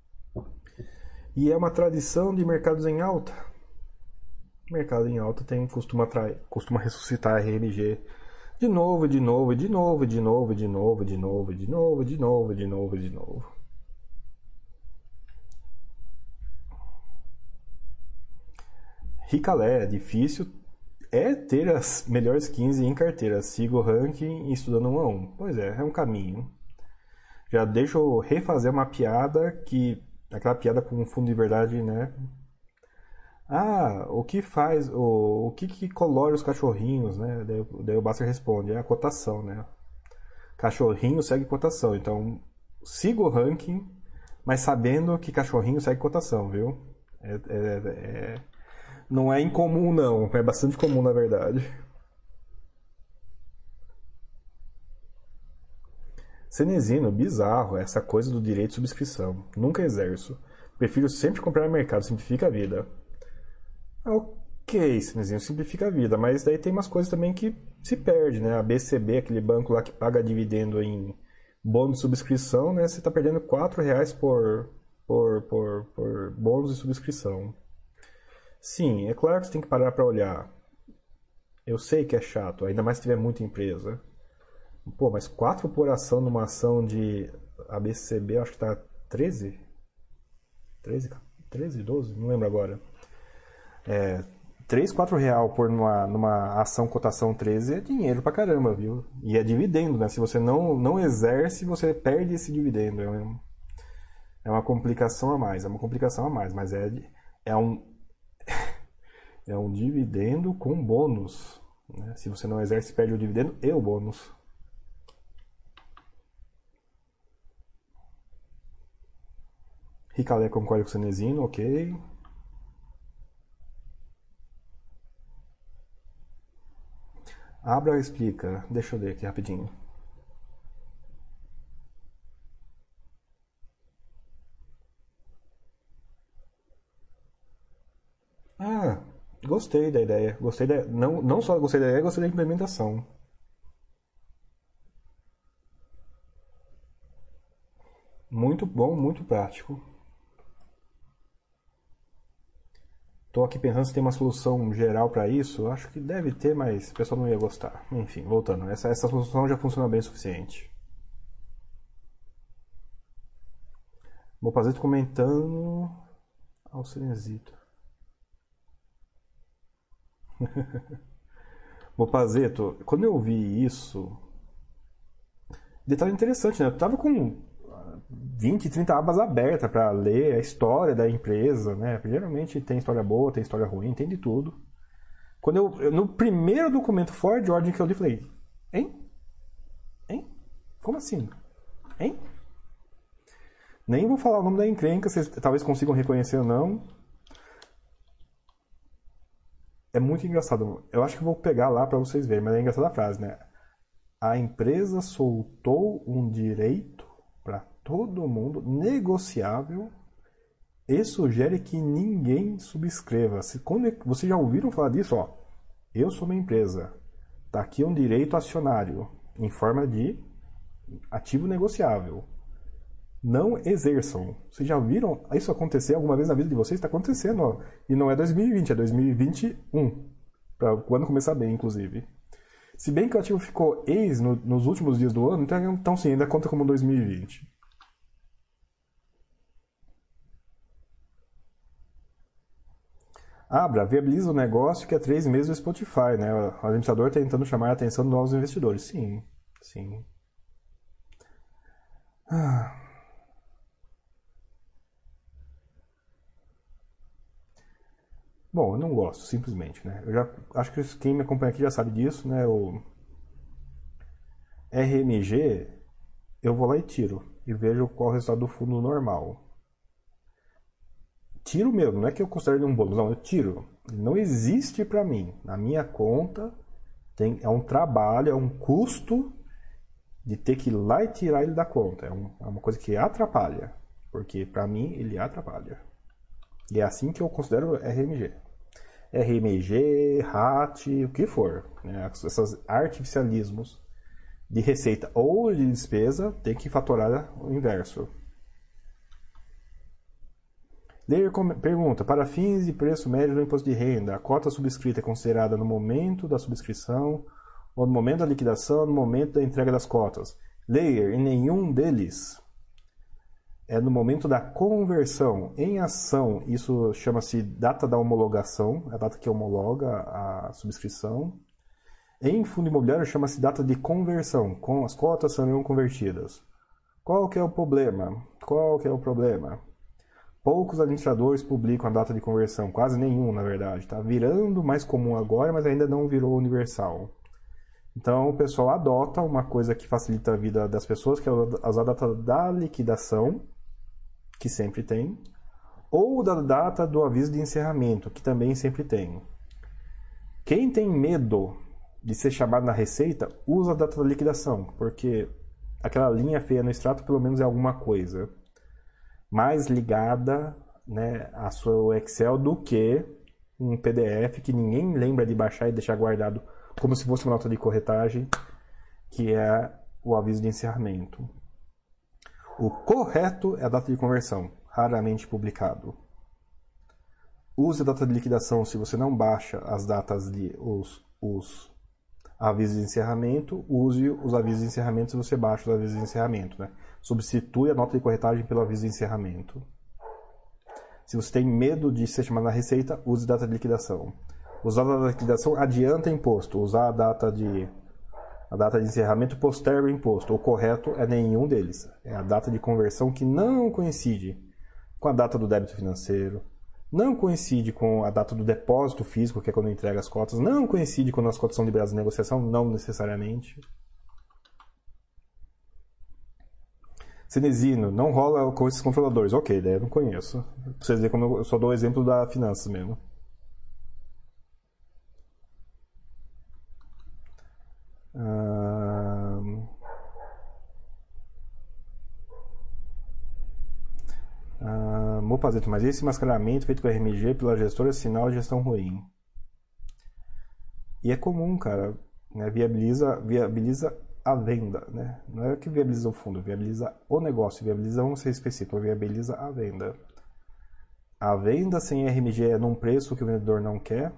E é uma tradição de mercados em alta. Mercado em alta tem, costuma, atrai, costuma ressuscitar a R M G de novo, de novo, de novo, de novo, de novo, de novo, de novo, de novo, de novo, de novo. Ricalé, é difícil é ter as melhores quinze em carteira. Siga o ranking e estudando um a um. Pois é, é um caminho. Já deixa eu refazer uma piada que... Aquela piada com fundo de verdade, né? Ah, o que faz... O, o que que colore os cachorrinhos, né? Daí, daí o Basser responde, é a cotação, né? Cachorrinho segue cotação. Então, siga o ranking, mas sabendo que cachorrinho segue cotação, viu? É... é, é... Não é incomum, não. É bastante comum, na verdade. Cenezino, bizarro. Essa coisa do direito de subscrição. Nunca exerço. Prefiro sempre comprar no mercado. Simplifica a vida. Ok, Cenezino, simplifica a vida. Mas daí tem umas coisas também que se perde, né? A B C B, aquele banco lá que paga dividendo em bônus de subscrição, né? Você está perdendo quatro reais por, por, por, por bônus de subscrição. Sim, é claro que você tem que parar para olhar. Eu sei que é chato, ainda mais se tiver muita empresa. Pô, mas quatro por ação numa ação de A B C B, acho que tá treze? treze, treze, doze? Não lembro agora. É, três, quatro real por numa, numa ação cotação treze é dinheiro pra caramba, viu? E é dividendo, né? Se você não, não exerce, você perde esse dividendo. É, um, é uma complicação a mais, é uma complicação a mais, mas é, é um é um dividendo com bônus. Né? Se você não exerce, perde o dividendo e o bônus. Ricalé concorda com o Cenezino, ok. Abra explica. Deixa eu ler aqui rapidinho. Ah, gostei da ideia. Gostei da... Não, não só gostei da ideia, gostei da implementação. Muito bom, muito prático. Estou aqui pensando se tem uma solução geral para isso. Acho que deve ter, mas o pessoal não ia gostar. Enfim, voltando. Essa, essa solução já funciona bem o suficiente. Vou fazer comentando ao Cenezito. Mopazeto, quando eu vi isso, detalhe interessante, né? Eu tava com vinte, trinta abas abertas para ler a história da empresa, né? Geralmente tem história boa, tem história ruim, tem de tudo. Quando eu, eu no primeiro documento fora de ordem que eu li, falei, hein? Hein? Como assim? Hein? Nem vou falar o nome da encrenca, vocês talvez consigam reconhecer ou não. É muito engraçado. Eu acho que vou pegar lá para vocês verem, mas é engraçada a frase, né? A empresa soltou um direito para todo mundo, negociável, e sugere que ninguém subscreva. Se, quando vocês já ouviram falar disso, ó, eu sou uma empresa, tá aqui um direito acionário em forma de ativo negociável. Não exerçam. Vocês já viram isso acontecer alguma vez na vida de vocês? Está acontecendo, ó. E não é dois mil e vinte, é dois mil e vinte e um. Para quando começar bem, inclusive. Se bem que o ativo ficou ex no, nos últimos dias do ano, então, então sim, ainda conta como dois mil e vinte. Abra, viabiliza o negócio que há três meses o Spotify, né? O administrador tentando chamar a atenção de novos investidores. Sim, sim. Ah. Bom, eu não gosto, simplesmente, né? Eu já acho que quem me acompanha aqui já sabe disso, né? O R M G, eu vou lá e tiro e vejo qual é o resultado do fundo normal. Tiro mesmo, não é que eu considero ele um bônus, não, eu tiro. Não existe para mim. Na minha conta tem, é um trabalho, é um custo de ter que ir lá e tirar ele da conta. É, um, é uma coisa que atrapalha, porque para mim ele atrapalha. E é assim que eu considero R M G. R M G, R A T, o que for. Né? Esses artificialismos de receita ou de despesa tem que fatorar o inverso. Leir pergunta: para fins de preço médio do imposto de renda, a cota subscrita é considerada no momento da subscrição, ou no momento da liquidação, ou no momento da entrega das cotas? Layer, em nenhum deles. É no momento da conversão em ação. Isso chama-se data da homologação, a data que homologa a subscrição. Em fundo imobiliário chama-se data de conversão, com as cotas serão convertidas. Qual que é o problema? Qual que é o problema? Poucos administradores publicam a data de conversão, quase nenhum, na verdade. Está virando mais comum agora, mas ainda não virou universal. Então o pessoal adota uma coisa que facilita a vida das pessoas, que é a data da liquidação, que sempre tem, ou da data do aviso de encerramento, que também sempre tem. Quem tem medo de ser chamado na receita, usa a data da liquidação, porque aquela linha feia no extrato pelo menos é alguma coisa mais ligada, né, a sua Excel do que um P D F que ninguém lembra de baixar e deixar guardado como se fosse uma nota de corretagem, que é o aviso de encerramento. O correto é a data de conversão, raramente publicado. Use a data de liquidação se você não baixa as datas de os, os avisos de encerramento. Use os avisos de encerramento se você baixa os avisos de encerramento, né? Substitui a nota de corretagem pelo aviso de encerramento. Se você tem medo de ser chamado na receita, use data de liquidação. Usar a data de liquidação adianta imposto. Usar a data de, a data de encerramento posterga o imposto. O correto é nenhum deles. É a data de conversão que não coincide com a data do débito financeiro, não coincide com a data do depósito físico, que é quando entrega as cotas, não coincide quando as cotas são liberadas em negociação, não necessariamente. Cinesino, não rola com esses controladores. Ok, daí eu não conheço. Pra vocês verem como eu só dou o exemplo da finanças mesmo. Uh... Uh... Mopazito, mas esse mascaramento feito com R M G pela gestora é sinal de gestão ruim. E é comum, cara. Né? Viabiliza, viabiliza a venda, né? Não é que viabiliza o fundo, viabiliza o negócio, viabiliza, vamos ser específico, viabiliza a venda. A venda sem R M G é num preço que o vendedor não quer.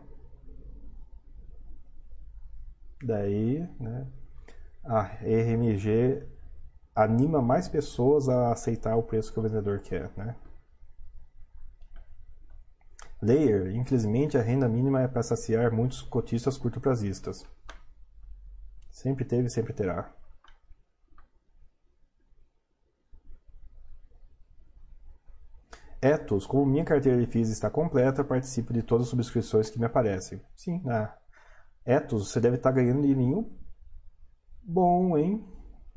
Daí, né, a R M G anima mais pessoas a aceitar o preço que o vendedor quer, né? Layer, infelizmente a renda mínima é para saciar muitos cotistas curto-prazistas. Sempre teve e sempre terá. Ethos, como minha carteira de F I I S está completa, participo de todas as subscrições que me aparecem. Sim, ah. Ethos, você deve estar ganhando dinheirinho bom, hein?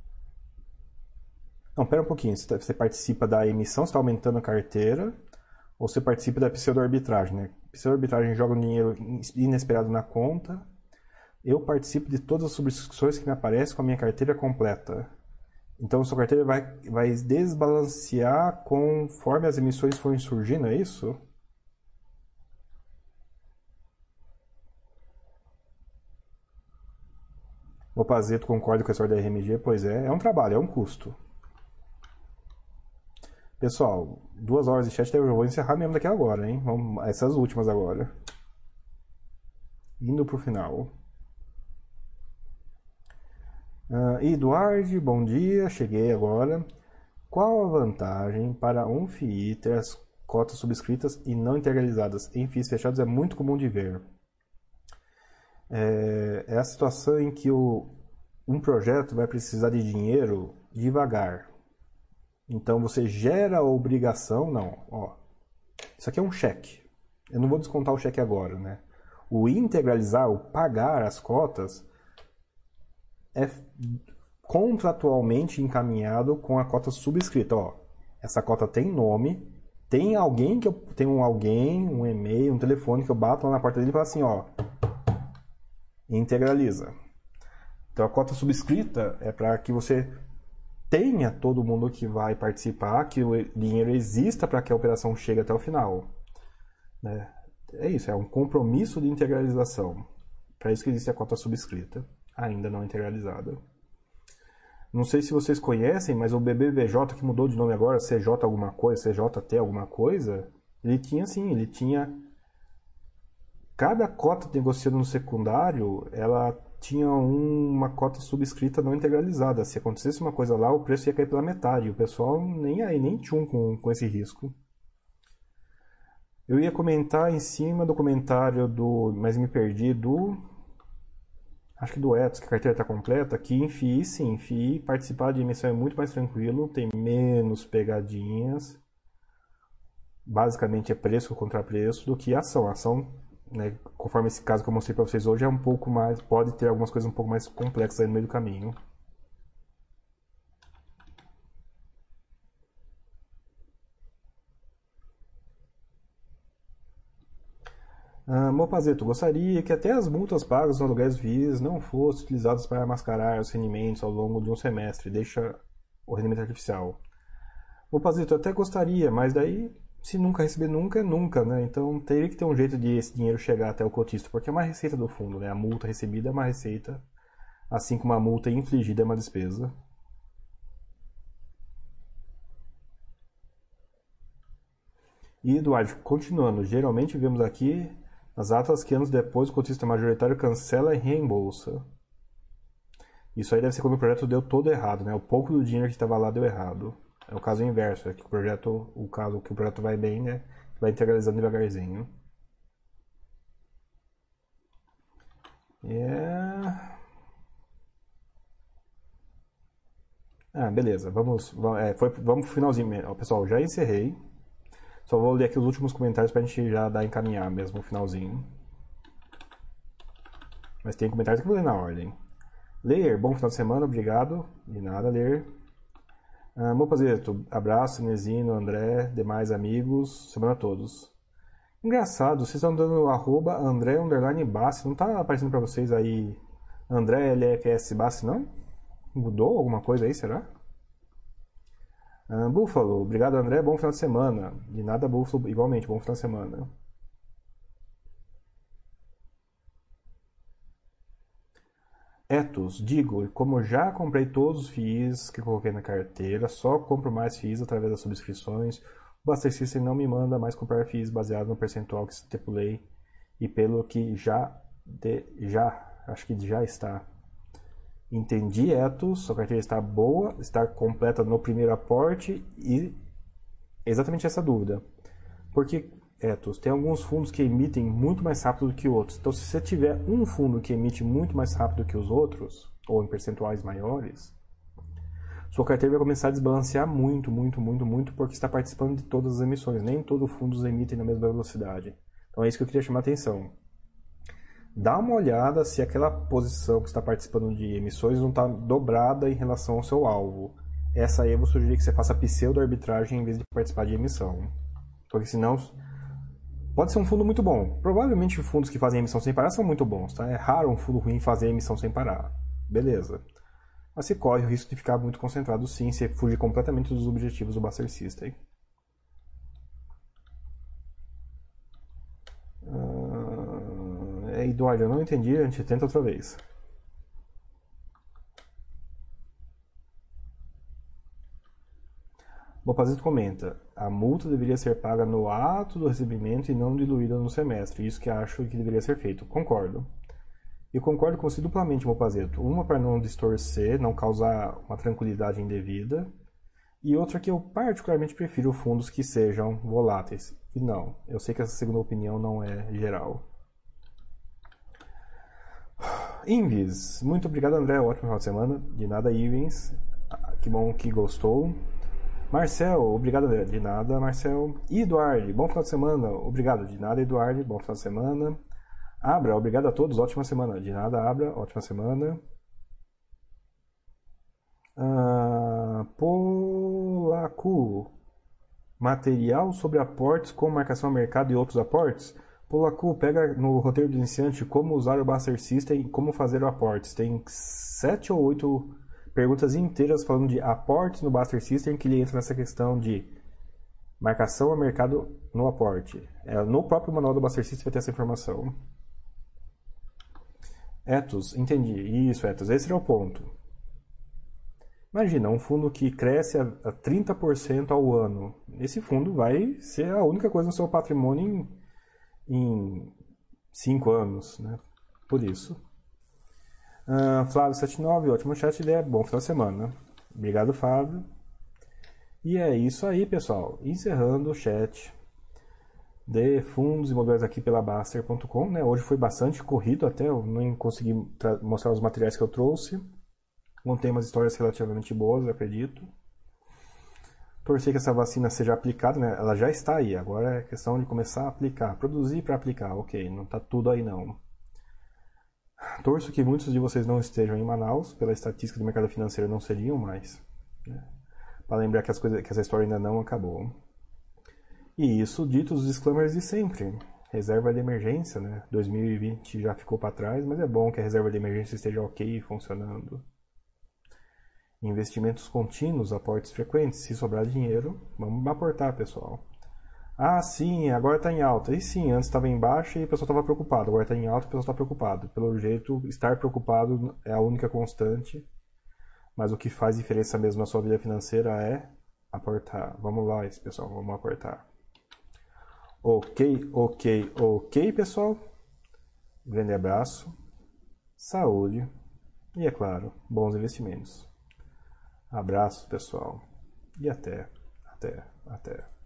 Não, pera um pouquinho. Você participa da emissão, você está aumentando a carteira, ou você participa da pseudo-arbitragem, né? Pseudo-arbitragem joga um dinheiro inesperado na conta. Eu participo de todas as subscrições que me aparecem com a minha carteira completa. Então, a sua carteira vai, vai desbalancear conforme as emissões forem surgindo, é isso? O Pazeto concorda com a história da R M G? Pois é, é um trabalho, é um custo. Pessoal, duas horas de chat, eu vou encerrar mesmo daqui agora, hein? Vamos, essas últimas agora. Indo pro final. Uh, Eduardo, bom dia, cheguei agora. Qual a vantagem para um F I I ter as cotas subscritas e não integralizadas? Em F I Is fechados é muito comum de ver. É, é a situação em que o, um projeto vai precisar de dinheiro devagar. Então você gera a obrigação, não, ó, isso aqui é um cheque. Eu não vou descontar o cheque agora, né? O integralizar, o pagar as cotas é contratualmente encaminhado com a cota subscrita. Ó, essa cota tem nome, tem alguém que eu tem um alguém, um e-mail, um telefone que eu bato lá na porta dele e falo assim, ó, integraliza. Então a cota subscrita é para que você tenha todo mundo que vai participar, que o dinheiro exista para que a operação chegue até o final. Né? É isso, é um compromisso de integralização. Para isso que existe a cota subscrita, ainda não integralizada. Não sei se vocês conhecem, mas o B B V J, que mudou de nome agora, C J alguma coisa, C J T alguma coisa, ele tinha assim, ele tinha... Cada cota negociada no secundário, ela tinha uma cota subscrita não integralizada. Se acontecesse uma coisa lá, o preço ia cair pela metade. O pessoal nem aí, nem tchum com, com esse risco. Eu ia comentar em cima do comentário do... Mas me perdi do... Acho que do Etos, que a carteira está completa. Que em F I I, sim, em F I I, participar de emissão é muito mais tranquilo. Tem menos pegadinhas. Basicamente é preço contra preço do que ação. A ação... Né, conforme esse caso que eu mostrei para vocês hoje, é um pouco mais, pode ter algumas coisas um pouco mais complexas aí no meio do caminho. Ah, Mopazeto, gostaria que até as multas pagas nos aluguéis F I Is não fossem utilizadas para mascarar os rendimentos ao longo de um semestre, deixa o rendimento artificial. Mopazeto, até gostaria, mas daí se nunca receber nunca, é nunca, né? Então teria que ter um jeito de esse dinheiro chegar até o cotista, porque é uma receita do fundo, né? A multa recebida é uma receita, assim como a multa infligida é uma despesa. E Eduardo, continuando, geralmente vemos aqui as atas que anos depois o cotista majoritário cancela e reembolsa. Isso aí deve ser quando o projeto deu todo errado, né? O pouco do dinheiro que estava lá deu errado. É o caso inverso, é que o projeto, o caso que o projeto vai bem, né? Vai integralizando devagarzinho. Yeah. Ah, beleza. Vamos, vamos, é, foi, vamos pro finalzinho. Pessoal, já encerrei. Só vou ler aqui os últimos comentários pra gente já dar encaminhar mesmo o finalzinho. Mas tem comentários que eu vou ler na ordem. Ler, bom final de semana, obrigado. De nada, Ler. Uh, Mopazeto, abraço, Nesino, André, demais amigos, semana a todos. Engraçado, vocês estão dando arroba André underline Bassi, não tá aparecendo pra vocês aí André L F S Bassi, não? Mudou alguma coisa aí, será? Uh, Búfalo, obrigado André, bom final de semana. De nada, Búfalo, igualmente, bom final de semana. Etos, digo, como já comprei todos os F I Is que coloquei na carteira, só compro mais F I Is através das subscrições. O Buster System não me manda mais comprar F I Is baseado no percentual que estipulei e pelo que já, de, já acho que já está. Entendi, Etos, sua carteira está boa, está completa no primeiro aporte e exatamente essa dúvida. Porque Etos, tem alguns fundos que emitem muito mais rápido do que outros. Então, se você tiver um fundo que emite muito mais rápido que os outros, ou em percentuais maiores, sua carteira vai começar a desbalancear muito, muito, muito, muito, porque está participando de todas as emissões. Nem todos os fundos emitem na mesma velocidade. Então, é isso que eu queria chamar a atenção. Dá uma olhada se aquela posição que está participando de emissões não está dobrada em relação ao seu alvo. Essa aí eu vou sugerir que você faça pseudo-arbitragem em vez de participar de emissão. Porque senão... Pode ser um fundo muito bom. Provavelmente fundos que fazem emissão sem parar são muito bons, tá? É raro um fundo ruim fazer emissão sem parar. Beleza. Mas você corre o risco de ficar muito concentrado sim, você fugir completamente dos objetivos do Buster System. Uh, é, Eduardo, eu não entendi, a gente tenta outra vez. Bopazito comenta, a multa deveria ser paga no ato do recebimento e não diluída no semestre. Isso que acho que deveria ser feito. Concordo. Eu concordo com você duplamente, Bopazito. Uma para não distorcer, não causar uma tranquilidade indevida. E outra que eu particularmente prefiro fundos que sejam voláteis. E não, eu sei que essa segunda opinião não é geral. Invis, muito obrigado, André. Ótimo final de semana. De nada, Ivens. Que bom que gostou. Marcel, obrigado, André. De nada, Marcel. Eduardo, bom final de semana. Obrigado. De nada, Eduardo. Bom final de semana. Abra, obrigado a todos. Ótima semana. De nada, Abra. Ótima semana. Ah, Polacu. Material sobre aportes com marcação a mercado e outros aportes. Polacu, pega no roteiro do iniciante como usar o Buster System e como fazer o aportes. Tem sete ou oito perguntas inteiras falando de aportes no Buster System que ele entra nessa questão de marcação a mercado no aporte. É, no próprio manual do Buster System vai ter essa informação. Etos, entendi. Isso, Etos, esse é o ponto. Imagina, um fundo que cresce a trinta por cento ao ano. Esse fundo vai ser a única coisa no seu patrimônio em cinco anos, né? Por isso. Uh, Flávio setenta e nove, ótimo chat, ideia. Bom final de semana. Obrigado, Fábio. E é isso aí, pessoal. Encerrando o chat de fundos imobiliários aqui pela Baster ponto com, né? Hoje foi bastante corrido até, eu não consegui mostrar os materiais que eu trouxe. Contei umas histórias relativamente boas, eu acredito. Torcer que essa vacina seja aplicada, né? Ela já está aí, agora é questão de começar a aplicar. Produzir para aplicar, ok, não está tudo aí não. Torço que muitos de vocês não estejam em Manaus, pela estatística do mercado financeiro não seriam mais. Né? Para lembrar que, as coisas, que essa história ainda não acabou. E isso dito os disclaimers de sempre. Reserva de emergência, né? dois mil e vinte já ficou para trás, mas é bom que a reserva de emergência esteja ok e funcionando. Investimentos contínuos, aportes frequentes. Se sobrar dinheiro, vamos aportar, pessoal. Ah, sim, agora está em alta. E sim, antes estava em baixa e o pessoal estava preocupado. Agora está em alta e o pessoal está preocupado. Pelo jeito, estar preocupado é a única constante. Mas o que faz diferença mesmo na sua vida financeira é aportar. Vamos lá, pessoal, vamos aportar. Ok, ok, ok, pessoal. Grande abraço, saúde e, é claro, bons investimentos. Abraços, pessoal. E até, até, até.